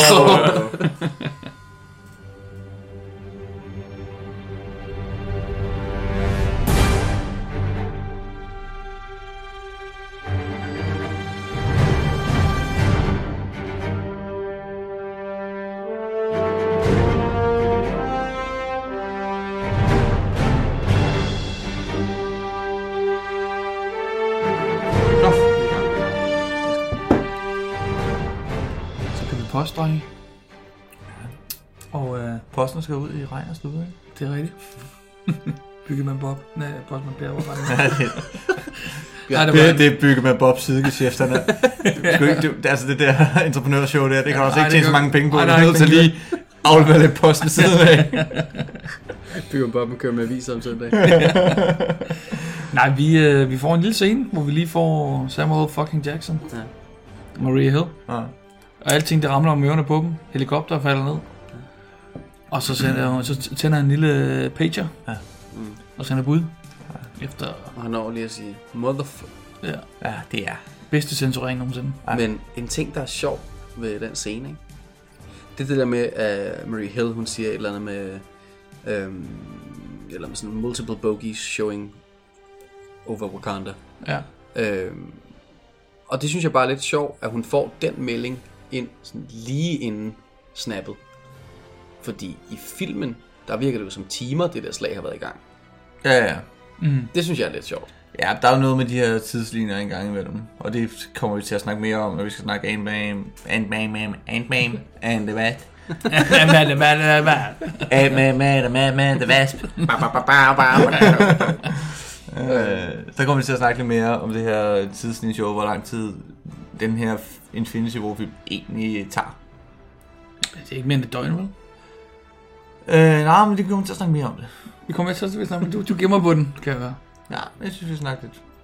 Postdrenge. Og øh, posten skal ud i regn og slud, ikke? Det er rigtigt. Byggemann Bob. Nej, Postman Per, hvor var det? Ja, det, det, det er Byggemann Bob sidegeschæfterne. det, altså det der entreprenørshow der, det kan ja, også ikke tjene så mange penge på. Det er nødt til lige aflevere lidt posten siden af. Byggemann Bob kører med aviser om søndag. Nej, vi, øh, vi får en lille scene, hvor vi lige får Samuel fucking Jackson. Ja. Maria Hill. Ja. Og alting, der ramler om ørerne på dem. Helikopter falder ned. Og så, sender, så tænder han en lille pager. Ja. Mm. Og sender bud. Ja. Efter... Og han når lige at sige, motherfucker. Ja. Ja, det er. Bedste censurering nogensinde. Ja. Men en ting, der er sjov ved den scene, ikke? Det er det der med, at Maria Hill, hun siger et eller andet med... Øhm, eller med sådan multiple bogeys showing over Wakanda. Ja. Øhm, og det synes jeg bare er lidt sjovt, at hun får den melding ind sådan lige inden snappet. Fordi i filmen, der virker det jo som timer, det der slag har været i gang. Ja, ja. Mm. Det synes jeg er lidt sjovt. Ja, der er jo noget med de her tidslinjer engang imellem. Og det kommer vi til at snakke mere om, når vi skal snakke Ant-Man, Ant-Man, Ant-Man, and the Wasp. Ant-Man, Ant-Man, Ant-Man, the Wasp. Så kommer vi til at snakke lidt mere om det her tidslinjeshow, hvor lang tid den her Infinity War film egentlig tager. Det er ikke mere end et døgn, vel? Øh, nej, men det kommer til at snakke mere om det. Vi kommer til at snakke, du, du gemmer på den, kan jeg høre. Ja, jeg synes, vi snakker lidt.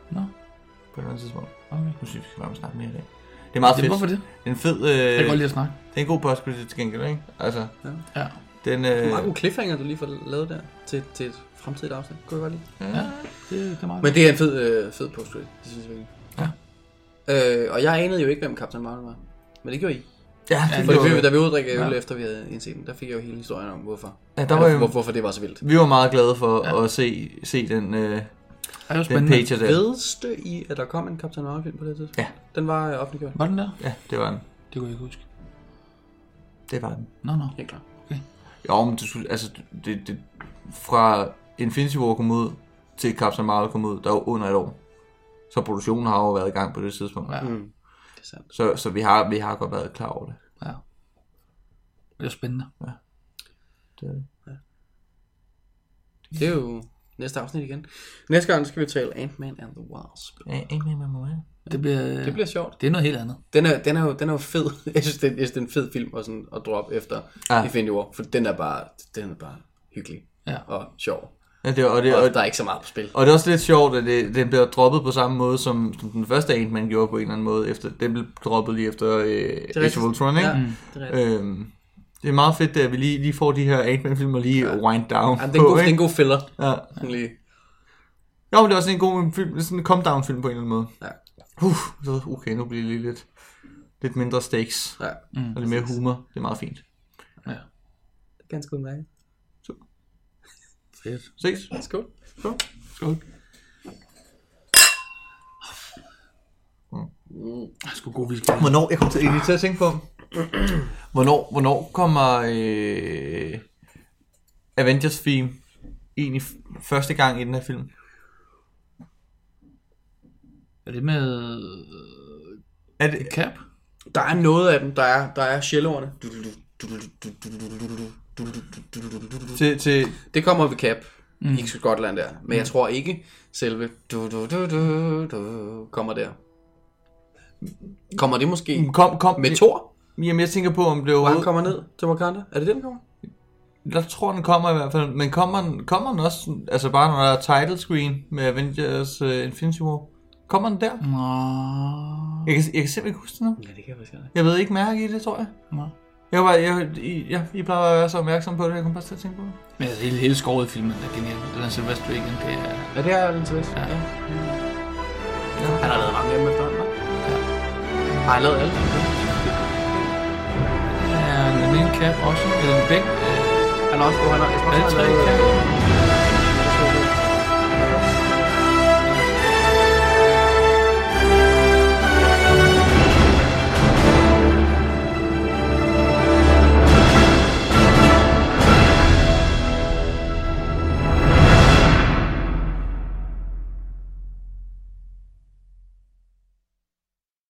Nå. På et andet tidspunkt. Okay. Nu synes vi, vi skal være med snakke mere i dag. Det er meget det, fedt. Hvorfor det? Det er en fed... Øh, jeg kan godt lide at snakke. Det er en god post-credit til gengæld, ikke? Altså, ja. Den, øh... Det er meget god cliffhanger, du lige får lavet der til, til et fremtidigt afsnit. Kunne jeg godt lide. Ja, det, det er meget. Men det er en fed, øh, fed post-credit. Det synes jeg virkelig. Ja. Øh, og jeg anede jo ikke, hvem Captain Marvel var. Men det gjorde I. Ja, det for gjorde vi. Da vi uddrikkede øl ja. efter vi havde indset den, der fik jeg jo hele historien om, hvorfor. Ja, der var jo... Hvor, hvorfor det var så vildt. Vi var meget glade for ja. at se, se den, øh, den page der. Vedste I, at der kom en Captain Marvel film på det tidspunkt? Ja. Den var øh, offentliggjort. Var den der? Ja, det var den. Det kunne jeg ikke huske. Det var den. Nå, nå. Helt klart. Okay. Jo, men det, altså, det, det, fra Infinity War kom ud til Captain Marvel kom ud, der var under et år. Så produktionen har jo været i gang på det tidspunkt. Ja. Mm. Det er sandt. Så, så vi, har, vi har godt været klar over det. Ja. Det er spændende. Ja. Det er det. Ja. Det er jo næste afsnit igen. Næste gang skal vi tale Ant-Man and the Wasp. Ant-Man and the Wasp. Det bliver, det bliver sjovt. Det er noget helt andet. Den er, den er, jo, den er jo fed. Jeg synes, det er, jeg synes, det er en fed film at, sådan, at droppe efter ja. Infinity War. For den er bare, den er bare hyggelig ja. og sjov. Ja, det, og, det, og, og der er ikke så meget på spil. Og det er også lidt sjovt, at det, den bliver droppet på samme måde, som, som den første Ant-Man gjorde på en eller anden måde. Efter, den blev droppet lige efter øh, Age of Ultron, ikke? Ja, det er øhm, det er meget fedt, at vi lige, lige får de her Ant-Man-filmer lige ja. wind down. Ja, det er en god, en god filler. Ja. Lige. Jo, men det er også en god film, sådan en come-down-film på en eller anden måde. Ja. Uh, så okay, nu bliver det lige lidt, lidt mindre stakes. Ja. Mm. Og lidt mere humor. Det er meget fint. Ja. Ganske udmærket. Super. Fedt. Ses. Skål. Skål. Skål. Mm. Sgu god whisky. Hvornår, jeg kom til, jeg til at tænke på, hvornår, hvornår kommer øh, Avengers theme egentlig første gang i den her film? Er det med er det Cap? Der er noget af dem, der er, der er shellordene. Til, til... Det kommer ved Cap. Mm. Ikke Skotland der. Men jeg tror ikke selve du, du, du, du, du, kommer der. Kommer det måske kom, kom, med Thor? Jamen jeg tænker på om det var... Hvor han kommer ned til Wakanda. Er det det, den kommer? Jeg tror den kommer i hvert fald. Men kommer den, kommer den også, altså bare når der er title screen med Avengers uh, Infinity War? Kommer den der? Nå. Jeg kan, jeg kan simpelthen ikke huske det nu. Ja, det kan jeg faktisk ikke. Jeg ved ikke mærke i det, tror jeg. Nå. Jeg var, jeg, I, ja, I plejer at være så opmærksom på det, jeg kom bare til at tænke på det. Men altså, hele, hele skåret i filmen er genial. Den er Sylvester igen, det er... Ja, det er den Sylvester. Ja. Ja. Ja. Han har lavet mange af dem efterhånden, hva'? Ja. Har han lavet alle? Ja, en Cap også. Eller en Bæk. Han har også, han har, jeg tror, er det tre Cap?